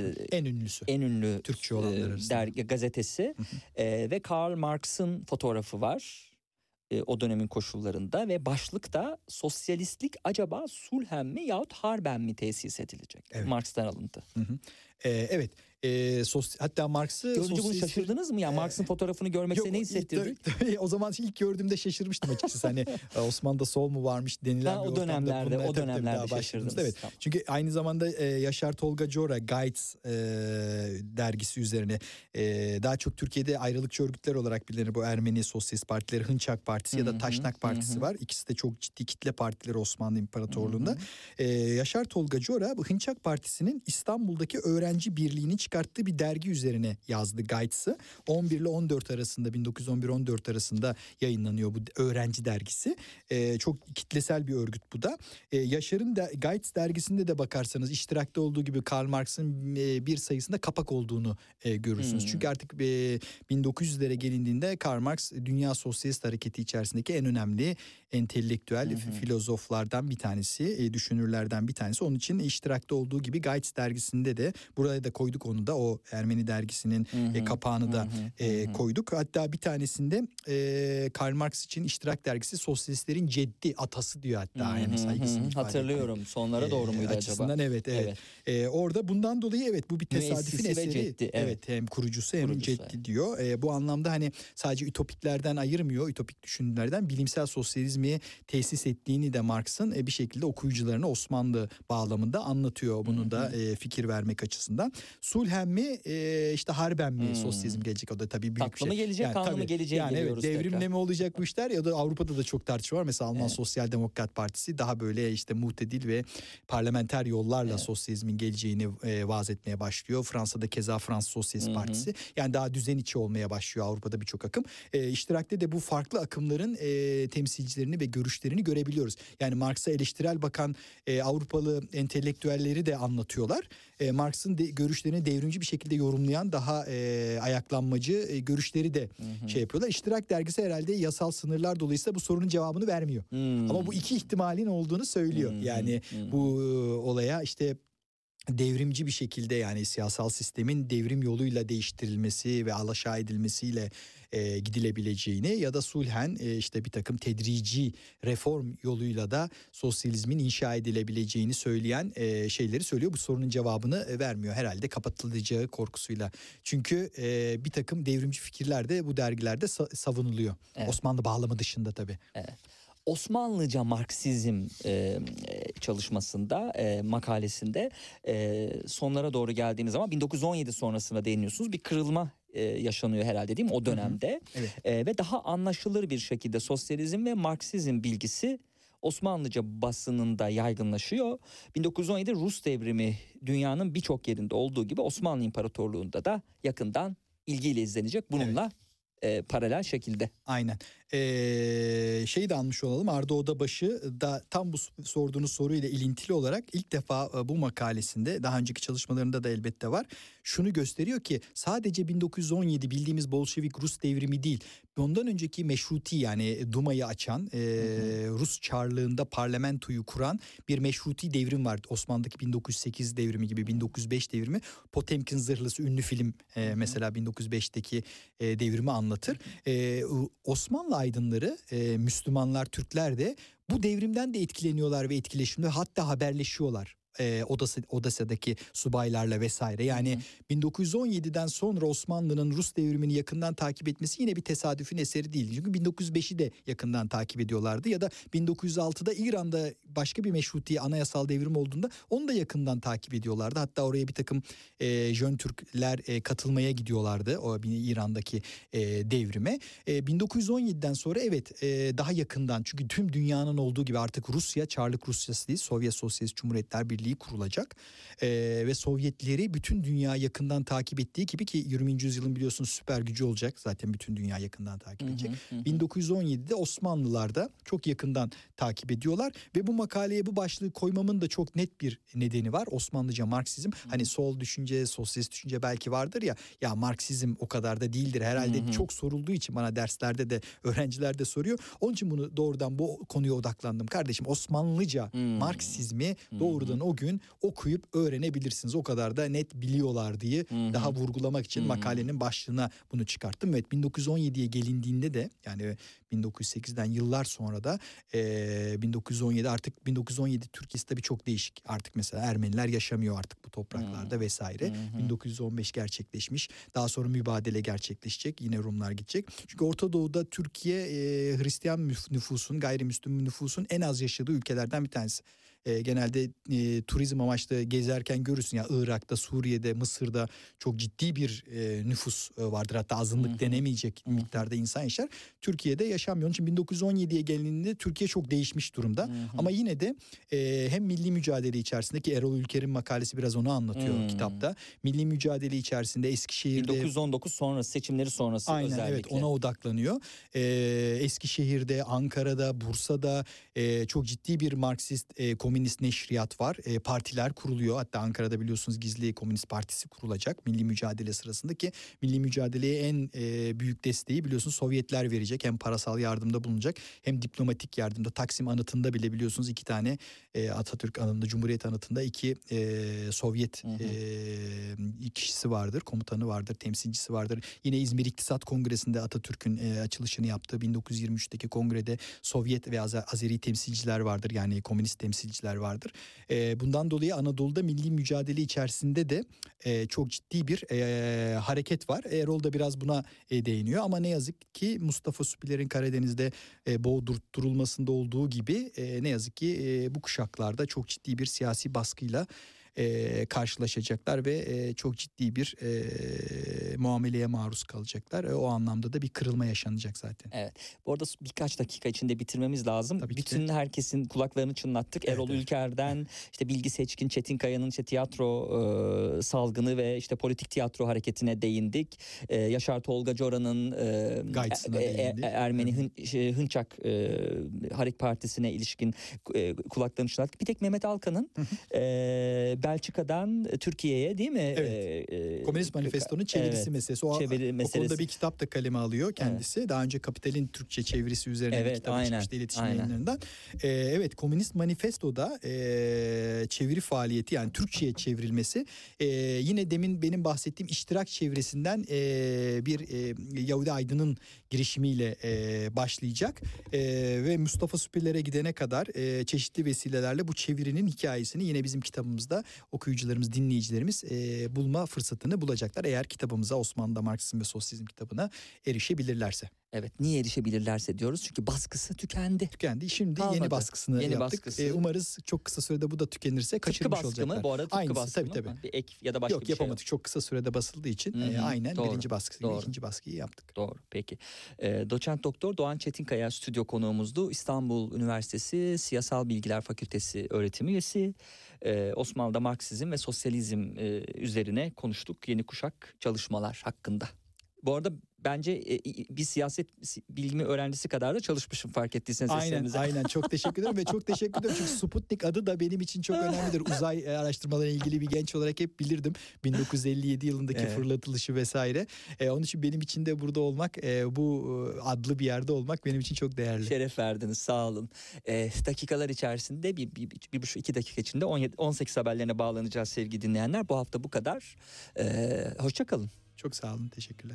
en ünlü Türkçe olanlar arasında dergi, gazetesi ve Karl Marx'ın fotoğrafı var o dönemin koşullarında ve başlıkta sosyalistlik acaba sulhen mi yahut harben mi tesis edilecek? Evet. Marx'tan alıntı. Evet. Hatta Marx'ı görünce bunu şaşırdınız mı? Yani Marx'ın fotoğrafını görmekte ne hissettirdi? O zaman ilk gördüğümde şaşırmıştım açıkçası. Hani Osmanlı'da sol mu varmış denilen bir o dönemlerde şaşırdınız. Evet. Tamam. Çünkü aynı zamanda Yaşar Tolga Cora Guides dergisi üzerine daha çok Türkiye'de ayrılıkçı örgütler olarak bilinir bu Ermeni Sosyalist Partileri, Hınçak Partisi ya da Taşnak Partisi var. İkisi de çok ciddi kitle partileri Osmanlı İmparatorluğu'nda. Yaşar Tolga Cora bu Hınçak Partisi'nin İstanbul'daki öğrenci birliğinin çıkarttığı bir dergi üzerine yazdı Guides'ı. 11 ile 14 arasında 1911-14 arasında yayınlanıyor bu öğrenci dergisi. Çok kitlesel bir örgüt bu da. Yaşar'ın Guides dergisinde de bakarsanız iştirakta olduğu gibi Karl Marx'ın bir sayısında kapak olduğunu görürsünüz. Çünkü artık 1900'lere gelindiğinde Karl Marx Dünya Sosyalist Hareketi içerisindeki en önemli entelektüel filozoflardan bir tanesi, düşünürlerden bir tanesi. Onun için iştirakta olduğu gibi Guides dergisinde de, buraya da koyduk onu da, o Ermeni dergisinin kapağını da koyduk. Hatta bir tanesinde Karl Marx için iştirak dergisi sosyalistlerin ceddi, atası diyor hatta. Yani saygısını ifade hatırlıyorum. etmek. Sonlara doğru muydu açısından acaba? Evet. Orada bundan dolayı bu bir tesadüfün Müessisi ve eseri. ceddi, Evet, hem kurucusu hem ceddi diyor. Bu anlamda hani sadece ütopiklerden ayırmıyor, ütopik düşünürlerden, bilimsel sosyalizmi tesis ettiğini de Marx'ın bir şekilde okuyucularına Osmanlı bağlamında anlatıyor. Bunu da fikir vermek açısından. Sulhen mi işte harben mi sosyalizm gelecek, o da tabii büyük tatlı bir şey. mı gelecek, kanlı mı geleceği yani geliyoruz devrimle tekrar. mi olacak bu işler, ya da Avrupa'da da çok tartışma var. Mesela Alman Sosyal Demokrat Partisi daha böyle işte muhtedil ve parlamenter yollarla sosyalizmin geleceğini vaaz etmeye başlıyor. Fransa'da keza Fransız Sosyalist Partisi. Yani daha düzen içi olmaya başlıyor Avrupa'da birçok akım. İştirakte de bu farklı akımların temsilcilerini ve görüşlerini görebiliyoruz. Yani Marx'a eleştirel bakan Avrupalı entelektüelleri de anlatıyorlar. Marx'ın görüşlerini devrimci bir şekilde yorumlayan daha ayaklanmacı görüşleri de şey yapıyorlar. İştirak dergisi herhalde yasal sınırlar dolayısıyla bu sorunun cevabını vermiyor. Ama bu iki ihtimalin olduğunu söylüyor. Yani bu olaya işte devrimci bir şekilde, yani siyasal sistemin devrim yoluyla değiştirilmesi ve alaşağı edilmesiyle gidilebileceğini, ya da sulhen işte bir takım tedrici reform yoluyla da sosyalizmin inşa edilebileceğini söyleyen şeyleri söylüyor. Bu sorunun cevabını vermiyor herhalde, kapatılacağı korkusuyla. Çünkü bir takım devrimci fikirler de bu dergilerde savunuluyor. Osmanlı bağlamı dışında tabii. Osmanlıca Marksizm çalışmasında, makalesinde sonlara doğru geldiğimiz zaman 1917 sonrasına değiniyorsunuz. Bir kırılma yaşanıyor herhalde, değil mi o dönemde? Evet. Ve daha anlaşılır bir şekilde sosyalizm ve Marksizm bilgisi Osmanlıca basınında yaygınlaşıyor. 1917 Rus devrimi dünyanın birçok yerinde olduğu gibi Osmanlı İmparatorluğu'nda da yakından ilgiyle izlenecek. Bununla paralel şekilde. Aynen. Şeyi de almış olalım. Arda Odabaşı da tam bu sorduğunuz soruyla ilintili olarak ilk defa bu makalesinde, daha önceki çalışmalarında da elbette var, şunu gösteriyor ki sadece 1917 bildiğimiz Bolşevik Rus devrimi değil, ondan önceki meşruti, yani Duma'yı açan, Rus Çarlığında parlamentoyu kuran bir meşruti devrim var. Osmanlı'daki 1908 devrimi gibi, 1905 devrimi. Potemkin Zırhlısı ünlü film mesela 1905'teki devrimi anlatır. Osmanlı aydınları, Müslümanlar, Türkler de bu devrimden de etkileniyorlar ve etkileşimde, hatta haberleşiyorlar. Odessa'daki subaylarla vesaire. Yani 1917'den sonra Osmanlı'nın Rus devrimini yakından takip etmesi yine bir tesadüfün eseri değil. Çünkü 1905'i de yakından takip ediyorlardı, ya da 1906'da İran'da başka bir meşruti anayasal devrim olduğunda onu da yakından takip ediyorlardı. Hatta oraya bir takım Jön Türkler katılmaya gidiyorlardı o İran'daki devrime. 1917'den sonra daha yakından, çünkü tüm dünyanın olduğu gibi artık Rusya Çarlık Rusyası değil, Sovyet Sosyalist Cumhuriyetler Birliği kurulacak ve Sovyetleri bütün dünya yakından takip ettiği gibi, ki 20. yüzyılın biliyorsunuz süper gücü olacak, zaten bütün dünya yakından takip edecek. 1917'de Osmanlılar da çok yakından takip ediyorlar ve bu makaleye bu başlığı koymamın da çok net bir nedeni var. Osmanlıca Marksizm, hani sol düşünce, sosyalist düşünce belki vardır ya Marksizm o kadar da değildir herhalde, çok sorulduğu için bana derslerde de öğrenciler de soruyor. Onun için bunu doğrudan bu konuya odaklandım. Kardeşim, Osmanlıca Marksizmi doğrudan o gün okuyup öğrenebilirsiniz. O kadar da net biliyorlar diye daha vurgulamak için makalenin başlığına bunu çıkarttım. Evet, 1917'ye gelindiğinde de, yani 1908'den yıllar sonra da 1917, artık 1917 Türkiye'si tabii çok değişik. Artık mesela Ermeniler yaşamıyor artık bu topraklarda vesaire. 1915 gerçekleşmiş. Daha sonra mübadele gerçekleşecek. Yine Rumlar gidecek. Çünkü Orta Doğu'da Türkiye Hristiyan nüfusun, gayrimüslim nüfusun en az yaşadığı ülkelerden bir tanesi. Genelde turizm amaçlı gezerken görürsün ya, Irak'ta, Suriye'de, Mısır'da çok ciddi bir nüfus vardır. Hatta azınlık denemeyecek miktarda insan yaşar. Türkiye'de yaşamıyor. Onun için 1917'ye gelindiğinde Türkiye çok değişmiş durumda. Ama yine de hem milli mücadele içerisinde, ki Erol Ülker'in makalesi biraz onu anlatıyor kitapta. Milli mücadele içerisinde Eskişehir'de 1919 sonrası, seçimleri sonrası aynen, özellikle. evet, ona odaklanıyor. Eskişehir'de, Ankara'da, Bursa'da çok ciddi bir Marksist komünist neşriyat var. Partiler kuruluyor. Hatta Ankara'da biliyorsunuz gizli Komünist Partisi kurulacak milli mücadele sırasında, ki milli mücadeleye en büyük desteği biliyorsunuz Sovyetler verecek. Hem parasal yardımda bulunacak hem diplomatik yardımda. Taksim anıtında bile biliyorsunuz 2 tane Atatürk anıtında, Cumhuriyet anıtında 2 Sovyet kişisi vardır. Komutanı vardır, temsilcisi vardır. Yine İzmir İktisat Kongresi'nde Atatürk'ün açılışını yaptığı 1923'teki kongrede Sovyet ve Azeri temsilciler vardır. Yani komünist temsilciler vardır. Bundan dolayı Anadolu'da milli mücadele içerisinde de çok ciddi bir hareket var. Erol da biraz buna değiniyor ama ne yazık ki Mustafa Süpüler'in Karadeniz'de boğdurtturulmasında olduğu gibi ne yazık ki bu kuşaklarda çok ciddi bir siyasi baskıyla karşılaşacaklar ve çok ciddi bir muameleye maruz kalacaklar. O anlamda da bir kırılma yaşanacak zaten. Evet. Bu arada birkaç dakika içinde bitirmemiz lazım. Tabii bütün herkesin kulaklarını çınlattık. Evet, Erol Ülker'den işte Bilgi Seçkin, Çetinkaya'nın işte tiyatro salgını ve işte politik tiyatro hareketine değindik. Yaşar Tolga Cora'nın Gaytısına değindik. Ermeni Hınçak Harek Partisi'ne ilişkin kulaklarını çınlattık. Bir tek Mehmet Alkan'ın Belçika'dan Türkiye'ye, değil mi? Evet. Komünist Manifesto'nun çevirisi meselesi. O konuda bir kitap da kaleme alıyor kendisi. Evet. Daha önce Kapital'in Türkçe çevirisi üzerine bir kitap çıkmıştı iletişim yayınlarından. Evet, Komünist Manifesto'da çeviri faaliyeti, yani Türkçe'ye çevrilmesi yine demin benim bahsettiğim iştirak çevresinden bir Yahudi aydının girişimiyle başlayacak. Ve Mustafa Süpürler'e gidene kadar çeşitli vesilelerle bu çevirinin hikayesini yine bizim kitabımızda okuyucularımız, dinleyicilerimiz bulma fırsatını bulacaklar. Eğer kitabımıza, Osmanlı'da Marksizm ve Sosyalizm kitabına erişebilirlerse. Evet, niye erişebilirlerse diyoruz çünkü baskısı tükendi. Şimdi Kalmadı. yeni baskısını Yeni yaptık. baskısı. Umarız çok kısa sürede bu da tükenirse Tıpkı kaçırmış baskı olacaklar. mı? Bu arada tıpkı Aynısı, baskı mı? tabii. Bir ek ya da başka Yok, bir şey yapamadık. Çok kısa sürede basıldığı için aynen Doğru. birinci baskısıyla Doğru. ikinci baskıyı yaptık. Doğru, peki. Doçent Doktor Doğan Çetinkaya stüdyo konuğumuzdu. İstanbul Üniversitesi Siyasal Bilgiler Fakültesi öğretim üyesi. Osmanlı'da Marksizm ve Sosyalizm üzerine konuştuk. Yeni kuşak çalışmalar hakkında. Bu arada bence bir siyaset bilimi öğrencisi kadar da çalışmışım, fark ettiyseniz eserinize. Aynen çok teşekkür ederim ve çok teşekkür ederim çünkü Sputnik adı da benim için çok önemlidir. Uzay araştırmalarıyla ilgili bir genç olarak hep bilirdim 1957 yılındaki fırlatılışı vesaire. Onun için benim için de burada olmak, bu adlı bir yerde olmak benim için çok değerli. Şeref verdiniz, sağ olun. Dakikalar içerisinde bir buçuk 2 dakika içinde 18 haberlerine bağlanacağız sevgili dinleyenler. Bu hafta bu kadar. Hoşça kalın. Çok sağ olun, teşekkürler.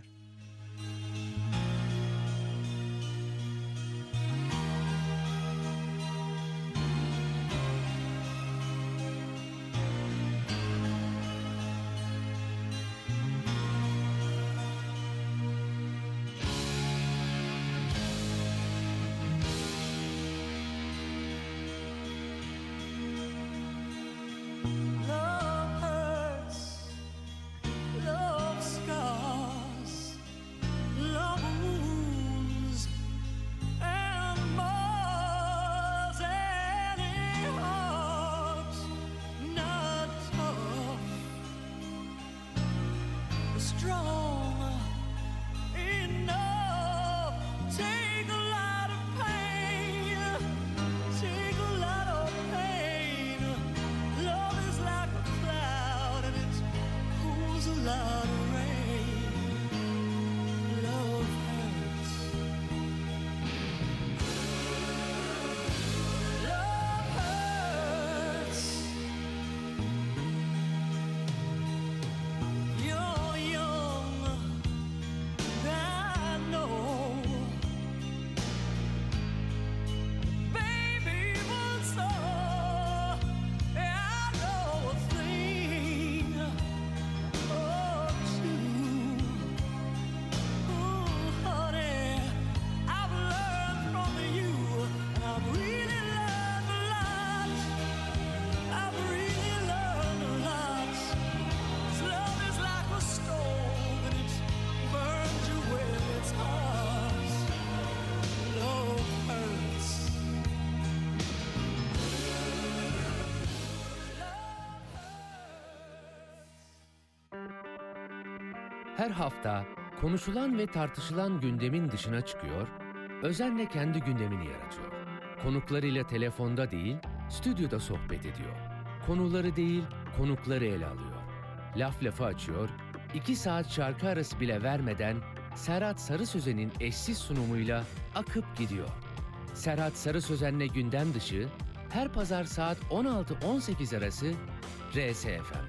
Her hafta konuşulan ve tartışılan gündemin dışına çıkıyor, özenle kendi gündemini yaratıyor. Konuklarıyla telefonda değil, stüdyoda sohbet ediyor. Konuları değil, konukları ele alıyor. Laf lafı açıyor, 2 saat şarkı arası bile vermeden Serhat Sarı Sözen'in eşsiz sunumuyla akıp gidiyor. Serhat Sarı Sözen'le gündem dışı, her pazar saat 16-18 arası RSFM.